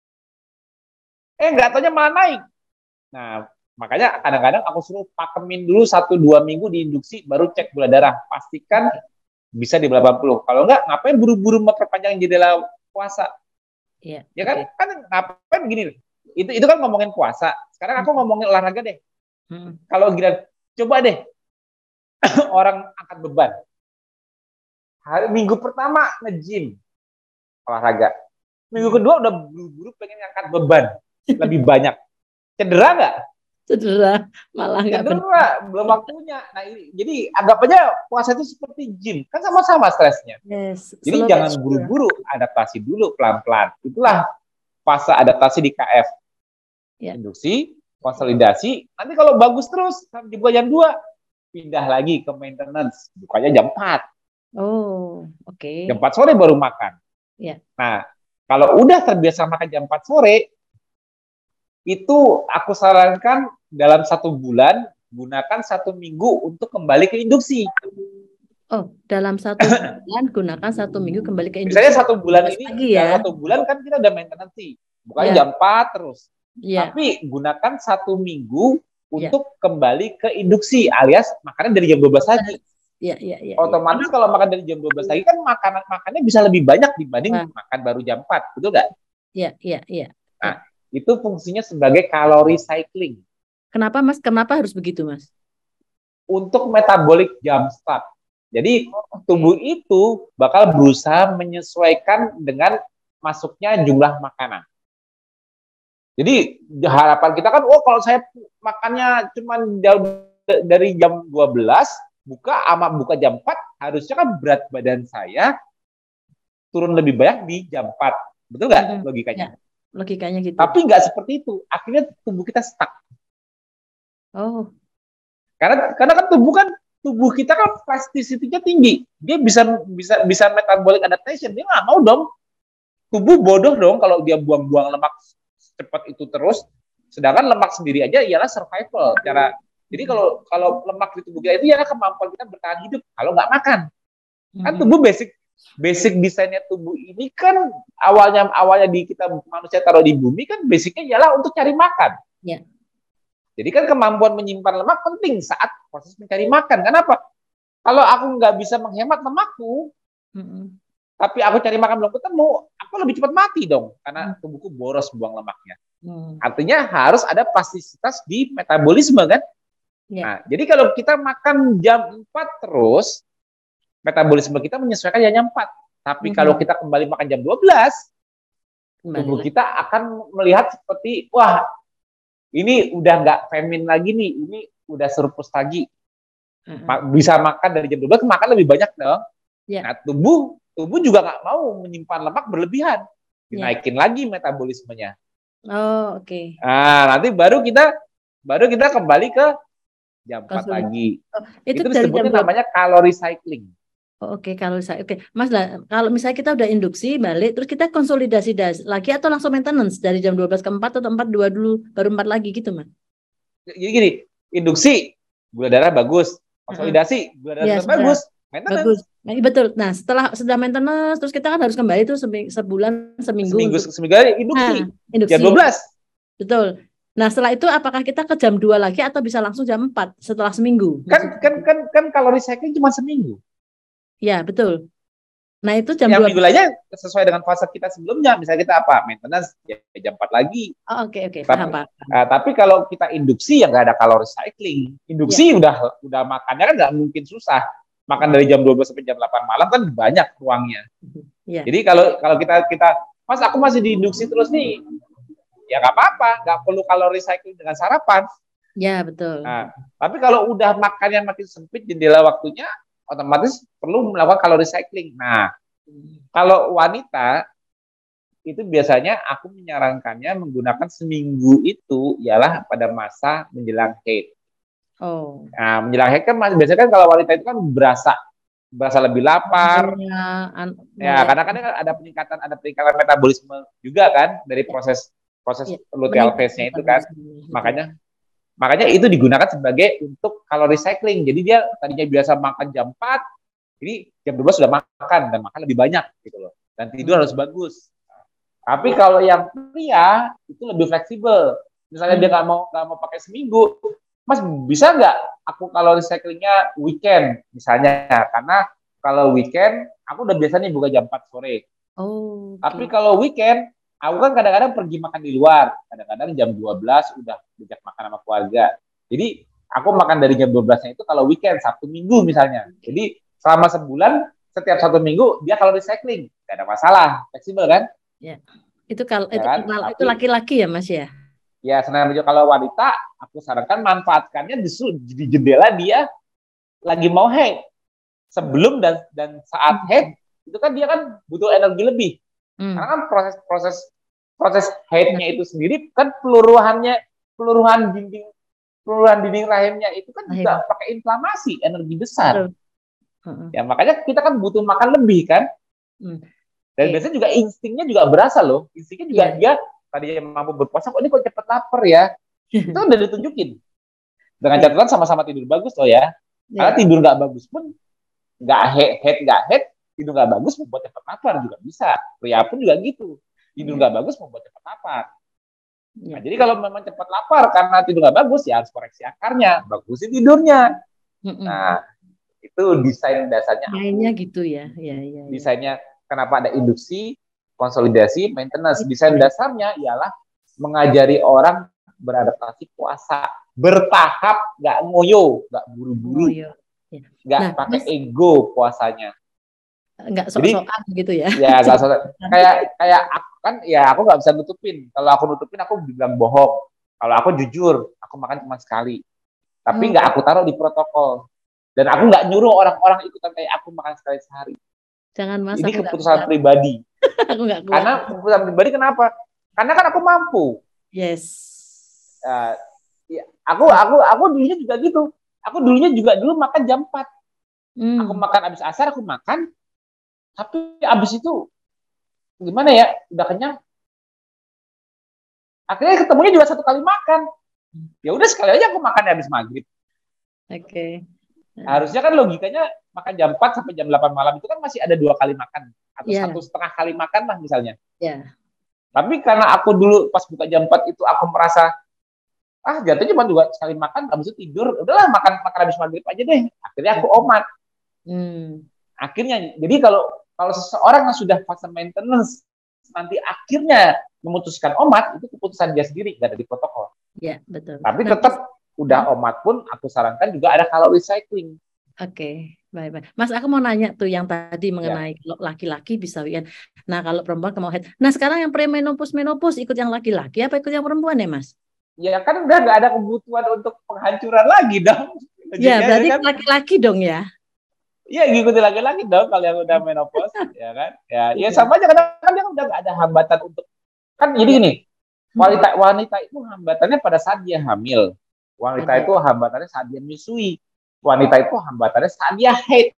S1: Eh nggak taunya malah naik. Nah, makanya kadang-kadang aku suruh pakemin dulu satu dua minggu di induksi, baru cek gula darah. Pastikan bisa di delapan puluh. Kalau nggak, ngapain buru-buru memperpanjang jendela puasa?
S2: Ya,
S1: Ya kan?
S2: oke.
S1: Kan ngapain begini? Itu itu kan ngomongin puasa. Sekarang aku ngomongin olahraga deh.
S2: Hmm.
S1: Kalau gila, coba deh orang angkat beban. Hari minggu pertama nge-gym olahraga. Minggu
S2: Hmm.
S1: kedua udah buru-buru pengen ngangkat beban lebih banyak. Cedera nggak?
S2: Cedera, malah nggak benar.
S1: Cedera, belum waktunya. Nah ini, jadi anggap aja puasa itu seperti gym, kan sama-sama stresnya.
S2: Yes,
S1: Jadi
S2: slow but
S1: jangan
S2: sure.
S1: buru-buru, adaptasi dulu pelan-pelan. Itulah fase adaptasi di K F.
S2: Ya.
S1: Induksi, konsolidasi. Nanti kalau bagus terus, sampai buka jam dua, pindah lagi ke maintenance. Bukanya jam empat.
S2: Oh, oke.
S1: Jam empat sore baru makan.
S2: Ya.
S1: Nah, kalau udah terbiasa makan jam empat sore, itu aku sarankan dalam satu bulan, gunakan satu minggu untuk kembali ke induksi.
S2: Oh, dalam satu bulan gunakan satu minggu kembali ke
S1: Misalnya
S2: induksi.
S1: satu bulan
S2: Bebas
S1: ini,
S2: lagi
S1: dalam
S2: ya.
S1: satu bulan kan kita udah maintenance sih. Bukannya
S2: Ya,
S1: jam empat terus.
S2: ya,
S1: Tapi gunakan satu minggu
S2: ya.
S1: untuk kembali ke induksi, alias makannya dari jam dua belas lagi.
S2: Ya, ya, ya, ya.
S1: Otomatis kalau makan dari jam dua belas lagi kan makanan makannya bisa lebih banyak dibanding
S2: Wah,
S1: makan baru jam empat, betul nggak?
S2: ya, ya, ya, ya.
S1: Nah, itu fungsinya sebagai kalori cycling
S2: Kenapa Mas? Kenapa harus begitu Mas?
S1: untuk metabolic jumpstart. Jadi
S2: Oh,
S1: tubuh
S2: oke.
S1: itu bakal berusaha menyesuaikan dengan masuknya jumlah makanan. Jadi harapan kita kan, oh kalau saya makannya cuma jauh dari jam dua belas, buka sama buka jam empat, harusnya kan berat badan saya turun lebih banyak di jam empat. Betul nggak
S2: Mm-mm.
S1: logikanya?
S2: Ya, logikanya gitu.
S1: Tapi nggak seperti itu. Akhirnya tubuh kita stuck.
S2: Oh,
S1: Karena karena kan tubuh kan tubuh kita kan plasticity-nya tinggi. Dia bisa bisa bisa metabolic adaptation. Dia nggak mau dong. Tubuh bodoh dong kalau dia buang-buang lemak cepat itu terus. Sedangkan lemak sendiri aja ialah survival. Cara jadi kalau kalau lemak di tubuh kita itu ialah kemampuan kita bertahan hidup kalau nggak makan. Kan tubuh basic basic desainnya tubuh ini kan awalnya awalnya di kita manusia taruh di bumi kan basicnya ialah untuk cari makan.
S2: Ya.
S1: Jadi kan kemampuan menyimpan lemak penting saat proses mencari makan. Kenapa? Kalau aku nggak bisa menghemat lemakku, mm-hmm. tapi aku cari makan belum ketemu, aku lebih cepat mati dong, karena tubuhku boros buang lemaknya. Hmm. Artinya harus ada plastisitas di metabolisme kan? Yeah. Nah, jadi kalau kita makan jam empat terus, metabolisme kita menyesuaikan jamnya empat. Tapi mm-hmm. kalau kita kembali makan jam dua belas, kembali tubuh kita akan melihat seperti, wah, ini udah nggak famine lagi nih, ini udah surplus lagi. Mm-hmm. Bisa makan dari jam dua belas, makan lebih banyak dong. Yeah. Nah, tubuh tubuh juga nggak mau menyimpan lemak berlebihan. Dinaikin yeah. lagi metabolismenya.
S2: Oh, oke. Okay.
S1: Nah, nanti baru kita baru kita kembali ke jam empat lagi. Oh, itu, itu disebutnya namanya calorie cycling.
S2: Oh, oke, okay. Kalau saya oke, okay. Mas lah, kalau misalnya kita udah induksi balik, terus kita konsolidasi lagi atau langsung maintenance dari jam dua belas ke empat atau empat dua dulu baru empat lagi gitu, Mas?
S1: Jadi gini, induksi gula darah bagus, konsolidasi gula darah ya, bagus, maintenance. Bagus.
S2: Nah, betul. Nah, setelah sudah maintenance, terus kita kan harus kembali tuh sebulan seminggu.
S1: Seminggu
S2: untuk...
S1: seminggu induksi.
S2: Nah, induksi.
S1: Jam dua belas.
S2: Betul. Nah, setelah itu apakah kita ke jam dua lagi atau bisa langsung jam empat setelah seminggu?
S1: Kan kan kan kan kalori cycling cuma seminggu.
S2: Ya, betul. Nah, itu jam
S1: yang
S2: dua.
S1: Minggu lainnya sesuai dengan fase kita sebelumnya. Misalnya kita apa? Maintenance ya jam empat lagi.
S2: Oh, oke okay, oke, okay.
S1: Paham,
S2: paham, paham.
S1: Uh, tapi kalau kita induksi ya nggak ada kalori cycling. Induksi ya. udah udah makannya kan nggak mungkin susah. Makan dari jam dua belas sampai jam delapan malam kan banyak ruangnya. Ya. Jadi kalau kalau kita kita Mas aku masih di induksi terus nih. Ya nggak apa-apa, nggak perlu kalori cycling dengan sarapan.
S2: Ya, betul.
S1: Nah, tapi kalau udah makannya makin sempit jendela waktunya, otomatis perlu melakukan kalori cycling. Nah, kalau wanita itu biasanya aku menyarankannya menggunakan seminggu itu ialah pada masa menjelang haid.
S2: Oh.
S1: Nah, menjelang haid kan biasanya kan kalau wanita itu kan berasa berasa lebih lapar.
S2: Ya, an-
S1: ya karena kan ada peningkatan ada peningkatan metabolisme juga kan dari proses proses ya, luteal phase-nya itu kan. Makanya makanya itu digunakan sebagai untuk kalori cycling. Jadi dia tadinya biasa makan jam empat, jadi jam dua belas sudah makan dan makan lebih banyak gitu loh. Dan tidur hmm. harus bagus. Tapi kalau yang pria itu lebih fleksibel. Misalnya hmm. dia nggak mau nggak mau pakai seminggu, Mas bisa nggak aku kalori cyclingnya weekend misalnya? Karena kalau weekend aku udah biasa nih buka jam empat sore.
S2: Oh. Okay.
S1: Tapi kalau weekend aku kan kadang-kadang pergi makan di luar. Kadang-kadang jam dua belas udah diajak makan sama keluarga. Jadi aku makan dari jam dua belasnya itu kalau weekend, Sabtu Minggu misalnya. Jadi selama sebulan, setiap satu minggu dia kalori cycling. Tidak ada masalah. Fleksibel kan?
S2: Ya. Itu kalau ya
S1: itu,
S2: kan? itu laki-laki ya Mas ya?
S1: Ya, sebenarnya kalau wanita, aku sarankan manfaatkannya justru di jendela dia lagi mau haid. Sebelum dan dan saat haid, itu kan dia kan butuh energi lebih. Hmm. Karena kan proses proses proses haidnya itu sendiri kan peluruhannya peluruhan dinding peluruhan dinding rahimnya itu kan Rahim. juga pakai inflamasi energi besar. Uh-uh. Ya makanya kita kan butuh makan lebih kan. Hmm. Dan okay. biasanya juga instingnya juga berasa loh. Instingnya juga yeah. dia tadinya mampu berpuasa kok ini kok cepet lapar ya. Itu udah ditunjukin. Dengan catatan sama-sama tidur bagus loh ya. Yeah. Karena tidur nggak bagus pun nggak head head nggak head tidur nggak bagus membuat cepat lapar juga bisa. Pria pun juga gitu. Tidur nggak yeah. bagus membuat cepat lapar. Yeah. Nah, jadi kalau memang cepat lapar karena tidur nggak bagus ya harus koreksi akarnya, bagusin tidurnya. Mm-mm. Nah itu desain dasarnya.
S2: Desainnya gitu ya. Ya, ya, ya.
S1: Desainnya kenapa ada induksi, konsolidasi, maintenance. Desain dasarnya ialah mengajari orang beradaptasi puasa bertahap, nggak ngoyo, nggak buru-buru. Oh, Ya. Nggak nah, pakai terus, ego puasanya.
S2: Nggak sok-sokan gitu ya.
S1: Ya, nggak sok-sokan. kayak kayak aku kan ya aku nggak bisa nutupin. Kalau aku nutupin aku bilang bohong. Kalau aku jujur, aku makan cuma sekali. Tapi nggak hmm. aku taruh di protokol. Dan aku nggak nyuruh orang-orang ikutan kayak aku makan sekali sehari.
S2: Jangan Mas.
S1: Ini keputusan pribadi.
S2: Aku nggak kuat.
S1: Karena keputusan pribadi kenapa? Karena kan aku mampu.
S2: Yes.
S1: Uh, ya, aku aku aku dulunya juga gitu. Aku dulunya juga dulu makan jam empat.
S2: Hmm.
S1: Aku makan abis asar, aku makan. Tapi abis itu gimana ya? Udah kenyang. Akhirnya ketemunya juga satu kali makan. Ya udah sekali aja aku makan abis maghrib.
S2: Oke. Okay.
S1: Harusnya kan logikanya makan jam empat sampai jam delapan malam itu kan masih ada dua kali makan atau
S2: Yeah.
S1: satu setengah kali makan lah misalnya.
S2: Yeah.
S1: Tapi karena aku dulu pas buka jam empat itu aku merasa ah jatuhnya cuma dua sekali makan habis itu tidur, udahlah makan makan habis maghrib aja deh. Akhirnya aku omat.
S2: Hmm.
S1: Akhirnya jadi kalau kalau seseorang yang sudah fase maintenance nanti akhirnya memutuskan omat itu keputusan dia sendiri, nggak ada di protokol.
S2: Ya, betul.
S1: Tapi
S2: Nah,
S1: tetap udah omat pun aku sarankan juga ada calorie cycling.
S2: Oke, okay. Baik-baik. Mas, aku mau nanya tuh yang tadi mengenai
S1: Ya.
S2: laki-laki bisa weekend. Nah, kalau perempuan mau head. Nah, sekarang yang premenopause menopause ikut yang laki-laki apa ikut yang perempuan ya, Mas?
S1: Ya kan udah nggak ada kebutuhan untuk penghancuran lagi dong.
S2: Ya, berarti kan laki-laki dong ya.
S1: Iya, ngikutin laki-laki dong kalau yang udah menopause, ya kan? Ya, ya sama aja kadang kan dia udah nggak ada hambatan untuk kan jadi gini. Wanita wanita itu hambatannya pada saat dia hamil. Wanita itu hambatannya saat dia menyusui. Wanita itu hambatannya saat dia haid.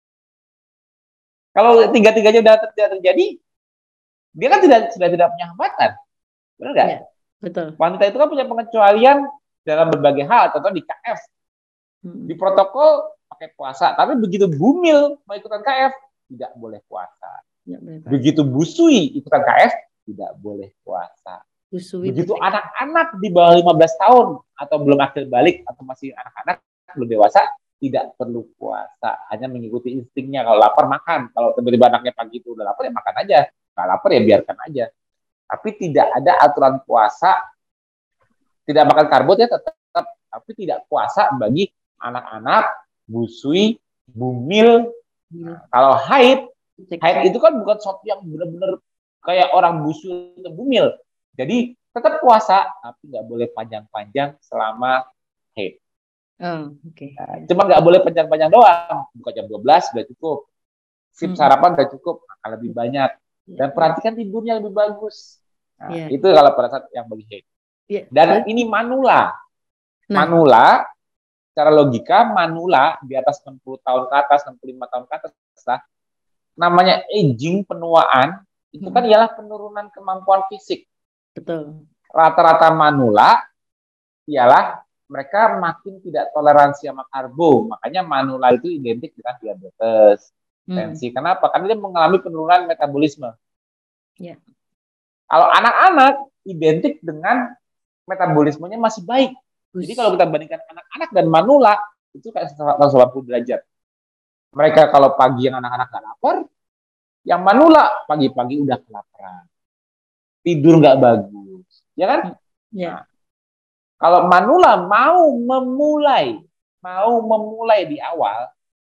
S1: Kalau tiga-tiganya udah terjadi, dia kan tidak sudah tidak punya hambatan. Benar nggak?
S2: Ya, betul.
S1: Wanita itu kan punya pengecualian dalam berbagai hal, contoh di K F. Di protokol pakai puasa, tapi begitu bumil mau ikutan K F tidak boleh puasa. Ya, begitu busui ikutan K F tidak boleh puasa. Busui begitu anak-anak di bawah lima belas tahun atau belum akil balik atau masih anak-anak belum dewasa tidak perlu puasa, hanya mengikuti instingnya. Kalau lapar makan, kalau tiba-tiba anaknya pagi itu udah lapar ya makan aja, nggak lapar ya biarkan aja. Tapi tidak ada aturan puasa, tidak makan karbo ya tetap, tapi tidak puasa bagi anak-anak, busui, bumil. Nah, kalau haid, haid itu kan bukan sesuatu yang benar-benar kayak orang busui atau bumil. Jadi tetap puasa, tapi nggak boleh panjang-panjang selama haid.
S2: Oh, okay.
S1: Nah, cuma nggak boleh panjang-panjang doang. Buka jam dua belas sudah cukup. Sip hmm. sarapan sudah cukup, makan lebih banyak. Dan perhatikan tidurnya lebih bagus. Nah, yeah. Itu kalau pada saat yang bagi haid. Yeah. Dan ini manula. Nah. Manula, secara logika manula di atas enam puluh tahun ke atas, enam puluh lima tahun ke atas, lah, namanya aging, penuaan, itu kan hmm. ialah penurunan kemampuan fisik.
S2: Betul. Rata-rata
S1: manula ialah mereka makin tidak toleransi sama karbo. Makanya manula itu identik dengan diabetes, hmm. tensi. Kenapa? Karena dia mengalami penurunan metabolisme.
S2: Yeah.
S1: Kalau anak-anak identik dengan metabolismenya masih baik. Jadi kalau kita bandingkan anak-anak dan manula, itu kayak seratus delapan puluh derajat. Mereka kalau pagi yang anak-anak nggak lapar, yang manula pagi-pagi udah kelaparan. Tidur nggak bagus. Ya kan?
S2: Ya.
S1: Nah, kalau manula mau memulai, mau memulai di awal,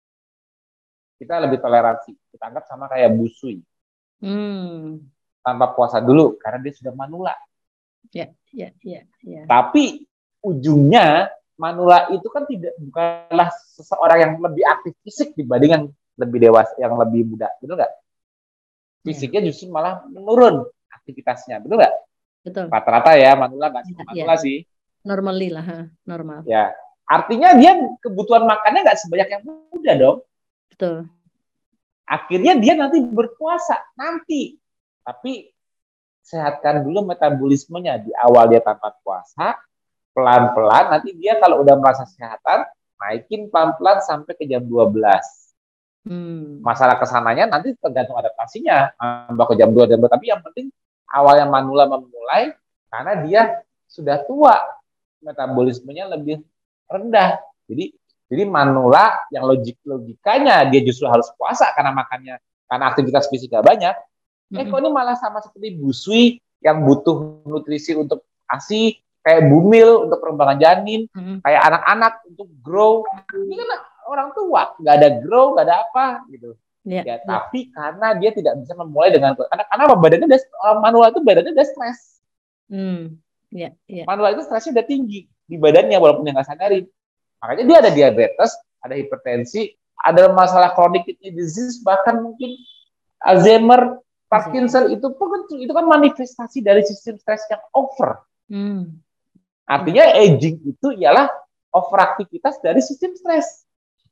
S1: kita lebih toleransi. Kita anggap sama kayak busui.
S2: Hmm.
S1: Tanpa puasa dulu, karena dia sudah manula.
S2: Ya, ya, ya, ya.
S1: Tapi ujungnya manula itu kan tidak bukanlah seseorang yang lebih aktif fisik dibandingkan lebih dewasa yang lebih muda, betul nggak? Fisiknya ya. Justru malah menurun aktivitasnya, betul nggak?
S2: Betul.
S1: Rata-rata ya manula nggak cuma manula ya. Sih.
S2: Normally lah, normal.
S1: Ya, artinya dia kebutuhan makannya nggak sebanyak yang muda dong.
S2: Betul.
S1: Akhirnya dia nanti berpuasa nanti, tapi sehatkan dulu metabolismenya di awal dia tanpa puasa. Pelan-pelan, nanti dia kalau udah merasa kesehatan, naikin pelan-pelan sampai ke jam dua belas. Hmm. Masalah kesananya nanti tergantung adaptasinya. Mbak ke jam dua, jam dua. Tapi yang penting awalnya manula memulai, karena dia sudah tua, metabolismenya lebih rendah. Jadi jadi manula yang logik logikanya dia justru harus puasa karena makannya, karena aktivitas fisik gak banyak. Hmm. Eh kok ini malah sama seperti busui yang butuh nutrisi untuk ASI, kayak bumil untuk perkembangan janin, hmm. kayak anak-anak untuk grow. Ini kan orang tua, nggak ada grow, nggak ada apa gitu. Ya, ya, ya. Tapi karena dia tidak bisa memulai dengan anak-anak badannya udah, orang manula itu badannya udah stres.
S2: Hmm. Ya, ya.
S1: Manula itu stresnya udah tinggi di badannya walaupun dia nggak sadarin. Makanya dia ada diabetes, ada hipertensi, ada masalah chronic kidney disease, bahkan mungkin Alzheimer, Parkinson. Itu pun itu kan manifestasi dari sistem stres yang over. Hmm. Artinya aging itu ialah overaktivitas dari sistem stres.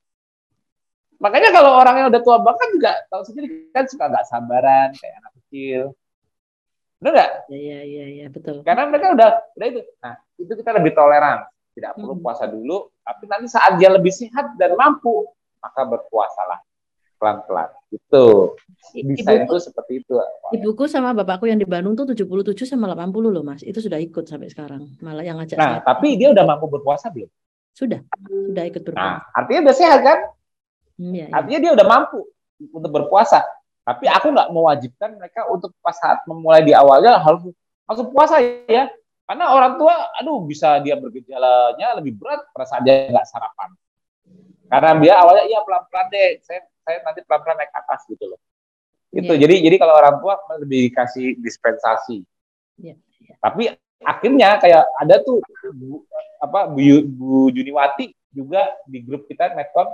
S1: Makanya kalau orang yang udah tua banget juga tahu sendiri kan suka nggak sabaran kayak anak kecil. Benar nggak?
S2: Iya, iya, iya, betul.
S1: Karena mereka udah udah itu. Nah, itu kita lebih toleran. Tidak perlu
S2: Hmm.
S1: puasa dulu, tapi nanti saat dia lebih sehat dan mampu, maka berpuasalah pelan-pelan. Itu
S2: I-
S1: desainku
S2: Ibuku,
S1: seperti itu.
S2: ibuku sama bapakku yang di Bandung tuh tujuh puluh tujuh sama delapan puluh loh, Mas. Itu sudah ikut sampai sekarang. Malah yang ngajak
S1: Nah,
S2: saya
S1: tapi dia udah mampu berpuasa belum?
S2: sudah, sudah ikut
S1: Nah,
S2: berpuasa.
S1: artinya udah sehat kan?
S2: Hmm, ya, ya.
S1: Artinya dia udah mampu untuk berpuasa. Tapi aku nggak mewajibkan mereka untuk pas saat memulai di awalnya harus langsung puasa ya. Karena orang tua, aduh bisa dia bergejalanya lebih berat pada saat dia nggak sarapan. Karena dia awalnya iya pelan-pelan deh, saya saya nanti pelan-pelan naik atas gitu loh. Itu
S2: Ya,
S1: jadi jadi kalau orang tua lebih dikasih dispensasi.
S2: ya, ya.
S1: Tapi akhirnya kayak ada tuh Bu, apa Bu, Bu Juniwati juga di grup kita Medcon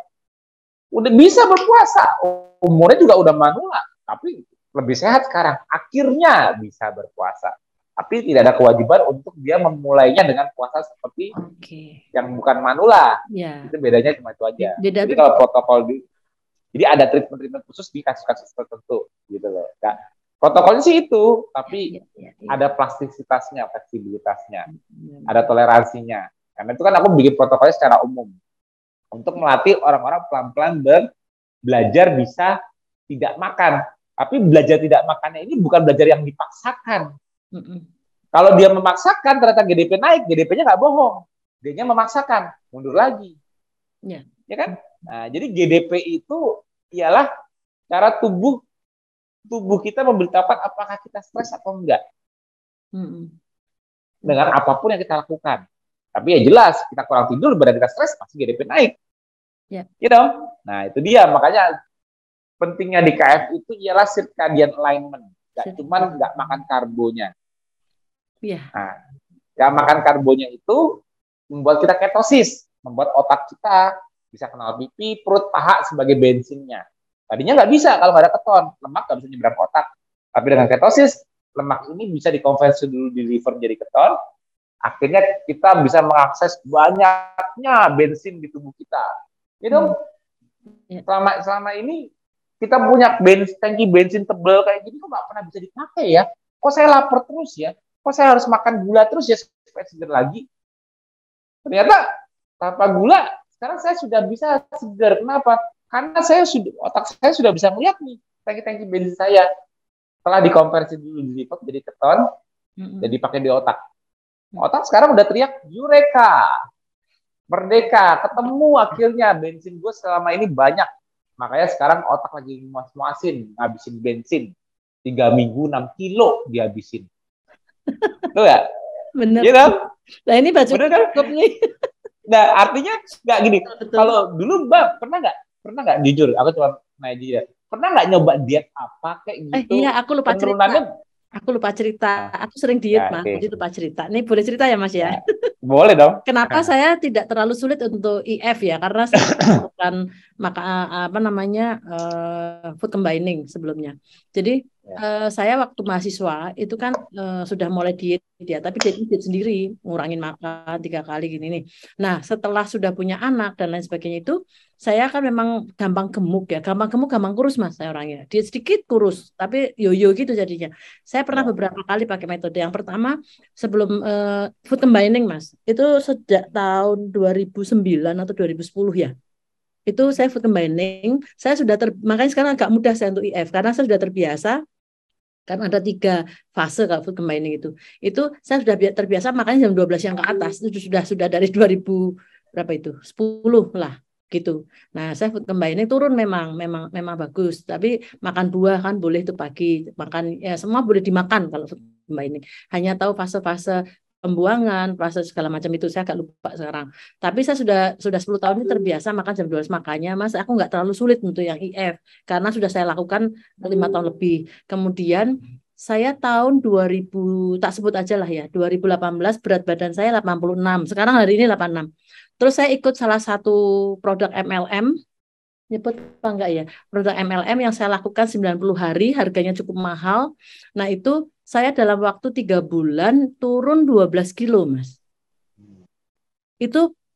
S1: udah bisa berpuasa, umurnya juga udah manula, tapi lebih sehat sekarang. Akhirnya bisa berpuasa. Tapi tidak ada kewajiban untuk dia memulainya dengan puasa seperti
S2: Oke.
S1: yang bukan manula.
S2: Ya.
S1: Itu bedanya cuma itu aja.
S2: Beda
S1: Jadi
S2: tuh.
S1: kalau protokol di, jadi ada treatment-treatment khusus di kasus-kasus tertentu gitu loh. Nah, protokolnya sih itu, tapi
S2: Ya, ya, ya.
S1: ada plastisitasnya, fleksibilitasnya,
S2: Ya,
S1: ada toleransinya. Karena itu kan aku bikin protokolnya secara umum untuk melatih orang-orang pelan-pelan ber belajar bisa tidak makan. Tapi belajar tidak makannya ini bukan belajar yang dipaksakan.
S2: Mm-mm.
S1: Kalau dia memaksakan, ternyata G D P naik, G D P-nya nggak bohong. Dia-nya memaksakan, mundur lagi.
S2: Ya.
S1: Ya kan? Nah, jadi G D P itu ialah cara tubuh tubuh kita memberitahukan apakah kita stres atau enggak.
S2: Mm-mm.
S1: Dengan apapun yang kita lakukan. Tapi ya jelas, kita kurang tidur, badan kita stres, pasti G D P naik.
S2: Ya.
S1: You know? Nah, itu dia. Makanya pentingnya di K F itu ialah circadian alignment. Gak cuman nggak makan karbonya.
S2: Ya.
S1: Nah, gak makan karbonya itu membuat kita ketosis, membuat otak kita bisa kenal pipi, perut, paha sebagai bensinnya. Tadinya nggak bisa kalau nggak ada keton, lemak nggak bisa nyebrang ke otak. Tapi dengan ketosis, lemak ini bisa dikonversi dulu di liver jadi keton, akhirnya kita bisa mengakses banyaknya bensin di tubuh kita. Gitu.
S2: Ya.
S1: Selama selama ini kita punya bensin, tangki bensin tebel kayak gini kok nggak pernah bisa dipakai ya? Kok saya lapar terus ya? Kok saya harus makan gula terus ya supaya seger lagi? Ternyata tanpa gula sekarang saya sudah bisa segar. Kenapa? Karena saya sudah otak saya sudah bisa melihat nih tangki-tangki bensin saya telah dikonversi dulu di liver jadi keton, mm-hmm. jadi pakai di otak. Otak sekarang udah teriak Eureka, merdeka, ketemu akhirnya bensin gue selama ini banyak. Makanya sekarang otak lagi muas-muasin, ngabisin bensin. Tiga minggu enam kilo dihabisin. Tuh ya?
S2: Bener.
S1: Gitu?
S2: Nah ini baju
S1: kan?
S2: nih.
S1: Nah artinya nggak gini. Kalau dulu Mbak pernah nggak? Pernah nggak jujur? Aku cuma nanya ya. Pernah nggak nyoba diet apa kayak gitu?
S2: Eh, iya, aku lupa
S1: Penurunannya...
S2: cerita. Aku lupa cerita. Aku sering diet,
S1: ya,
S2: Mas.
S1: okay.
S2: Jadi lupa cerita. Ini boleh cerita ya, Mas ya?
S1: ya. Boleh dong.
S2: Kenapa saya tidak terlalu sulit untuk I F ya? Karena saya melakukan maka apa namanya uh, food combining sebelumnya. Jadi ya. uh, saya waktu mahasiswa itu kan uh, sudah mulai diet ya, tapi diet, diet sendiri, ngurangin makan tiga kali gini nih. Nah setelah sudah punya anak dan lain sebagainya itu, saya kan memang gampang gemuk ya, gampang gemuk, gampang kurus Mas saya orangnya. Diet sedikit kurus, tapi yoyo gitu jadinya. Saya pernah ya. beberapa kali pakai metode. Yang pertama sebelum uh, food combining Mas, itu sejak tahun dua ribu sembilan atau dua ribu sepuluh ya. Itu saya food combining, saya sudah ter, makanya sekarang agak mudah saya untuk I F karena saya sudah terbiasa. Kan ada tiga fase kalau food combining itu. Itu saya sudah terbiasa makanya jam dua belas yang ke atas itu sudah sudah dari dua ribu berapa itu? sepuluh lah gitu. Nah, saya food combining turun memang memang memang bagus, tapi makan buah kan boleh itu pagi, makan ya semua boleh dimakan kalau food combining. Hanya tahu fase-fase pembuangan, proses segala macam itu saya agak lupa sekarang. Tapi saya sudah sudah sepuluh tahun ini terbiasa makan jam dua belas, makanya Mas aku nggak terlalu sulit untuk yang I F karena sudah saya lakukan lima tahun lebih. Kemudian saya tahun dua ribu tak sebut aja lah ya, dua ribu delapan belas berat badan saya delapan puluh enam. Sekarang hari ini delapan puluh enam. Terus saya ikut salah satu produk M L M, nyebut apa enggak ya? Produk M L M yang saya lakukan sembilan puluh hari, harganya cukup mahal. Nah, itu saya dalam waktu tiga bulan turun dua belas kilo, Mas. Itu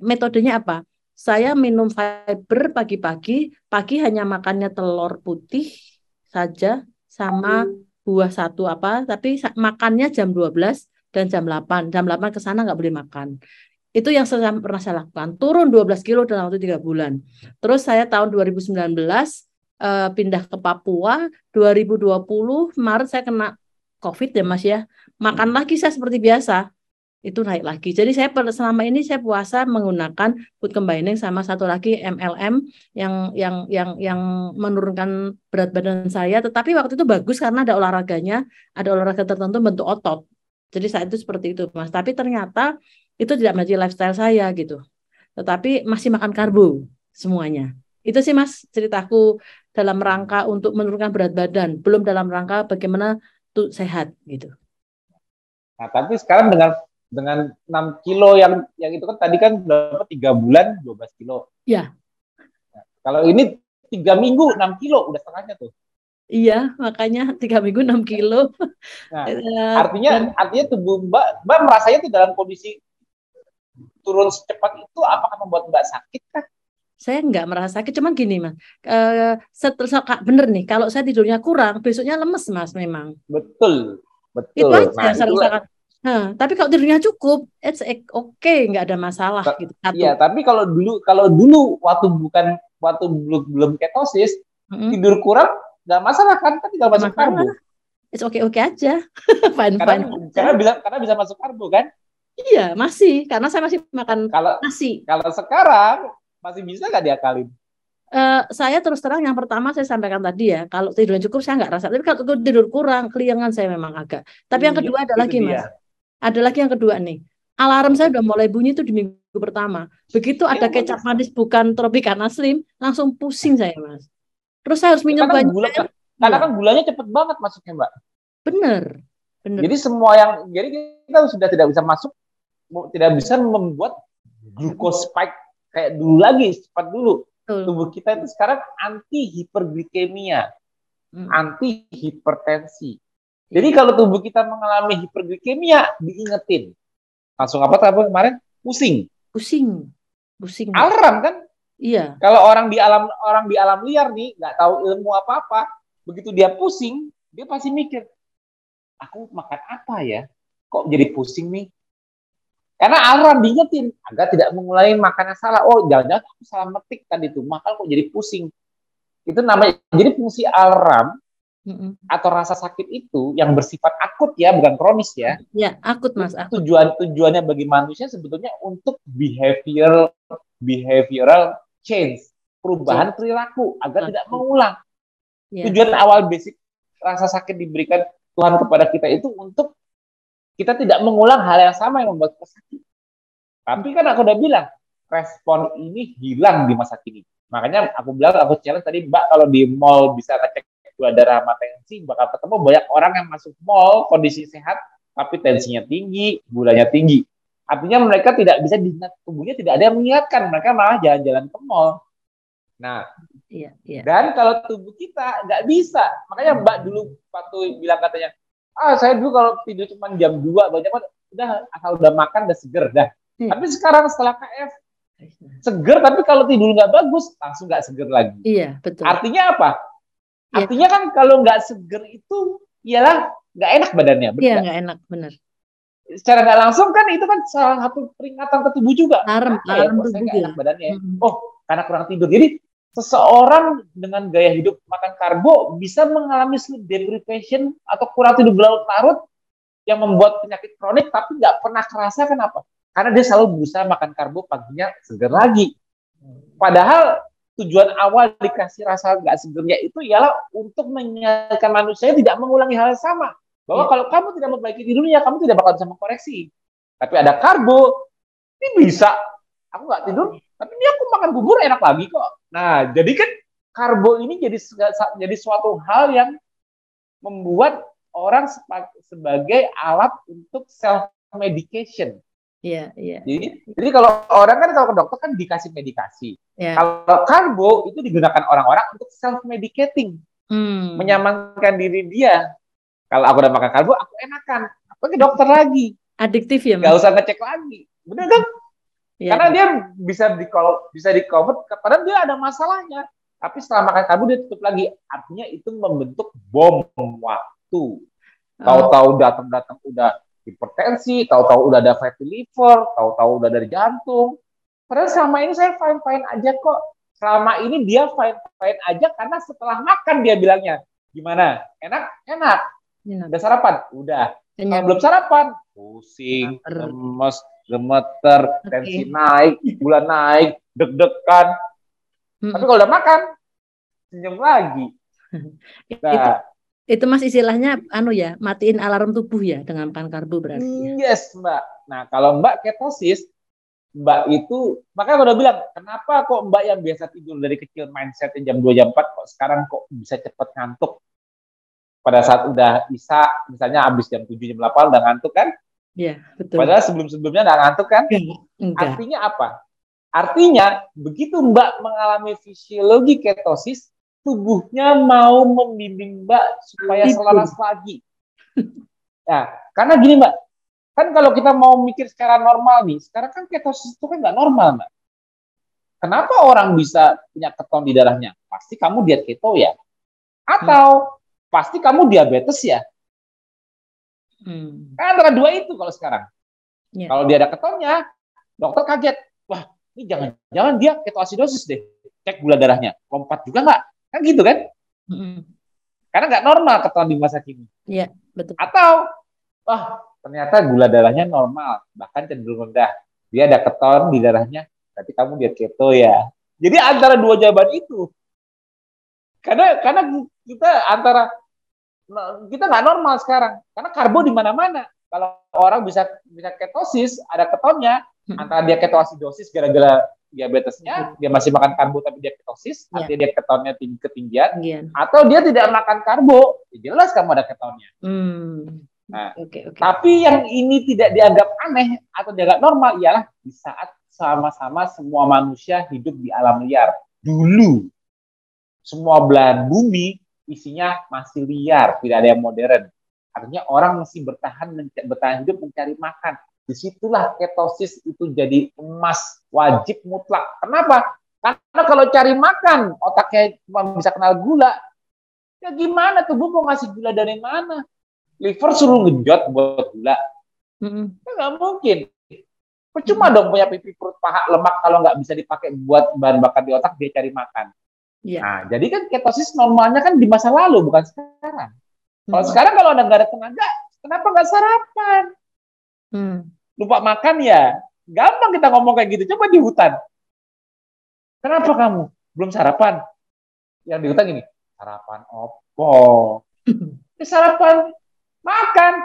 S2: metodenya apa? Saya minum fiber pagi-pagi, pagi hanya makannya telur putih saja sama buah satu apa, tapi sa- makannya jam dua belas dan jam delapan. Jam delapan ke sana nggak boleh makan. Itu yang saya pernah saya lakukan. Turun dua belas kilo dalam waktu tiga bulan. Terus saya tahun dua ribu sembilan belas eh, pindah ke Papua. dua ribu dua puluh Maret saya kena COVID ya Mas ya. Makan lagi saya seperti biasa. Itu naik lagi. Jadi saya per- selama ini saya puasa menggunakan food combining sama satu lagi M L M yang yang yang yang menurunkan berat badan saya. Tetapi waktu itu bagus karena ada olahraganya, ada olahraga tertentu bentuk otot. Jadi saat itu seperti itu, Mas. Tapi ternyata itu tidak menjadi lifestyle saya gitu. Tetapi masih makan karbo semuanya. Itu sih Mas ceritaku dalam rangka untuk menurunkan berat badan, belum dalam rangka bagaimana tuh sehat gitu.
S1: Nah, tapi sekarang dengan dengan enam kilo yang yang itu kan tadi kan berapa tiga bulan dua belas kilo.
S2: Ya,
S1: Kalau ini tiga minggu enam kilo udah setengahnya tuh.
S2: iya, makanya tiga minggu enam kilo.
S1: Nah,
S2: Eh, Dan
S1: artinya artinya tubuh Mbak Mbak merasanya tuh dalam kondisi turun secepat itu apakah membuat Mbak sakit kah?
S2: saya nggak merasa sakit, cuman gini mas, eh, setelah Kak, bener nih, kalau saya tidurnya kurang, besoknya lemes mas memang.
S1: Betul,
S2: Itu
S1: betul.
S2: aja
S1: Nah,
S2: yang saya
S1: itulah.
S2: rasakan. Nah, tapi kalau tidurnya cukup, it's e- oke, okay, nggak ada masalah gitu. Satu.
S1: Iya, tapi kalau dulu kalau dulu waktu bukan waktu belum belum ketosis,
S2: Mm-mm.
S1: tidur kurang nggak masalah kan? Kan tinggal
S2: Nggak
S1: masuk
S2: masalah,
S1: karbo.
S2: it's oke-oke aja,
S1: Karena
S2: fine-fine aja.
S1: karena bisa karena bisa masuk karbo kan?
S2: Iya, masih, karena saya masih makan
S1: Kalau
S2: nasi.
S1: kalau sekarang masih bisa nggak diakalin?
S2: Eh, saya terus terang yang pertama saya sampaikan tadi ya, kalau tidurnya cukup saya nggak rasa. Tapi kalau tidur kurang, keliengan saya memang agak. Tapi yang
S1: Iya,
S2: kedua ada
S1: itu
S2: lagi
S1: dia.
S2: mas, ada lagi yang kedua nih. Alarm
S1: Apa
S2: saya
S1: tuh?
S2: udah mulai bunyi itu di minggu pertama. Begitu
S1: Iya,
S2: ada kecap
S1: bagus.
S2: manis bukan Tropicana Slim, langsung pusing saya mas. Terus saya harus
S1: Ya,
S2: minum
S1: karena
S2: banyak
S1: gula
S2: air.
S1: karena
S2: Iya,
S1: kan gulanya cepet banget masuknya, Mbak.
S2: bener, bener.
S1: Jadi semua yang jadi kita sudah tidak bisa masuk, tidak bisa membuat glucose spike kayak dulu lagi, cepat dulu.
S2: Betul.
S1: Tubuh kita itu sekarang anti hiperglikemia,
S2: Mm,
S1: anti hipertensi. Jadi
S2: iya.
S1: kalau tubuh kita mengalami hiperglikemia, diingetin. Langsung apa apa kemarin? Pusing.
S2: Pusing, pusing mas.
S1: Alarm kan?
S2: Iya,
S1: Kalau orang di alam orang di alam liar nih, nggak tahu ilmu apa-apa, begitu dia pusing, dia pasti mikir, aku makan apa ya? Kok jadi pusing nih? Karena alarm diingetin agar tidak mengulangi makanan salah. Oh, jangan-jangan aku salah metik tadi tuh, makanya kok jadi pusing. Itu namanya. Jadi fungsi alarm
S2: mm-mm.
S1: atau rasa sakit itu yang bersifat akut ya, bukan kronis ya.
S2: Ya akut mas,
S1: Itu
S2: akut.
S1: tujuan tujuannya bagi manusia sebetulnya untuk behavioral behavioral change,
S2: Cek.
S1: perubahan perilaku agar tidak
S2: Laku.
S1: mengulang.
S2: Ya,
S1: Tujuan awal basic rasa sakit diberikan Tuhan kepada kita itu untuk kita tidak mengulang hal yang sama yang membuat kita sakit. Tapi kan aku udah bilang, respon ini hilang di masa kini. Makanya aku bilang, aku challenge tadi, Mbak, kalau di mall bisa ngecek gula darah sama tensi, bakal ketemu banyak orang yang masuk mall, kondisi sehat, tapi tensinya tinggi, gulanya tinggi. Artinya mereka tidak bisa diingat, tubuhnya tidak ada yang mengingatkan, mereka malah jalan-jalan ke mall. Nah,
S2: iya, iya.
S1: dan kalau tubuh kita nggak bisa, makanya Mbak dulu waktu bilang katanya, ah saya dulu kalau tidur cuma jam dua, banyak kan udah asal udah makan udah seger dah.
S2: Iya.
S1: Tapi sekarang setelah K F seger, tapi kalau tidur nggak bagus langsung nggak seger lagi.
S2: Iya, betul.
S1: Artinya apa?
S2: Iya,
S1: Artinya kan kalau nggak seger itu ialah nggak enak badannya,
S2: iya
S1: betul?
S2: nggak enak, bener.
S1: Secara nggak langsung kan itu kan salah satu peringatan ke tubuh juga.
S2: Alarm,
S1: Kenapa ya
S2: alarm
S1: kok saya
S2: tubuh
S1: nggak
S2: ya.
S1: enak badannya?
S2: Mm-mm.
S1: Oh, karena kurang tidur. Jadi seseorang dengan gaya hidup makan karbo bisa mengalami sleep deprivation atau kurang tidur berlarut-larut yang membuat penyakit kronik tapi nggak pernah kerasa. Kenapa? Karena dia selalu berusaha makan karbo paginya seger lagi. Padahal tujuan awal dikasih rasa nggak segernya itu ialah untuk mengingatkan manusia tidak mengulangi hal yang sama. Bahwa
S2: Iya.
S1: kalau kamu tidak memperbaiki dirinya, kamu tidak bakal bisa mengkoreksi. Tapi ada karbo, ini bisa. Aku nggak tidur, tapi ini aku makan bubur enak lagi kok. Nah, jadi kan karbo ini jadi jadi suatu hal yang membuat orang sebagai alat untuk self medication.
S2: Iya, iya.
S1: Jadi, jadi kalau orang kan kalau ke dokter kan dikasih medikasi.
S2: Ya.
S1: Kalau karbo itu digunakan orang-orang untuk self medicating,
S2: Hmm.
S1: menyamankan diri dia. Kalau aku udah makan karbo, aku enakan. Aku ke dokter lagi.
S2: Adiktif ya,
S1: Gak
S2: Mas?
S1: usah ngecek lagi. Bener kan?
S2: Iya,
S1: Karena dia bisa di bisa di convert, padahal dia ada masalahnya. Tapi setelah makan karbo dia tutup lagi. Artinya itu membentuk bom waktu.
S2: oh,
S1: Tahu-tahu datang-datang udah hipertensi, tahu-tahu udah ada fatty liver, tahu-tahu udah dari jantung. Padahal selama ini saya fine-fine aja kok. Selama ini dia fine-fine aja karena setelah makan dia bilangnya, gimana? Enak? Enak.
S2: enak.
S1: Udah sarapan? Udah. Kalau
S2: Kenyang.
S1: belum sarapan, pusing,
S2: Lapar.
S1: lemes, gemeter, tensi
S2: Oke.
S1: naik, gula naik, deg-degan. Tapi
S2: Mm-mm.
S1: kalau udah makan, senyum lagi.
S2: Itu
S1: Nah,
S2: itu Mas istilahnya anu ya, matiin alarm tubuh ya dengan makan karbo berarti ya.
S1: yes, Mbak. Nah, kalau Mbak ketosis, Mbak itu, makanya aku udah bilang, kenapa kok Mbak yang biasa tidur dari kecil mindsetnya jam dua jam empat, kok sekarang kok bisa cepet ngantuk? Pada saat udah bisa, misalnya habis jam tujuh, jam delapan udah ngantuk kan?
S2: Iya, betul.
S1: Padahal sebelum-sebelumnya nggak ngantuk kan?
S2: Enggak, enggak.
S1: Artinya apa? Artinya, begitu Mbak mengalami fisiologi ketosis, tubuhnya mau membimbing Mbak supaya
S2: Tidur.
S1: selaras lagi. Ya, karena gini Mbak, kan kalau kita mau mikir secara normal nih, sekarang kan ketosis itu kan nggak normal Mbak. Kenapa orang bisa punya keton di darahnya? Pasti kamu diet keto ya?
S2: Hmm.
S1: Atau pasti kamu diabetes ya?
S2: Hmm.
S1: Kan antara dua itu kalau sekarang.
S2: Ya.
S1: Kalau dia ada ketonnya, dokter kaget. Wah, ini jangan-jangan dia ketoasidosis deh. Cek gula darahnya. Lompat juga nggak? Kan gitu kan?
S2: Hmm.
S1: Karena nggak normal keton di masa kini.
S2: Ya, betul.
S1: Atau, wah, ternyata gula darahnya normal. Bahkan cenderung rendah. Dia ada keton di darahnya. Tapi kamu diet keto ya. Jadi antara dua jawaban itu. Karena karena kita antara kita nggak normal sekarang. Karena karbo di mana-mana. Kalau orang bisa bisa ketosis, ada ketonnya,
S2: Hmm.
S1: antara dia ketoasidosis gara-gara diabetesnya, dia masih makan karbo tapi dia ketosis,
S2: Ya.
S1: artinya dia ketonnya tinggi ketinggian,
S2: Ketinggian.
S1: atau dia tidak makan karbo, ya jelas kamu ada ketonnya.
S2: Hmm.
S1: Nah,
S2: Oke, oke.
S1: tapi yang ini tidak dianggap aneh atau dianggap normal ialah di saat sama-sama semua manusia hidup di alam liar. Dulu, semua belahan bumi isinya masih liar, tidak ada yang modern. Artinya orang masih bertahan bertahan hidup mencari makan. Disitulah ketosis itu jadi emas wajib mutlak. Kenapa? Karena kalau cari makan otaknya cuma bisa kenal gula, ya gimana tubuh mau ngasih gula dari mana? Liver suruh ngejot buat gula,
S2: Hmm.
S1: ya nggak mungkin. Percuma dong punya pipi perut paha lemak kalau nggak bisa dipakai buat bahan bakar di otak, dia cari makan.
S2: Ya.
S1: Nah, jadi kan ketosis normalnya kan di masa lalu, bukan sekarang. Kalau
S2: Hmm.
S1: sekarang kalau udah nggak ada tenaga, kenapa nggak sarapan?
S2: Hmm.
S1: Lupa makan ya? Gampang kita ngomong kayak gitu. Coba di hutan. Kenapa kamu belum sarapan? Yang di hutan gini, sarapan opo? Ya, sarapan makan.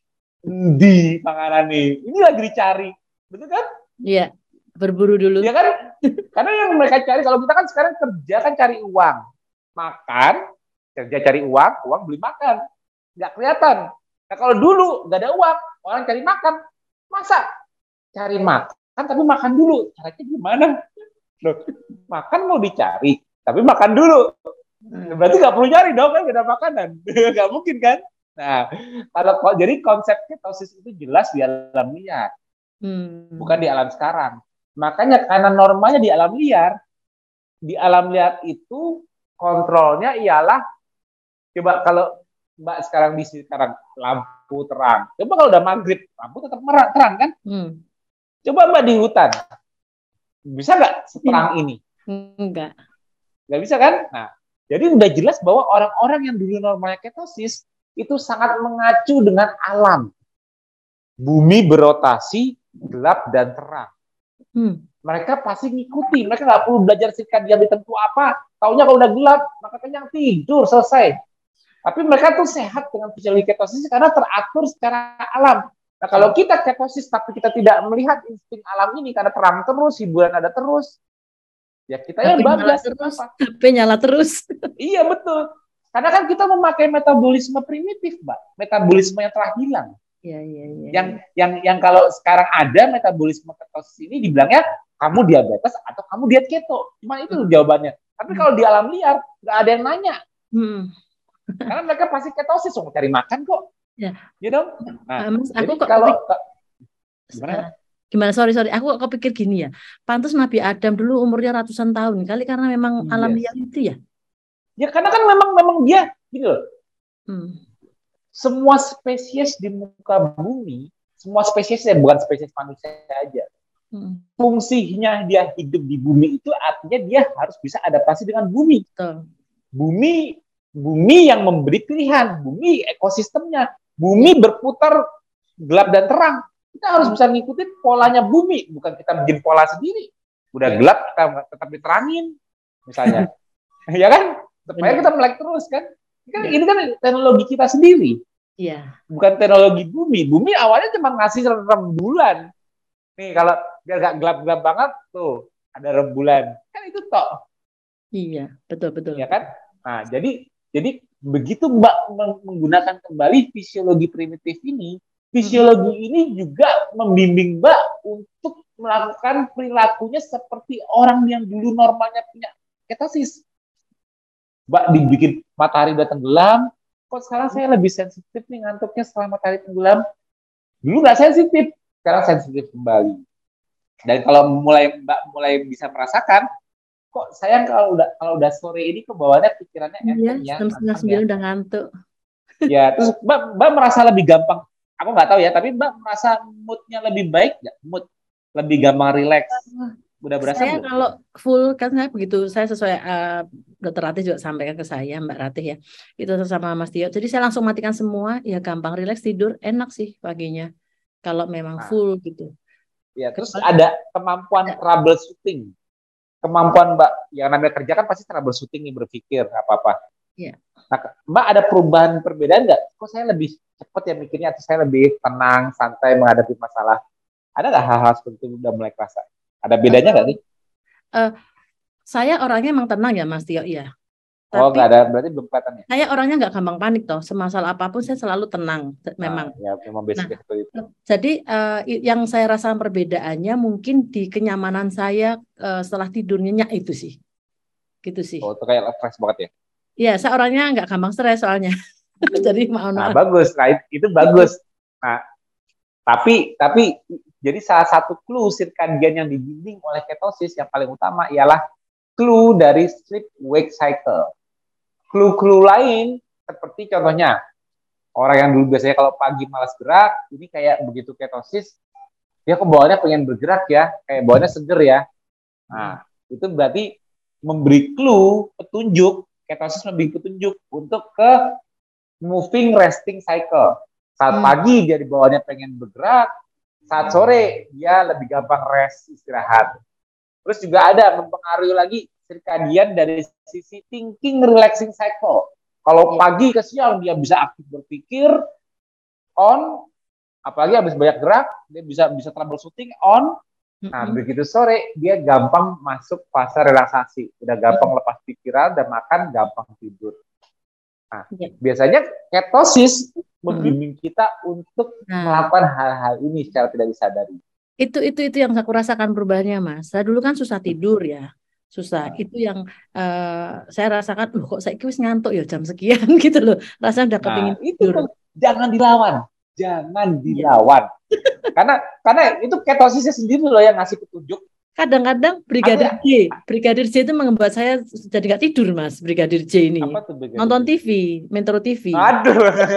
S1: Di panganan nih. Ini lagi dicari. Betul kan?
S2: Iya, berburu dulu.
S1: Ya kan? Karena yang mereka cari, kalau kita kan sekarang kerja kan cari uang. Makan, kerja cari uang, uang beli makan. Nggak kelihatan. Nah kalau dulu nggak ada uang, orang cari makan. Masa cari makan tapi makan dulu? Caranya gimana? Loh, makan mau dicari, tapi makan dulu. Berarti nggak perlu nyari dong, kan ada makanan. Nggak mungkin kan? Nah, kalau jadi konsep ketosis itu jelas di alam liar,
S2: Hmm.
S1: bukan di alam sekarang. Makanya karena normalnya di alam liar, di alam liar itu kontrolnya ialah, coba kalau Mbak sekarang di sekarang lampu terang, coba kalau udah maghrib lampu tetap terang kan?
S2: Hmm.
S1: Coba Mbak di hutan, bisa nggak seterang ini?
S2: Enggak.
S1: Nggak bisa kan? Nah, jadi udah jelas bahwa orang-orang yang dulu normalnya ketosis itu sangat mengacu dengan alam. Bumi berotasi, gelap dan terang.
S2: Hmm.
S1: Mereka pasti ngikuti. Mereka nggak perlu belajar sirkadian di tempat apa. Taunya kalau udah gelap, maka kenyang tidur, selesai. Tapi mereka tuh sehat dengan fisiologi ketosis karena teratur secara alam. Nah, kalau kita ketosis tapi kita tidak melihat insting alam ini karena terang terus, hiburan ada terus, ya kita yang bablas.
S2: Terus, H P nyala terus.
S1: Iya betul. Karena kan kita memakai metabolisme primitif, Mbak. Metabolisme yang telah hilang.
S2: Iya, iya, iya.
S1: Yang yang yang kalau sekarang ada metabolisme ketosis ini dibilangnya kamu diabetes atau kamu diet keto. Cuma itu hmm. jawabannya. Tapi kalau di alam liar nggak ada yang nanya. Hmm. Karena mereka pasti ketosis, mau cari makan kok.
S2: Ya.
S1: You know?
S2: Nah, Mas, aku
S1: jadi
S2: kok
S1: kalau
S2: tapi,
S1: gimana?
S2: Gimana, sorry sorry, aku kok kepikir gini ya. Pantas Nabi Adam dulu umurnya ratusan tahun kali karena memang alamiah
S1: Yes.
S2: itu ya.
S1: Ya karena kan memang memang dia gitu loh.
S2: Hmm.
S1: Semua spesies di muka bumi, semua spesies ya bukan spesies manusia aja.
S2: Hmm.
S1: Fungsinya dia hidup di bumi itu artinya dia harus bisa adaptasi dengan bumi.
S2: Betul.
S1: Bumi bumi yang memberi pilihan, bumi ekosistemnya, bumi berputar gelap dan terang. Kita harus bisa ngikutin polanya bumi, bukan kita bikin pola sendiri. Udah gelap kita tetap diterangin, misalnya, ya kan? Supaya kita melek terus kan? Kan
S2: Ya.
S1: ini kan teknologi kita sendiri,
S2: Iya.
S1: bukan teknologi bumi. Bumi awalnya cuma ngasih rembulan. Nih kalau biar gak gelap-gelap banget tuh ada rembulan, kan itu toh.
S2: Iya, betul betul.
S1: Ya kan? Nah, jadi jadi begitu Mbak menggunakan kembali fisiologi primitif ini, fisiologi hmm. ini juga membimbing Mbak untuk melakukan perilakunya seperti orang yang dulu normalnya punya ketosis. Mbak dibikin matahari udah tenggelam, kok sekarang saya lebih sensitif nih ngantuknya setelah matahari tenggelam. Dulu nggak sensitif, sekarang sensitif kembali. Dan kalau mulai Mbak mulai bisa merasakan, kok sayang kalau udah kalau udah sore ini kebawaannya pikirannya
S2: iya,
S1: enteng ya,
S2: jam setengah sembilan udah ngantuk.
S1: Ya, terus Mbak, Mbak merasa lebih gampang. Aku nggak tahu ya, tapi Mbak merasa moodnya lebih baik nggak? Mood lebih gampang rileks. Udah berasa
S2: saya
S1: belum?
S2: Kalau full kan saya begitu, saya sesuai uh, dokter Ratih juga sampaikan ke saya, Mbak Ratih ya, itu sama Mas Tio. Jadi saya langsung matikan semua, ya gampang rileks tidur, enak sih paginya. Kalau memang
S1: Nah,
S2: full gitu.
S1: ya, terus ada kemampuan troubleshooting. Kemampuan Mbak yang namanya kerja kan pasti troubleshooting nih, berpikir apa-apa.
S2: Ya.
S1: Nah, Mbak ada perubahan perbedaan nggak? Kok saya lebih cepat ya mikirnya, atau saya lebih tenang, santai menghadapi masalah? Ada nggak hal-hal seperti itu udah mulai kerasa? Ada bedanya nggak uh, nih?
S2: Uh, saya orangnya emang tenang ya Mas Tio ya.
S1: Oh, nggak ada, berarti belum kelihatan ya?
S2: Saya orangnya nggak gampang panik toh. Semasalah apapun saya selalu tenang, memang.
S1: Nah, ya, memang basicnya
S2: nah,
S1: seperti itu.
S2: Jadi uh, yang saya rasakan perbedaannya mungkin di kenyamanan saya uh, setelah tidur nyenyak itu sih. Gitu sih.
S1: Oh, itu kayak fresh banget ya?
S2: Iya, saya orangnya nggak gampang stres soalnya. Jadi mohon
S1: Nah,
S2: maaf.
S1: bagus. Nah, itu bagus. Nah, tapi tapi jadi salah satu clue circadian yang dibimbing oleh ketosis yang paling utama ialah clue dari sleep wake cycle. Clue-clue lain seperti contohnya orang yang dulu biasanya kalau pagi malas gerak, ini kayak begitu ketosis dia kok bawaannya pengen bergerak ya, kayak bawaannya seger ya. Nah, itu berarti memberi clue, petunjuk, ketosis memberi petunjuk untuk ke moving resting cycle. Saat hmm. pagi dia di bawahnya pengen bergerak, saat sore dia lebih gampang rest, istirahat. Terus juga ada mempengaruhi lagi circadian dari sisi thinking relaxing cycle. Kalau pagi ke siang dia bisa aktif berpikir, on, apalagi habis banyak gerak, dia bisa bisa troubleshooting on. Nah, mm-hmm. begitu sore dia gampang masuk fase relaksasi, udah gampang mm-hmm. lepas pikiran dan makan, gampang tidur. Nah, yeah. biasanya ketosis membimbing mm-hmm. kita untuk nah. melakukan hal-hal ini secara tidak disadari.
S2: Itu itu itu yang aku rasakan perubahannya, Mas. Saya dulu kan susah tidur ya. Susah. Nah. Itu yang uh, saya rasakan, loh kok saya wis ngantuk ya jam sekian gitu loh. Rasanya udah kepingin
S1: nah, tidur. Itu jangan dilawan. Jangan dilawan. Yeah. karena karena itu ketosisnya sendiri loh yang ngasih petunjuk.
S2: Kadang-kadang Brigadir J, Brigadir J itu membuat saya jadi nggak tidur, Mas. Brigadir J ini.
S1: Apa tuh Brigadir
S2: Nonton
S1: J?
S2: T V, Metro T V.
S1: Aduh.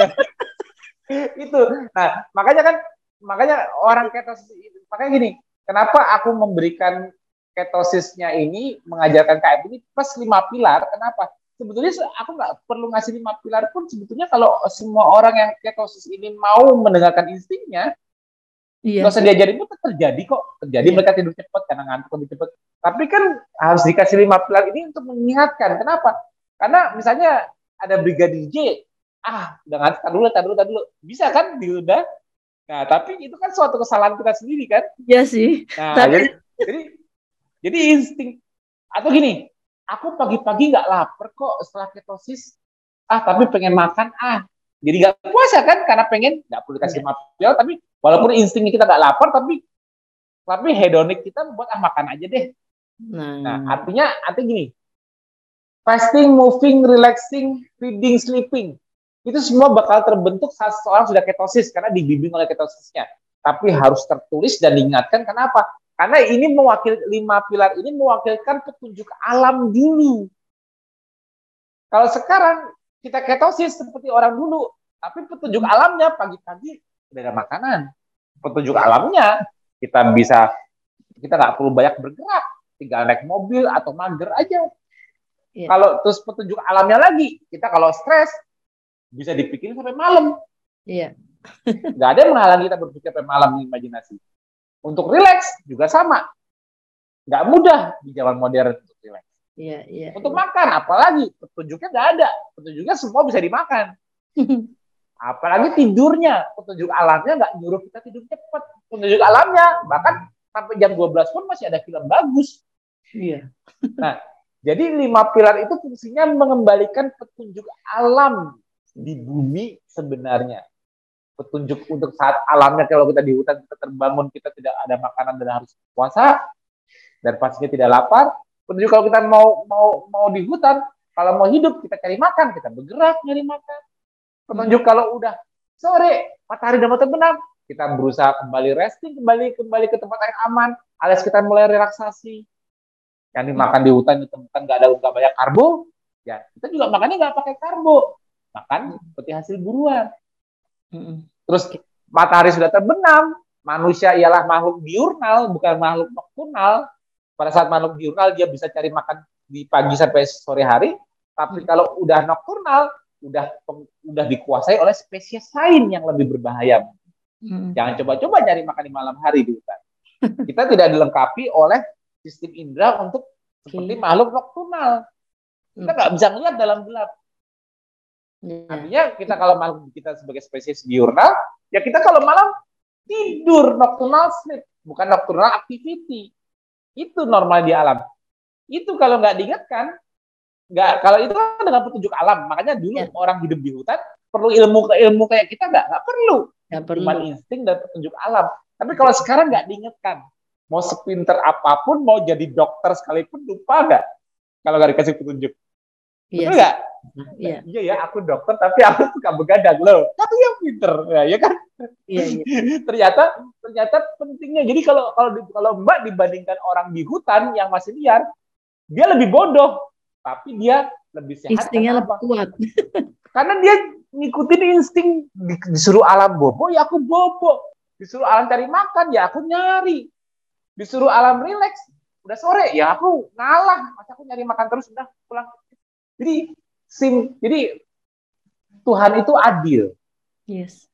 S1: Itu. Nah, makanya kan makanya orang ketosis, makanya gini, kenapa aku memberikan ketosisnya ini, mengajarkan K M ini plus lima pilar, kenapa? Sebetulnya aku nggak perlu ngasih lima pilar pun, sebetulnya kalau semua orang yang ketosis ini mau mendengarkan instingnya, iya. Nggak usah diajarin pun terjadi kok, terjadi iya. Mereka tidur cepat karena ngantuk lebih cepat. Tapi kan harus dikasih lima pilar ini untuk mengingatkan, kenapa? Karena misalnya ada Brigadir J, ah udah ngantuk, tar dulu, tar dulu, tar dulu, bisa kan diudah? Nah, tapi itu kan suatu kesalahan kita sendiri kan?
S2: Iya sih.
S1: Nah, tapi... jadi, jadi, jadi insting atau gini, aku pagi-pagi nggak lapar kok setelah ketosis, ah tapi pengen makan, ah jadi nggak puasa kan karena pengen, nggak perlu dikasih ya. Material, tapi walaupun instingnya kita nggak lapar, tapi tapi hedonik kita membuat ah makan aja deh. Nah, nah artinya artinya gini, fasting, moving, relaxing, feeding, sleeping. Itu semua bakal terbentuk saat seseorang sudah ketosis karena dibimbing oleh ketosisnya. tapi harus tertulis dan diingatkan. Kenapa? Karena ini mewakili lima pilar ini mewakilkan petunjuk alam dulu. Kalau sekarang kita ketosis seperti orang dulu, tapi petunjuk alamnya pagi-pagi udah ada makanan. Petunjuk alamnya kita bisa, kita nggak perlu banyak bergerak, tinggal naik mobil atau mager aja. Yeah. Kalau terus petunjuk alamnya lagi, kita kalau stres bisa dipikirin sampai malam.
S2: Iya.
S1: Yeah. Nggak ada yang menghalangi kita berpikir sampai malam imajinasi. Untuk rileks juga sama. Nggak mudah di zaman modern untuk rileks.
S2: Iya, iya.
S1: Untuk
S2: iya.
S1: makan, apalagi petunjuknya nggak ada. Petunjuknya semua bisa dimakan. Apalagi tidurnya, petunjuk alamnya nggak nyuruh kita tidur cepat. Petunjuk alamnya, bahkan sampai jam dua belas pun masih ada film bagus.
S2: Iya.
S1: Nah, jadi lima pilar itu fungsinya mengembalikan petunjuk alam di bumi sebenarnya. Petunjuk untuk saat alamnya, kalau kita di hutan, kita terbangun, kita tidak ada makanan dan harus puasa, dan pastinya tidak lapar. Petunjuk kalau kita mau mau mau di hutan, kalau mau hidup, kita cari makan, kita bergerak nyari makan. Petunjuk hmm. kalau udah sore, matahari udah mau terbenam, kita berusaha kembali resting, kembali kembali ke tempat yang aman, alias kita mulai relaksasi. Yang dimakan di hutan ditemukan nggak ada nggak banyak karbo, ya kita juga makannya nggak pakai karbo, makan seperti hasil buruan. Hmm. Terus matahari sudah terbenam, manusia ialah makhluk diurnal, bukan makhluk nokturnal. Pada saat makhluk diurnal dia bisa cari makan di pagi sampai sore hari, tapi hmm. kalau udah nokturnal, udah udah dikuasai oleh spesies lain yang lebih berbahaya. Hmm. Jangan coba-coba cari makan di malam hari di hutan. Kita tidak dilengkapi oleh sistem indera untuk seperti okay. makhluk nokturnal. Kita nggak hmm. bisa melihat dalam gelap. Yeah. Artinya kita kalau makhluk kita sebagai spesies diurnal, ya kita kalau malam tidur, nocturnal sleep, bukan nocturnal activity. Itu normal di alam. Itu kalau nggak diingatkan, nggak, kalau itu kan dengan petunjuk alam. Makanya dulu yeah. orang hidup di hutan perlu ilmu ke ilmu kayak kita nggak, nggak perlu. Gak perlu. Cuma insting dan petunjuk alam. Tapi kalau sekarang nggak diingatkan, mau sepinter apapun, mau jadi dokter sekalipun lupa nggak kalau nggak dikasih petunjuk. Betul nggak? Iya. Iya ya, aku dokter tapi aku suka begadang loh. Tapi yang pinter, ya, ya kan? Iya, iya. ternyata ternyata pentingnya. Jadi kalau kalau kalau Mbak dibandingkan orang di hutan yang masih liar, dia lebih bodoh, tapi dia lebih sehat.
S2: Instingnya lebih kuat.
S1: Karena dia ngikutin insting. Disuruh alam bobo, ya aku bobo. Disuruh alam cari makan, ya aku nyari. Disuruh alam rileks, udah sore, ya aku ngalah. Masa aku nyari makan terus, udah pulang. Jadi sim, jadi Tuhan itu adil.
S2: Yes.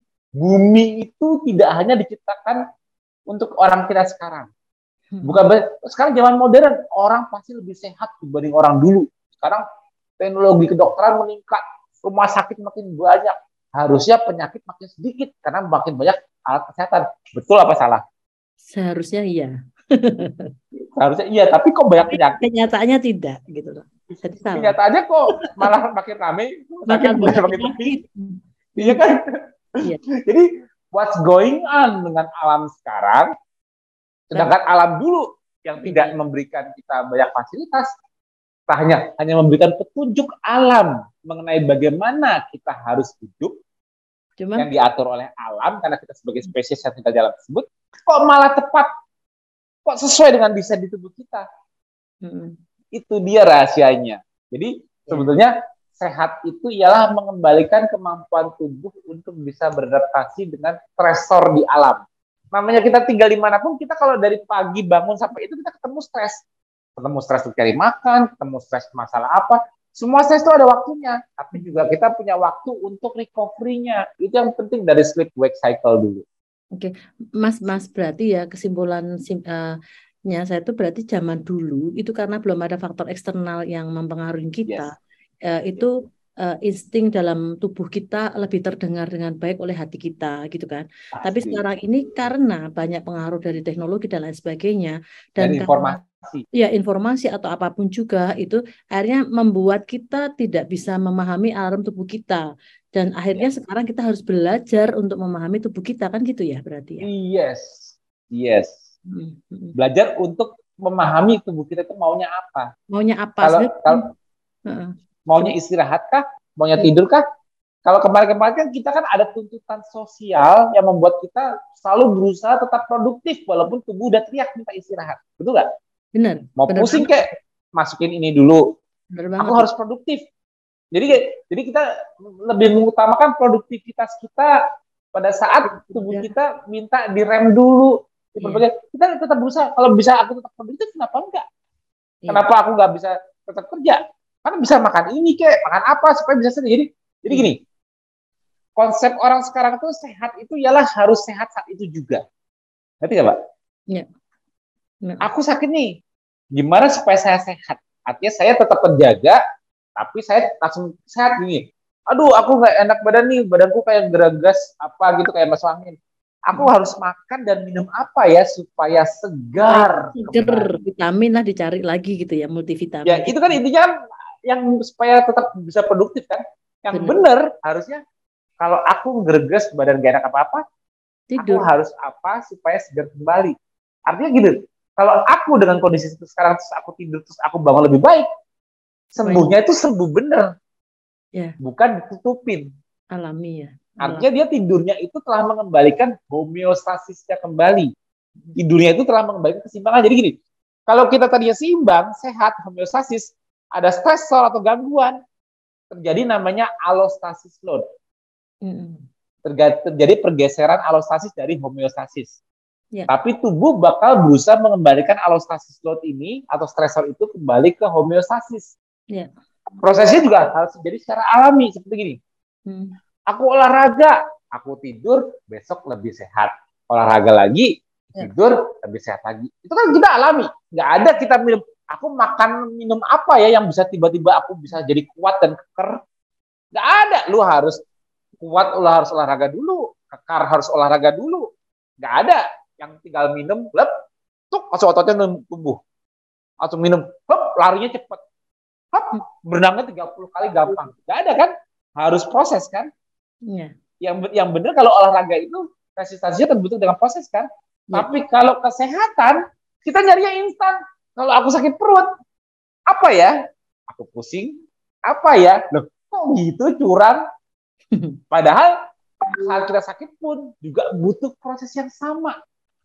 S1: Bumi itu tidak hanya diciptakan untuk orang kita sekarang. Bukan sekarang zaman modern, orang pasti lebih sehat dibanding orang dulu. Sekarang teknologi kedokteran meningkat, rumah sakit makin banyak. Harusnya penyakit makin sedikit karena makin banyak alat kesehatan. Betul apa salah?
S2: Seharusnya iya.
S1: Seharusnya iya, tapi kok banyak penyakit?
S2: Kenyataannya tidak, gitu loh.
S1: Kenyataannya kok malah makin ramai, makin makin, makin sepi. Iya kan? Iya. Jadi what's going on dengan alam sekarang? Sedangkan alam dulu yang tidak memberikan kita banyak fasilitas, hanya hanya memberikan petunjuk alam mengenai bagaimana kita harus hidup. Cuma yang diatur oleh alam karena kita sebagai spesies yang tinggal di alam tersebut, kok malah tepat, kok sesuai dengan desain di tubuh kita. Hmm. Itu dia rahasianya. Jadi ya. Sebetulnya sehat itu ialah mengembalikan kemampuan tubuh untuk bisa beradaptasi dengan stresor di alam. Namanya kita tinggal dimanapun, kita kalau dari pagi bangun sampai itu kita ketemu stres. Ketemu stres untuk cari makan, ketemu stres masalah apa. Semua stres itu ada waktunya. Tapi juga kita punya waktu untuk recovery-nya. Itu yang penting dari sleep-wake cycle dulu.
S2: Oke, Mas, Mas berarti ya kesimpulan sim, uh, nya saya itu berarti zaman dulu itu karena belum ada faktor eksternal yang mempengaruhi kita, yes. uh, itu uh, insting dalam tubuh kita lebih terdengar dengan baik oleh hati kita, gitu kan. Pasti. Tapi sekarang ini karena banyak pengaruh dari teknologi dan lain sebagainya dan, dan informasi, karena, ya informasi atau apapun juga itu akhirnya membuat kita tidak bisa memahami alarm tubuh kita dan akhirnya yes. sekarang kita harus belajar untuk memahami tubuh kita, kan gitu ya berarti ya.
S1: Yes, yes. Hmm. Belajar untuk memahami tubuh kita itu maunya apa.
S2: Maunya apa?
S1: Kalau, kalau uh-uh. maunya istirahat kah? Maunya tidur kah? Kalau kemarin-kemarin kan kita kan ada tuntutan sosial yang membuat kita selalu berusaha tetap produktif walaupun tubuh udah teriak minta istirahat. Betul nggak?
S2: Benar,
S1: Mau
S2: benar
S1: pusing
S2: banget,
S1: kayak masukin ini dulu.
S2: benar
S1: Aku
S2: banget
S1: harus
S2: itu.
S1: produktif. Jadi jadi kita lebih mengutamakan produktivitas kita pada saat tubuh
S2: Ya,
S1: kita minta direm dulu. Di
S2: iya,
S1: berbagai, kita tetap berusaha. Kalau bisa aku tetap produktif, kenapa enggak?
S2: iya,
S1: Kenapa aku nggak bisa tetap kerja? Karena bisa makan ini kayak makan apa supaya bisa sedih. Jadi jadi
S2: iya,
S1: gini, konsep orang sekarang tuh sehat itu ialah harus sehat saat itu juga. Ngerti nggak, Pak?
S2: iya, benar.
S1: Aku sakit nih, gimana supaya saya sehat? Artinya saya tetap terjaga, tapi saya langsung sehat gini. Aduh, aku nggak enak badan nih, badanku kayak geragas apa gitu kayak masuk angin. Aku
S2: Mm.
S1: harus makan dan minum apa ya supaya
S2: Supaya
S1: segar
S2: seger,
S1: kembali.
S2: vitamin lah dicari lagi gitu ya,
S1: Ya
S2: multivitamin
S1: itu
S2: gitu.
S1: kan intinya kan yang supaya tetap bisa produktif kan. Yang
S2: Benar,
S1: benar harusnya kalau aku greges badan gak enak apa-apa, aku
S2: tidur.
S1: harus apa supaya segar kembali. Artinya gitu, kalau aku dengan kondisi sekarang terus aku tidur terus aku bangun lebih baik,
S2: Supaya
S1: sembuhnya itu sembuh bener,
S2: ya
S1: bukan ditutupin.
S2: alami ya, alam.
S1: Artinya dia tidurnya itu telah mengembalikan homeostasisnya kembali. Tidurnya itu telah mengembalikan keseimbangan. Jadi gini, kalau kita tadinya seimbang, sehat, homeostasis, ada stresor atau gangguan, terjadi namanya alostasis load.
S2: Mm-mm.
S1: Terjadi pergeseran alostasis dari homeostasis.
S2: Ya,
S1: Tapi tubuh bakal berusaha mengembalikan alostasis load ini atau stresor itu kembali ke homeostasis.
S2: ya.
S1: Prosesnya juga harus terjadi secara alami seperti gini.
S2: Mm.
S1: Aku olahraga, aku tidur, besok lebih sehat. Olahraga lagi,
S2: Ya.
S1: tidur, lebih sehat lagi. Itu kan kita alami. Nggak ada kita minum, aku makan minum apa ya yang bisa tiba-tiba aku bisa jadi kuat dan keker. Nggak ada. Lu harus kuat, lu harus olahraga dulu. Kekar harus olahraga dulu. Nggak ada. Yang tinggal minum, lep, tuk, langsung ototnya tumbuh. Langsung minum, lep, larinya cepet. Lep, berenangnya tiga puluh kali gampang. Nggak ada kan? Harus proses kan?
S2: Ya,
S1: Yang yang benar kalau olahraga itu resistensinya terbentuk dengan proses kan.
S2: ya.
S1: Tapi kalau kesehatan kita nyarinya instan. Kalau aku sakit perut, apa ya? Aku pusing, apa ya? Loh, kok gitu curang? Padahal saat kita sakit pun juga butuh proses yang sama.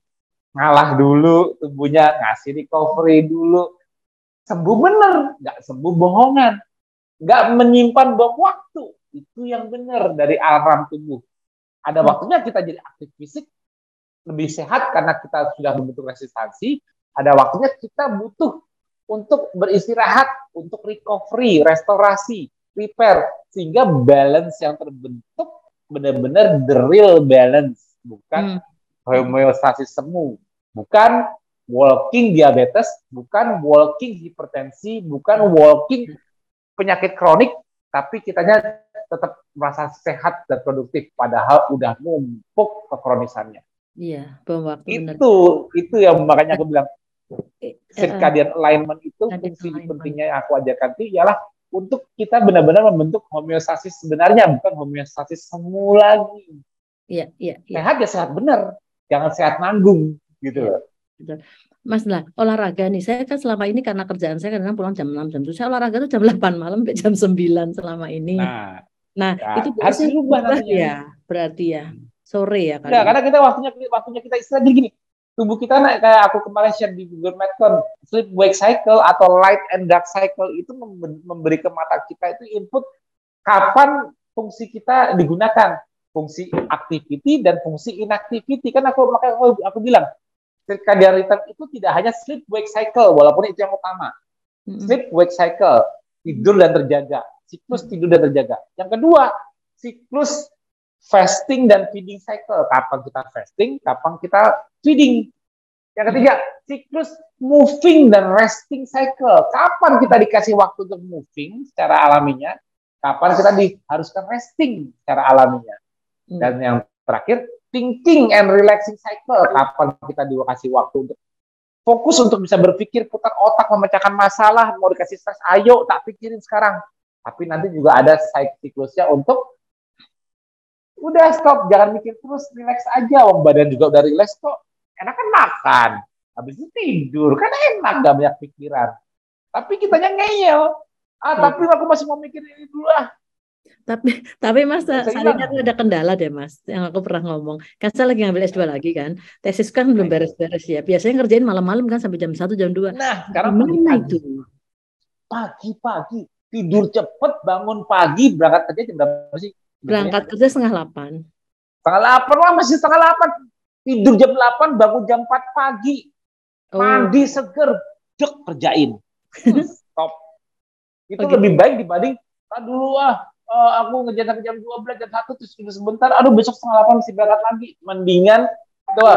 S1: Ngalah dulu tubuhnya, ngasih recovery dulu. Sembuh bener, nggak sembuh bohongan. Nggak menyimpan bom waktu. Itu yang benar dari alarm tubuh. Ada
S2: Mm.
S1: waktunya kita jadi aktif fisik, lebih sehat karena kita sudah membentuk resistansi. Ada waktunya kita butuh untuk beristirahat, untuk recovery, restorasi, repair. Sehingga balance yang terbentuk benar-benar the real balance. Bukan
S2: Mm.
S1: homeostasis semu. Bukan walking diabetes, bukan walking hipertensi, bukan walking penyakit kronik, tapi kitanya tetap merasa sehat dan produktif padahal udah numpuk kekronisannya.
S2: Iya, bom waktu benar.
S1: Itu itu yang makanya aku bilang
S2: Eh, eh, eh,
S1: circadian alignment itu
S2: Circadian
S1: fungsi
S2: alignment.
S1: pentingnya yang aku ajarkan itu ialah untuk kita benar-benar membentuk homeostasis sebenarnya, bukan homeostasis semu lagi.
S2: Iya, iya, iya,
S1: Sehat ya sehat benar, jangan sehat nanggung gitu
S2: iya.
S1: loh.
S2: Betul. Mas lah, olahraga nih. Saya kan selama ini karena kerjaan saya kadang pulang jam enam jam tujuh. Saya olahraga tuh jam delapan malam sampai jam sembilan selama ini.
S1: Nah,
S2: Nah,
S1: ya,
S2: itu
S1: harus
S2: biasanya
S1: dirubah
S2: berubah
S1: nantinya.
S2: ya, berarti ya. Sore ya kali
S1: Enggak,
S2: ini.
S1: karena kita waktunya waktunya kita istirahat jadi gini. Tubuh kita kayak aku kemarin share di Google Medcon, sleep wake cycle atau light and dark cycle itu memberi ke mata kita itu input kapan fungsi kita digunakan, fungsi activity dan fungsi inactivity. Kan aku makanya aku, aku bilang circadian rhythm itu tidak hanya sleep wake cycle walaupun itu yang utama.
S2: Mm-mm.
S1: Sleep wake cycle, tidur dan terjaga, siklus tidur dan terjaga. Yang kedua, siklus fasting dan feeding cycle. Kapan kita fasting, kapan kita feeding. Yang ketiga, siklus moving dan resting cycle. Kapan kita dikasih waktu untuk moving secara alaminya, kapan kita diharuskan resting secara alaminya. Dan yang terakhir, thinking and relaxing cycle. Kapan kita dikasih waktu untuk fokus untuk bisa berpikir, putar otak, memecahkan masalah, mau dikasih stres, ayo tak pikirin sekarang. Tapi nanti juga ada siklusnya untuk udah stop, jangan mikir terus, relax aja. Wong badan juga udah relax kok. Enak kan makan, habis itu tidur, kan enak, gak banyak pikiran. Tapi kitanya ngeyel. Ah, tapi aku masih mau mikir ini dulu lah.
S2: Tapi tapi Mas,
S1: Nggak bisa
S2: saat ini
S1: hilang.
S2: aku ada kendala deh Mas, yang aku pernah ngomong. Kan saya lagi ngambil S dua lagi kan. Tesis kan belum
S1: Nah itu.
S2: beres-beres ya. Biasanya ngerjain malam-malam kan sampai jam satu jam dua.
S1: Nah sekarang
S2: Gimana
S1: pagi-pagi,
S2: itu?
S1: pagi-pagi tidur cepet, bangun pagi, berangkat kerja jam berapa sih biasanya?
S2: Berangkat kerja setengah delapan.
S1: Setengah delapan lah, masih setengah delapan. Tidur jam delapan, bangun jam empat pagi,
S2: Oh,
S1: mandi seger, dek kerjain. Hmm, stop. Itu
S2: oh gitu.
S1: lebih baik dibanding, aduh ah, eh, aku ngejar sampai jam dua belas, jam satu, terus tidur sebentar, aduh besok setengah delapan mesti berangkat lagi. Mendingan, tuh,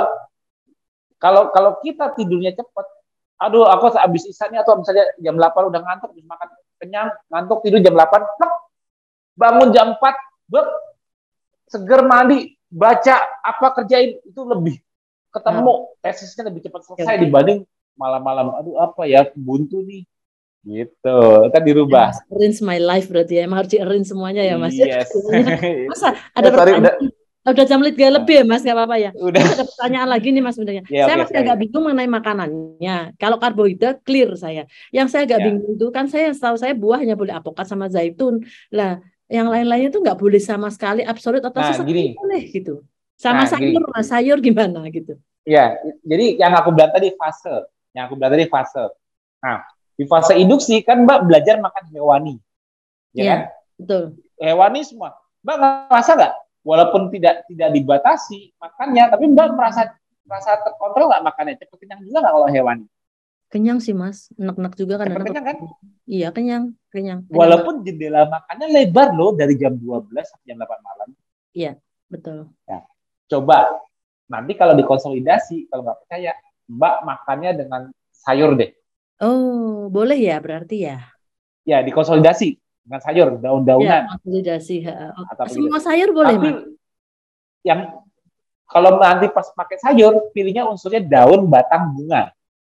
S1: kalau kalau kita tidurnya cepet, aduh aku habis isanya atau misalnya jam delapan udah ngantuk, habis makan kenyang, ngantuk, tidur jam delapan, plek, bangun jam empat, blek, seger mandi, baca, apa kerjain, itu lebih
S2: Ah,
S1: ketemu, tesisnya lebih cepat
S2: oke,
S1: selesai
S2: oke.
S1: dibanding malam-malam, aduh apa ya, buntu nih, gitu, kan dirubah.
S2: Emang arrange my life berarti ya. Emang harus di-arrange semuanya ya Mas. Ya,
S1: Yes.
S2: kayaknya. Masa ada
S1: Ya sorry udah,
S2: pertanyaan? Udah jam tiga lebih ya Mas, nggak apa-apa ya.
S1: udah.
S2: Mas ada pertanyaan lagi nih Mas sebenarnya.
S1: Ya
S2: Saya
S1: oke
S2: masih
S1: sekali.
S2: agak bingung mengenai makanannya. Kalau karbohidrat clear saya. Yang saya agak
S1: Ya.
S2: bingung itu kan saya setahu saya buah hanya boleh apokat sama zaitun. Lah, yang lain-lainnya itu nggak boleh sama sekali absolut atau
S1: Nah
S2: sesekali
S1: gini,
S2: boleh gitu. Sama
S1: nah
S2: sayur,
S1: gini,
S2: Mas, sayur gimana gitu.
S1: ya. Jadi yang aku bilang tadi fase, yang aku bilang tadi fase. Nah di fase induksi kan Mbak belajar makan hewani, ya
S2: Iya,
S1: kan?
S2: betul.
S1: Hewani semua. Mbak ngerasa nggak? Walaupun tidak tidak dibatasi makannya, tapi Mbak merasa merasa terkontrol nggak makannya? Cepet kenyang juga nggak kalau hewani?
S2: Kenyang sih Mas. Enak-enak juga kan
S1: Cepet
S2: enak.
S1: kenyang kan?
S2: Iya, kenyang, kenyang, kenyang banget.
S1: Walaupun jendela makannya lebar loh dari jam dua belas sampai jam delapan malam.
S2: Iya, betul.
S1: Ya, coba nanti kalau dikonsolidasi, kalau nggak percaya, Mbak makannya dengan sayur deh.
S2: Oh, boleh ya berarti ya.
S1: Ya, dikonsolidasi dengan sayur,
S2: Ya,
S1: daun-daunan
S2: konsolidasi. Ha. Oh,
S1: atau begitu.
S2: semua sayur boleh,
S1: Tapi
S2: Mas.
S1: yang kalau nanti pas pakai sayur, pilihnya unsurnya daun, batang, bunga.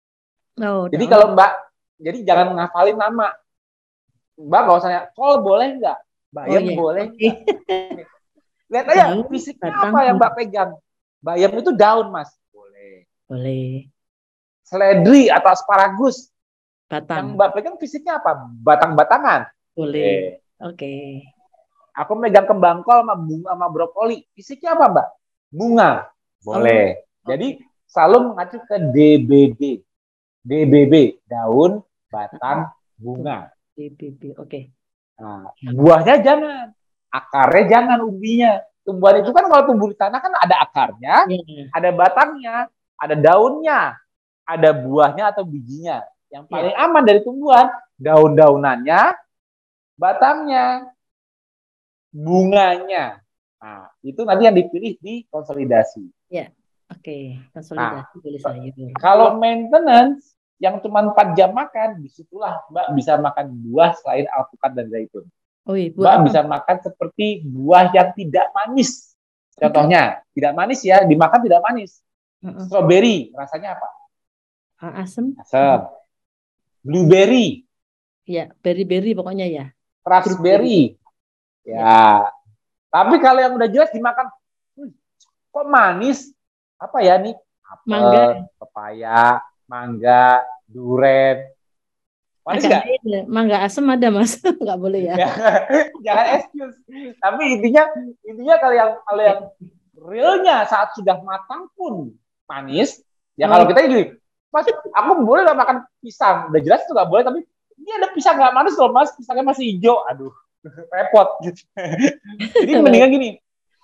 S2: Oh,
S1: Jadi
S2: daun.
S1: kalau Mbak, jadi jangan ngafalin nama. Mbak nggak usah nanya, kol boleh nggak?
S2: Oh
S1: Bayam
S2: iya,
S1: boleh
S2: oke.
S1: nggak? Lihat aja
S2: Daun,
S1: fisiknya
S2: batang,
S1: apa yang
S2: bunga.
S1: Mbak pegang. Bayam itu daun, Mas. Boleh.
S2: Boleh.
S1: Seledri atau asparagus. Yang
S2: Batang.
S1: Mbak pegang fisiknya apa? Batang-batangan.
S2: Boleh.
S1: Boleh.
S2: Oke.
S1: Aku megang kembang kol sama bunga sama brokoli. Fisiknya apa, Mbak? Bunga.
S2: Oh,
S1: Boleh.
S2: oke.
S1: Jadi selalu mengacu ke D B B. D B B, daun, batang,
S2: Tuh,
S1: bunga.
S2: B B B. Oke.
S1: Nah, buahnya jangan. Akarnya jangan umbinya. Tumbuhan itu
S2: Oh,
S1: kan kalau tumbuh di tanah kan ada akarnya,
S2: iya.
S1: ada batangnya, ada daunnya, ada buahnya atau bijinya. Yang
S2: Iya.
S1: paling aman dari tumbuhan, daun-daunannya, batangnya, bunganya. Nah, itu nanti yang dipilih di konsolidasi.
S2: Iya. Oke.
S1: Nah,
S2: Konsolidasi boleh sayur.
S1: kalau maintenance yang cuma empat jam makan, disitulah Mbak bisa makan buah selain alpukat dan zaitun.
S2: Oh iya, buat
S1: Mbak
S2: apa?
S1: bisa makan seperti buah yang tidak manis.
S2: Itu
S1: Contohnya, tidak manis ya, dimakan tidak manis.
S2: uh-uh.
S1: Strawberry, rasanya apa?
S2: Ah, asem.
S1: Asam. Blueberry,
S2: Ya, berry-berry pokoknya ya. Strawberry.
S1: raspberry.
S2: Ya.
S1: Ya, tapi kalau yang udah jelas dimakan, "Hmm, kok manis? Apa ya nih?
S2: Mangga
S1: Apel, pepaya, mangga, duren. Manis
S2: agak
S1: nggak?
S2: beda. Mangga asem ada, Mas. Nggak boleh ya.
S1: Jangan excuse. Tapi intinya, intinya kalau yang kalau yang
S2: Oke.
S1: realnya saat sudah matang pun manis. Ya
S2: Oh,
S1: kalau kita gini, Mas, aku boleh nggak makan pisang? Udah jelas itu nggak boleh, tapi ini ada pisang nggak manis loh, Mas. Pisangnya masih hijau. Aduh, repot gitu. Jadi
S2: baik.
S1: mendingan gini,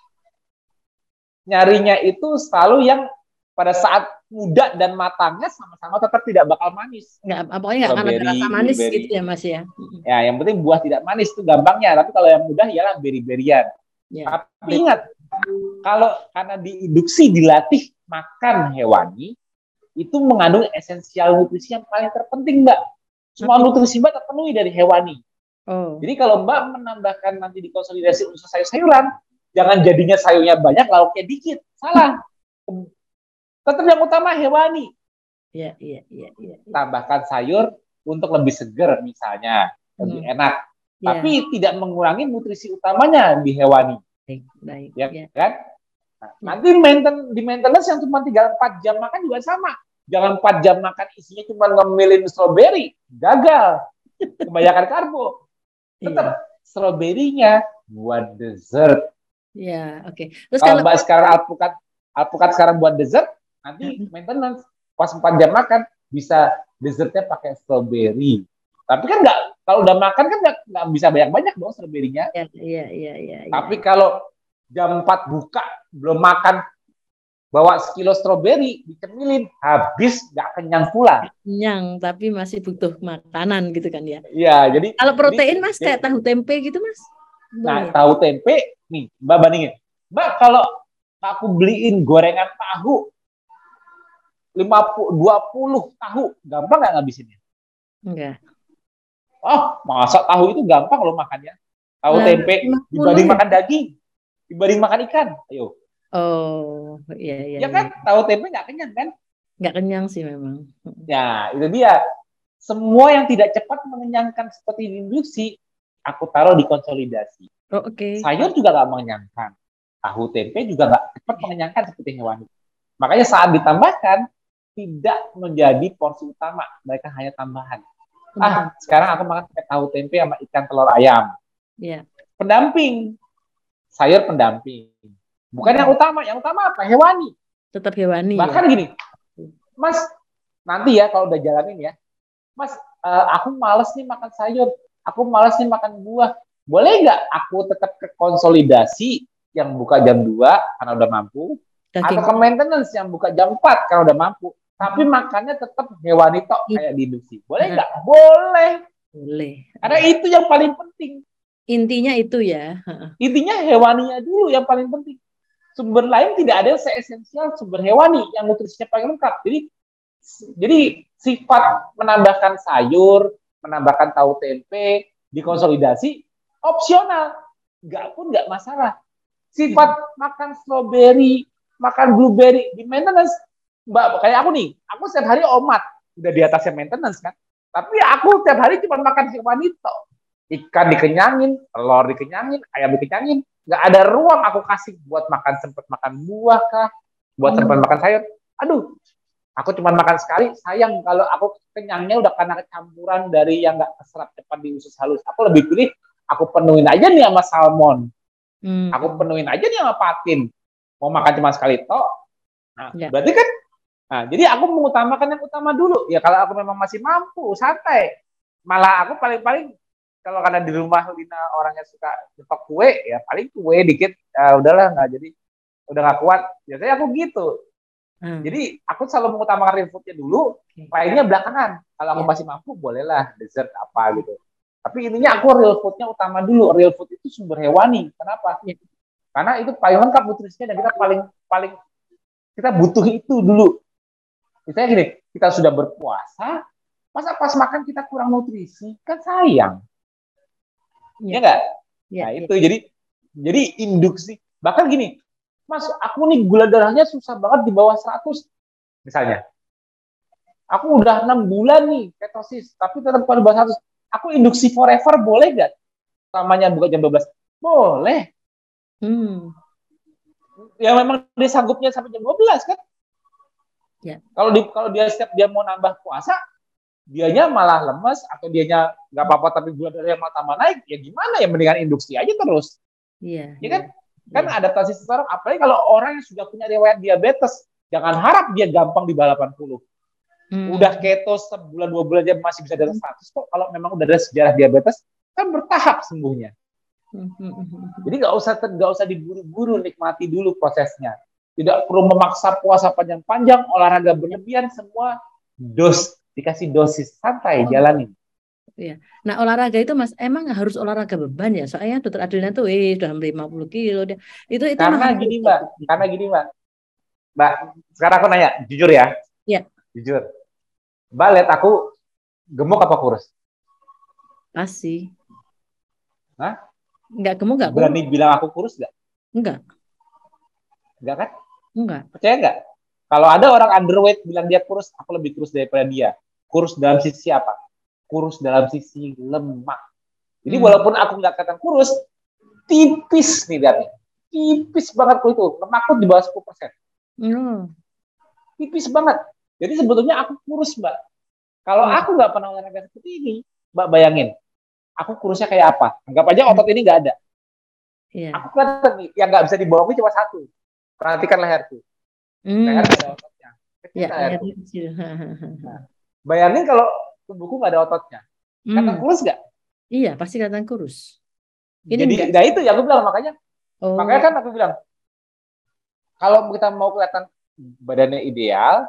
S1: nyarinya itu selalu yang pada saat muda dan matangnya sama-sama tetap tidak bakal manis.
S2: Nggak, pokoknya nggak akan ada rasa
S1: Strawberry,
S2: manis gitu
S1: blueberry.
S2: ya, Mas ya. Mm-mm.
S1: Ya, yang penting buah tidak manis itu gampangnya. Tapi kalau yang mudah ialah beri-berian.
S2: Ya,
S1: Tapi
S2: bet-
S1: ingat, kalau karena diinduksi dilatih makan hewani, itu mengandung esensial nutrisi yang paling terpenting, Mbak. Semua
S2: apa itu?
S1: nutrisi Mbak terpenuhi dari hewani.
S2: Oh,
S1: Jadi kalau Mbak menambahkan nanti di konsolidasi unsur sayur-sayuran, jangan jadinya sayurnya banyak, lauknya dikit. Salah. Tetap yang utama hewani.
S2: iya, iya, iya, iya. Iya.
S1: Tambahkan sayur untuk lebih seger misalnya, lebih
S2: Hmm.
S1: enak.
S2: Ya,
S1: Tapi tidak mengurangi nutrisi utamanya di hewani.
S2: baik, baik.
S1: Ya
S2: Ya,
S1: kan? Nah,
S2: ya.
S1: nanti mainten, di maintenance yang cuma tiga empat jam makan juga sama. Jangan empat jam makan isinya cuma ngemilin strawberry. Gagal. Kebanyakan karbo.
S2: Iya.
S1: Tetap stroberinya buat dessert.
S2: Ya, oke. Terus
S1: Kalau
S2: kalau
S1: Mbak sekarang alpukat, alpukat sekarang buat dessert, nanti maintenance. Pas empat jam makan, bisa dessertnya pakai strawberry. Tapi kan nggak, kalau udah makan kan nggak nggak bisa banyak-banyak dong strawberry-nya.
S2: ya, ya, ya, ya, ya,
S1: Tapi
S2: ya.
S1: kalau jam empat buka, belum makan, bawa sekilo strawberry, dicemilin, habis nggak kenyang pula.
S2: Kenyang, tapi masih butuh makanan gitu kan ya.
S1: Iya, jadi
S2: Kalau
S1: jadi,
S2: protein Mas
S1: jadi
S2: kayak tahu tempe gitu Mas,
S1: nah
S2: boleh.
S1: tahu tempe nih, Mbak bandingin. Mbak kalau aku beliin gorengan tahu lima puluh dua puluh tahu, gampang nggak ngabisinnya?
S2: Enggak.
S1: Oh, masa tahu itu gampang loh makannya. Tahu
S2: Lah,
S1: tempe
S2: lima puluh
S1: dibanding
S2: ya.
S1: makan daging, dibanding makan ikan. Ayo,
S2: Oh, iya, iya,
S1: ya
S2: iya.
S1: kan? Tahu tempe nggak kenyang kan?
S2: Nggak kenyang sih memang.
S1: Ya, itu dia. Semua yang tidak cepat mengenyangkan seperti induksi, aku taruh di konsolidasi.
S2: Oh, oke.
S1: Sayur juga nggak mengenyangkan. Tahu tempe juga nggak cepat mengenyangkan seperti hewan. Makanya saat ditambahkan, tidak menjadi porsi utama. Mereka hanya tambahan.
S2: Untuk
S1: Ah,
S2: tambah.
S1: sekarang aku makan pakai tahu tempe sama ikan telur ayam.
S2: Ya.
S1: Pendamping. Sayur pendamping. Bukan yang utama. Yang utama apa? Hewani.
S2: Tetap hewani ya.
S1: Bahkan gini, Mas, nanti ya kalau udah jalanin ya, Mas, uh, aku males nih makan sayur, aku males nih makan buah. Boleh nggak aku tetap ke konsolidasi yang buka jam dua karena udah mampu,
S2: Daging.
S1: atau ke maintenance yang buka jam empat karena udah mampu, tapi
S2: Hmm.
S1: makannya tetap hewani tok
S2: I-
S1: kayak di induksi. Boleh
S2: Nah,
S1: nggak? Boleh.
S2: boleh.
S1: Karena
S2: Ya.
S1: itu yang paling penting.
S2: Intinya itu ya.
S1: Intinya hewaninya dulu yang paling penting. Sumber lain tidak ada yang se-esensial sumber hewani yang nutrisinya paling lengkap. Jadi jadi sifat menambahkan sayur, menambahkan tahu tempe, dikonsolidasi, opsional. Nggak pun nggak masalah. Sifat makan strawberry, makan blueberry, di maintenance. Mbak, kayak aku nih, aku setiap hari omat. Udah di atasnya maintenance kan. Tapi aku setiap hari cuma makan hewan itu. Ikan dikenyangin, telur dikenyangin, ayam dikenyangin. Nggak ada ruang aku kasih buat makan, sempat makan buah kah, buat sempat
S2: Hmm.
S1: makan sayur. Aduh, aku cuma makan sekali, sayang kalau aku kenyangnya udah karena campuran dari yang nggak keserap cepat di usus halus. Aku lebih pilih aku penuhin aja nih sama salmon,
S2: Hmm.
S1: aku penuhin aja nih sama patin. Mau makan cuma sekali toh, nah,
S2: Ya.
S1: berarti kan, nah jadi aku mengutamakan yang utama dulu. Ya kalau aku memang masih mampu, santai. Malah aku paling-paling kalau karena di rumah Lina orangnya suka nyetok kue, ya paling kue dikit, ya udahlah nggak jadi, udah nggak kuat. Biasanya aku gitu.
S2: Hmm.
S1: Jadi aku selalu mengutamakan real food-nya dulu,
S2: Okay.
S1: lainnya belakangan. Kalau aku
S2: Ya.
S1: masih mampu, bolehlah dessert apa gitu. Tapi intinya aku real food-nya utama dulu. Real food itu sumber hewani. Kenapa?
S2: Ya.
S1: Karena itu paling lengkap nutrisinya dan kita paling paling kita butuh itu dulu. Misalnya gini, kita sudah berpuasa, masa pas makan kita kurang nutrisi, kan sayang.
S2: Ya.
S1: Ya nggak?
S2: Ya.
S1: Nah
S2: Ya.
S1: itu jadi jadi induksi. Bahkan gini, Mas, aku nih gula darahnya susah banget di bawah seratus misalnya. Aku udah enam bulan nih ketosis, tapi tetap di bawah seratus. Aku induksi forever boleh nggak? Samanya buka jam dua belas. Boleh.
S2: Hmm.
S1: Ya memang dia sanggupnya sampai jam dua belas kan?
S2: Ya.
S1: Kalau di, kalau dia setiap dia mau nambah puasa, dianya malah lemes atau dianya nggak apa-apa tapi gula darahnya malah tambah naik, ya gimana ya, mendingan induksi aja terus.
S2: Iya.
S1: Ya kan?
S2: Ya.
S1: Kan
S2: Ya.
S1: adaptasi seseorang, apalagi kalau orang yang sudah punya riwayat diabetes, jangan harap dia gampang di bawah delapan puluh.
S2: Hmm.
S1: Udah keto sebulan dua bulan aja masih bisa di atas seratus kok. Kalau memang udah ada sejarah diabetes, kan bertahap sembuhnya.
S2: Hmm. Hmm.
S1: Jadi nggak usah nggak usah diburu-buru, nikmati dulu prosesnya. Tidak perlu memaksa puasa panjang-panjang, olahraga berlebihan, semua dos dikasih dosis, santai jalanin.
S2: Ya. Nah olahraga itu Mas emang harus olahraga beban ya? Soalnya dokter Adriana tuh eh udah lima puluh kilo dia. Itu itu
S1: Karena
S2: emang
S1: gini
S2: harus
S1: Mbak,
S2: gitu.
S1: karena gini Mbak. Mbak, sekarang aku nanya, jujur ya.
S2: Ya.
S1: Jujur. Mbak lihat aku gemuk apa kurus?
S2: Pasti.
S1: Hah?
S2: Enggak gemuk enggak kurus.
S1: Berani bilang aku kurus nggak?
S2: Enggak.
S1: Enggak kan?
S2: Enggak.
S1: Percaya nggak? Kalau ada orang underweight bilang dia kurus, aku lebih kurus daripada dia. Kurus dalam sisi apa? Kurus dalam sisi lemak. Jadi
S2: Hmm.
S1: walaupun aku nggak katakan kurus, tipis nih lihatnya. Tipis banget aku itu. Lemakku di bawah sepuluh persen.
S2: Hmm.
S1: Tipis banget. Jadi sebetulnya aku kurus, Mbak. Kalau
S2: Hmm.
S1: aku nggak pernah olahraga seperti ini, Mbak bayangin, aku kurusnya kayak apa? Anggap aja otot ini nggak ada.
S2: Iya.
S1: Aku kelihatan nih, yang nggak bisa dibohongi cuma satu. Perhatikan leherku.
S2: Hmm.
S1: Leher nggak ada ototnya. Kecil
S2: Ya,
S1: leherku.
S2: lehernya kecil.
S1: Nah, bayangin kalau tubuhku nggak ada ototnya. Kata
S2: Hmm.
S1: kurus nggak?
S2: Iya, pasti kelihatan kurus. Ini
S1: Jadi,
S2: enggak
S1: nah
S2: sih.
S1: itu yang aku bilang. Makanya, makanya
S2: Oh,
S1: kan aku bilang, kalau kita mau kelihatan badannya ideal,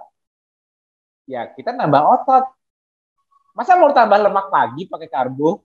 S1: ya kita nambah otot. Masa mau tambah lemak lagi pakai karbo?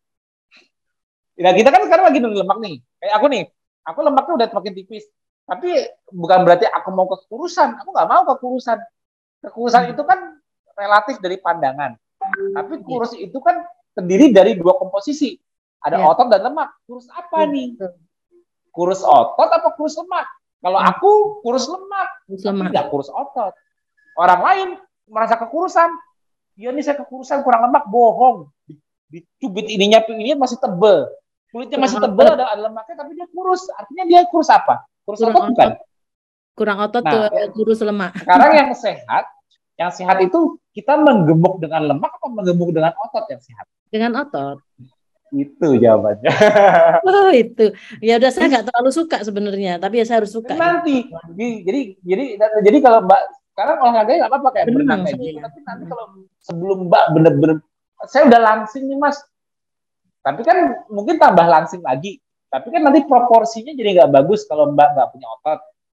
S1: Nah, kita kan sekarang lagi nunggu lemak nih. Kayak aku nih, aku lemaknya udah semakin tipis. Tapi bukan berarti aku mau kekurusan. Aku nggak mau kekurusan. Kekurusan itu kan relatif dari pandangan. Tapi
S2: ya,
S1: kurus itu kan terdiri dari dua komposisi. Ada
S2: ya,
S1: otot dan lemak. Kurus apa
S2: ya,
S1: nih?
S2: betul.
S1: Kurus otot apa kurus lemak? Kalau
S2: Hmm,
S1: aku kurus lemak,
S2: kurus
S1: tapi
S2: lemak.
S1: nggak kurus otot. Orang lain merasa kekurusan. Ya nih saya kekurusan kurang lemak, bohong. Dicubit ininya, ini masih tebel. Kulitnya
S2: Kurang
S1: masih tebel,
S2: otot,
S1: ada, ada lemaknya, tapi dia kurus. Artinya dia kurus apa? Kurus
S2: kurang
S1: otot bukan?
S2: otot, kurang otot tuh
S1: Nah, ya,
S2: kurus lemak.
S1: sekarang yang sehat, yang sehat itu kita menggemuk dengan lemak atau menggemuk dengan otot yang sehat?
S2: Dengan otot.
S1: Itu jawabannya.
S2: Oh, itu. Ya udah saya nggak terlalu suka sebenarnya, tapi ya saya harus suka gitu.
S1: Nanti, jadi jadi jadi kalau Mbak sekarang olahraganya nggak apa-apa kayak berenang
S2: Berenang
S1: kayak gitu,
S2: saya.
S1: tapi nanti
S2: Hmm.
S1: kalau sebelum Mbak bener-bener, saya udah langsing nih Mas, tapi kan mungkin tambah langsing lagi, tapi kan nanti proporsinya jadi nggak bagus kalau Mbak nggak punya otot,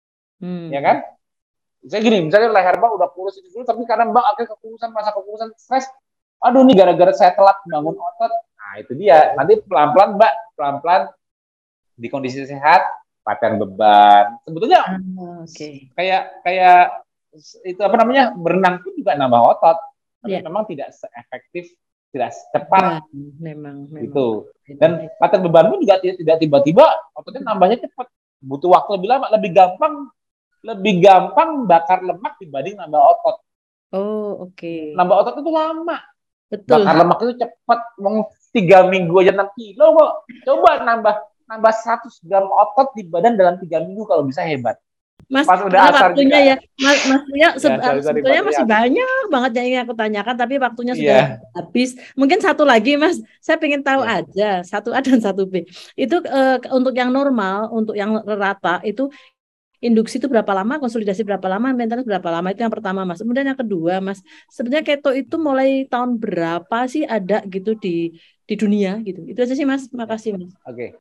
S1: ya
S2: Hmm.
S1: kan? Saya gini, misalnya leher Mbak udah kurus itu dulu, tapi karena Mbak akhirnya kekurusan, masa kekurusan, stres, aduh nih gara-gara saya telat bangun otot, nah itu dia, nanti pelan-pelan Mbak, pelan-pelan di kondisi sehat, latihan beban, sebetulnya
S2: Ah, oke.
S1: kayak kayak itu apa namanya, berenang pun juga nambah otot, tapi
S2: Ya,
S1: memang tidak seefektif, tidak
S2: beban
S1: secepat
S2: memang memang
S1: gitu.
S2: beda.
S1: Dan latihan beban pun juga tidak tiba-tiba ototnya nambahnya cepat, butuh waktu lebih lama, lebih gampang lebih gampang bakar lemak dibanding nambah otot.
S2: Oh, oke.
S1: Nambah otot itu lama, bakar
S2: Betul.
S1: lemak itu cepat, mau tiga minggu aja enam kilo kok. Coba nambah nambah seratus gram otot di badan dalam tiga minggu kalau bisa, hebat.
S2: Mas,
S1: Pas udah
S2: karena
S1: asar
S2: waktunya
S1: juga.
S2: ya, Mas, Mas Ria
S1: Ya,
S2: se-
S1: sorry, sorry Mbak
S2: sebetulnya masih
S1: Trias.
S2: banyak banget yang ingin aku tanyakan, tapi waktunya sudah
S1: Iya,
S2: habis. Mungkin satu lagi, Mas, saya ingin tahu
S1: iya.
S2: aja, satu A dan satu B. Itu eh, untuk yang normal, untuk yang rata, itu induksi itu berapa lama, konsolidasi berapa lama, maintenance berapa lama, itu yang pertama, Mas. Kemudian yang kedua, Mas, sebenarnya keto itu mulai tahun berapa sih ada gitu di di dunia gitu. Itu aja sih, Mas.
S1: Ya.
S2: Makasih, Mas.
S1: Oke. Okay.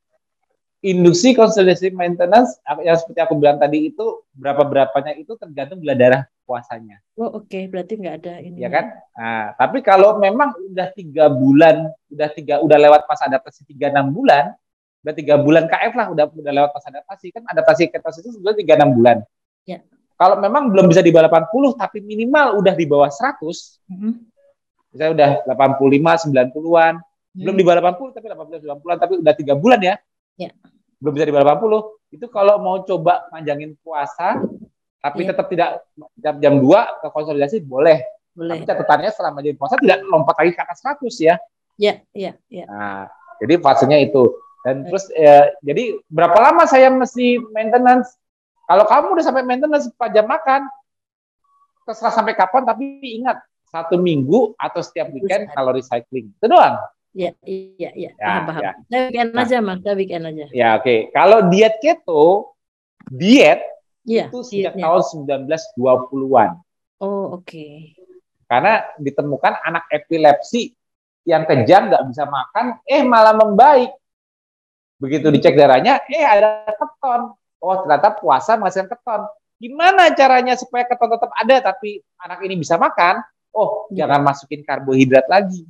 S1: Induksi konsolidasi maintenance yang seperti aku bilang tadi itu berapa-berapanya itu tergantung gula darah puasanya.
S2: Oh, oke, okay. Berarti nggak ada
S1: Ya
S2: ininya.
S1: kan? Nah, tapi kalau memang udah tiga bulan, udah tiga, udah lewat masa adaptasi tiga enam bulan, udah tiga bulan K F lah, udah udah lewat masa adaptasi, kan adaptasi ketosis itu sudah tiga enam bulan.
S2: Ya.
S1: Kalau memang belum bisa di bawah delapan puluh, tapi minimal udah di bawah seratus,
S2: Mm-hmm.
S1: misalnya udah delapan puluh lima, sembilan puluhan, hmm. belum di bawah delapan puluh, tapi delapan puluh, sembilan puluhan, tapi udah tiga bulan ya,
S2: Ya.
S1: belum bisa di bawah delapan puluh, itu kalau mau coba panjangin puasa, tapi
S2: Ya.
S1: tetap tidak jam, jam dua ke konsolidasi, boleh.
S2: Boleh.
S1: Tapi catatannya selama jadi puasa tidak lompat lagi ke atas seratus ya.
S2: Ya, ya, ya.
S1: Nah, jadi fasenya itu. Dan terus ya, jadi berapa lama saya mesti maintenance? Kalau kamu udah sampai maintenance empat jam makan, terserah sampai kapan, tapi ingat satu minggu atau setiap weekend kalori cycling. Itu doang.
S2: Ya, iya, iya,
S1: Ya,
S2: paham, paham.
S1: ya.
S2: Saya weekend
S1: Nah,
S2: aja, Mas. Saya weekend aja.
S1: Ya, oke. Okay. Kalau diet keto, diet
S2: ya,
S1: itu sejak
S2: dietnya.
S1: tahun sembilan belas dua puluhan.
S2: Oh, oke. Okay.
S1: Karena ditemukan anak epilepsi yang kejang nggak bisa makan, eh malah membaik. Begitu dicek darahnya, eh ada keton. Oh, ternyata puasa menghasilkan keton. Gimana caranya supaya keton tetap ada tapi anak ini bisa makan? Oh, ya. Jangan masukin karbohidrat lagi.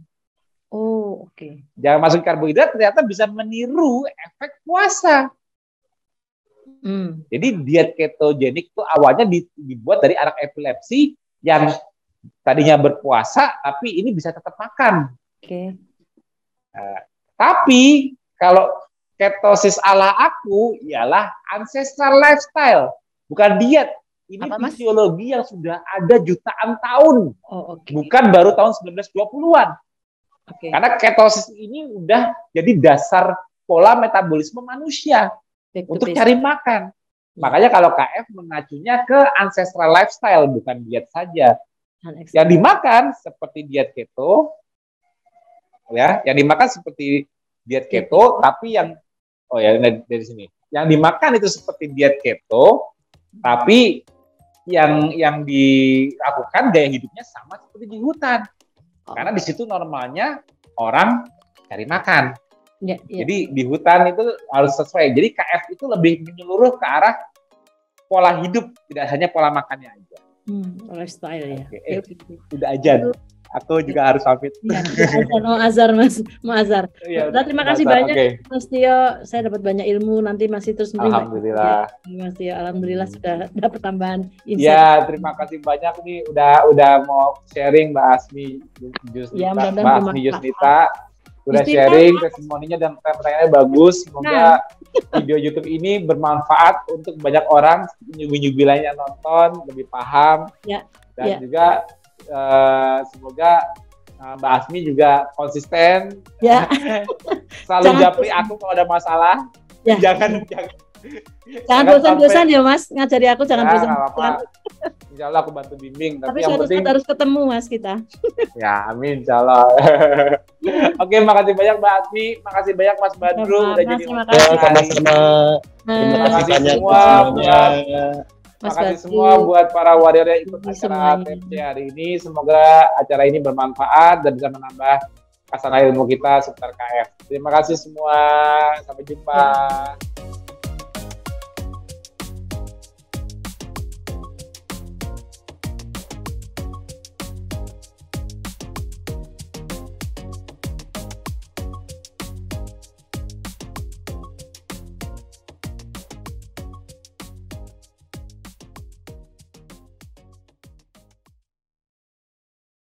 S2: Oh, oke. Okay.
S1: Jangan masukin karbohidrat, ternyata bisa meniru efek puasa.
S2: Hmm.
S1: Jadi diet ketogenik itu awalnya dibuat dari anak epilepsi yang tadinya berpuasa, tapi ini bisa tetap makan.
S2: Oke. Okay.
S1: Nah, tapi kalau ketosis ala aku ialah ancestral lifestyle, bukan diet. Ini apa, fisiologi Mas? Yang sudah ada jutaan tahun,
S2: oh, okay.
S1: bukan baru tahun sembilan belas dua puluhan. Okay. Karena ketosis ini udah jadi dasar pola metabolisme manusia Back untuk cari makan. Ya. Makanya kalau K F mengacunya ke ancestral lifestyle, bukan diet saja. Yang dimakan seperti diet keto, ya, yang dimakan seperti diet keto, tapi yang oh ya dari, dari sini. Yang dimakan itu seperti diet keto, tapi yang yang dilakukan gaya hidupnya sama seperti di hutan.
S2: Oh.
S1: Karena di situ normalnya orang cari makan.
S2: Ya, ya.
S1: Jadi di hutan itu harus sesuai. Jadi K F itu lebih menyeluruh ke arah pola hidup, tidak hanya pola makannya aja.
S2: Hmm, lifestyle ya.
S1: Oke, eh,
S2: Oke, oke.
S1: udah ajan. Aku juga harus pamit.
S2: Ya, mau azar mas, mau azar.
S1: Ya,
S2: Nah, terima kasih
S1: azar,
S2: banyak
S1: okay.
S2: Mas Tio. Saya dapat banyak ilmu. Nanti masih terus
S1: Alhamdulillah.
S2: Ya, Mas Tio, alhamdulillah hmm. sudah dapat tambahan insight.
S1: Ya, terima kasih banyak nih udah udah mau sharing Mbak Asmi Yusnita, ya, Mbak Asmi Yusnita. Udah Yusnita. Sharing testimoninya dan pertanyaannya bagus. Semoga nah. video YouTube ini bermanfaat untuk banyak orang, nyubi-nyubi lainnya nonton, lebih paham.
S2: Ya.
S1: Dan
S2: ya.
S1: juga Uh, semoga uh, Mbak Asmi juga konsisten,
S2: ya.
S1: selalu jangan japri aku kalau ada masalah,
S2: ya.
S1: jangan jangan
S2: jangan bosan-bosan ya Mas, ngajari aku jangan
S1: ya,
S2: bosan-bosan.
S1: Insya Allah aku bantu bimbing.
S2: Tapi,
S1: tapi
S2: yang
S1: suatu
S2: penting harus ketemu Mas kita.
S1: Ya amin Insya Allah. Oke, makasih banyak Mbak Asmi, makasih banyak Mas Badru
S2: ya,
S1: udah jadi
S3: sama-sama. Terima kasih banyak
S1: semua buat Terima kasih semua buat para warrior yang ikut acara T F C hari ini. Semoga acara ini bermanfaat dan bisa menambah kasanah ilmu kita seputar K F. Terima kasih semua. Sampai jumpa.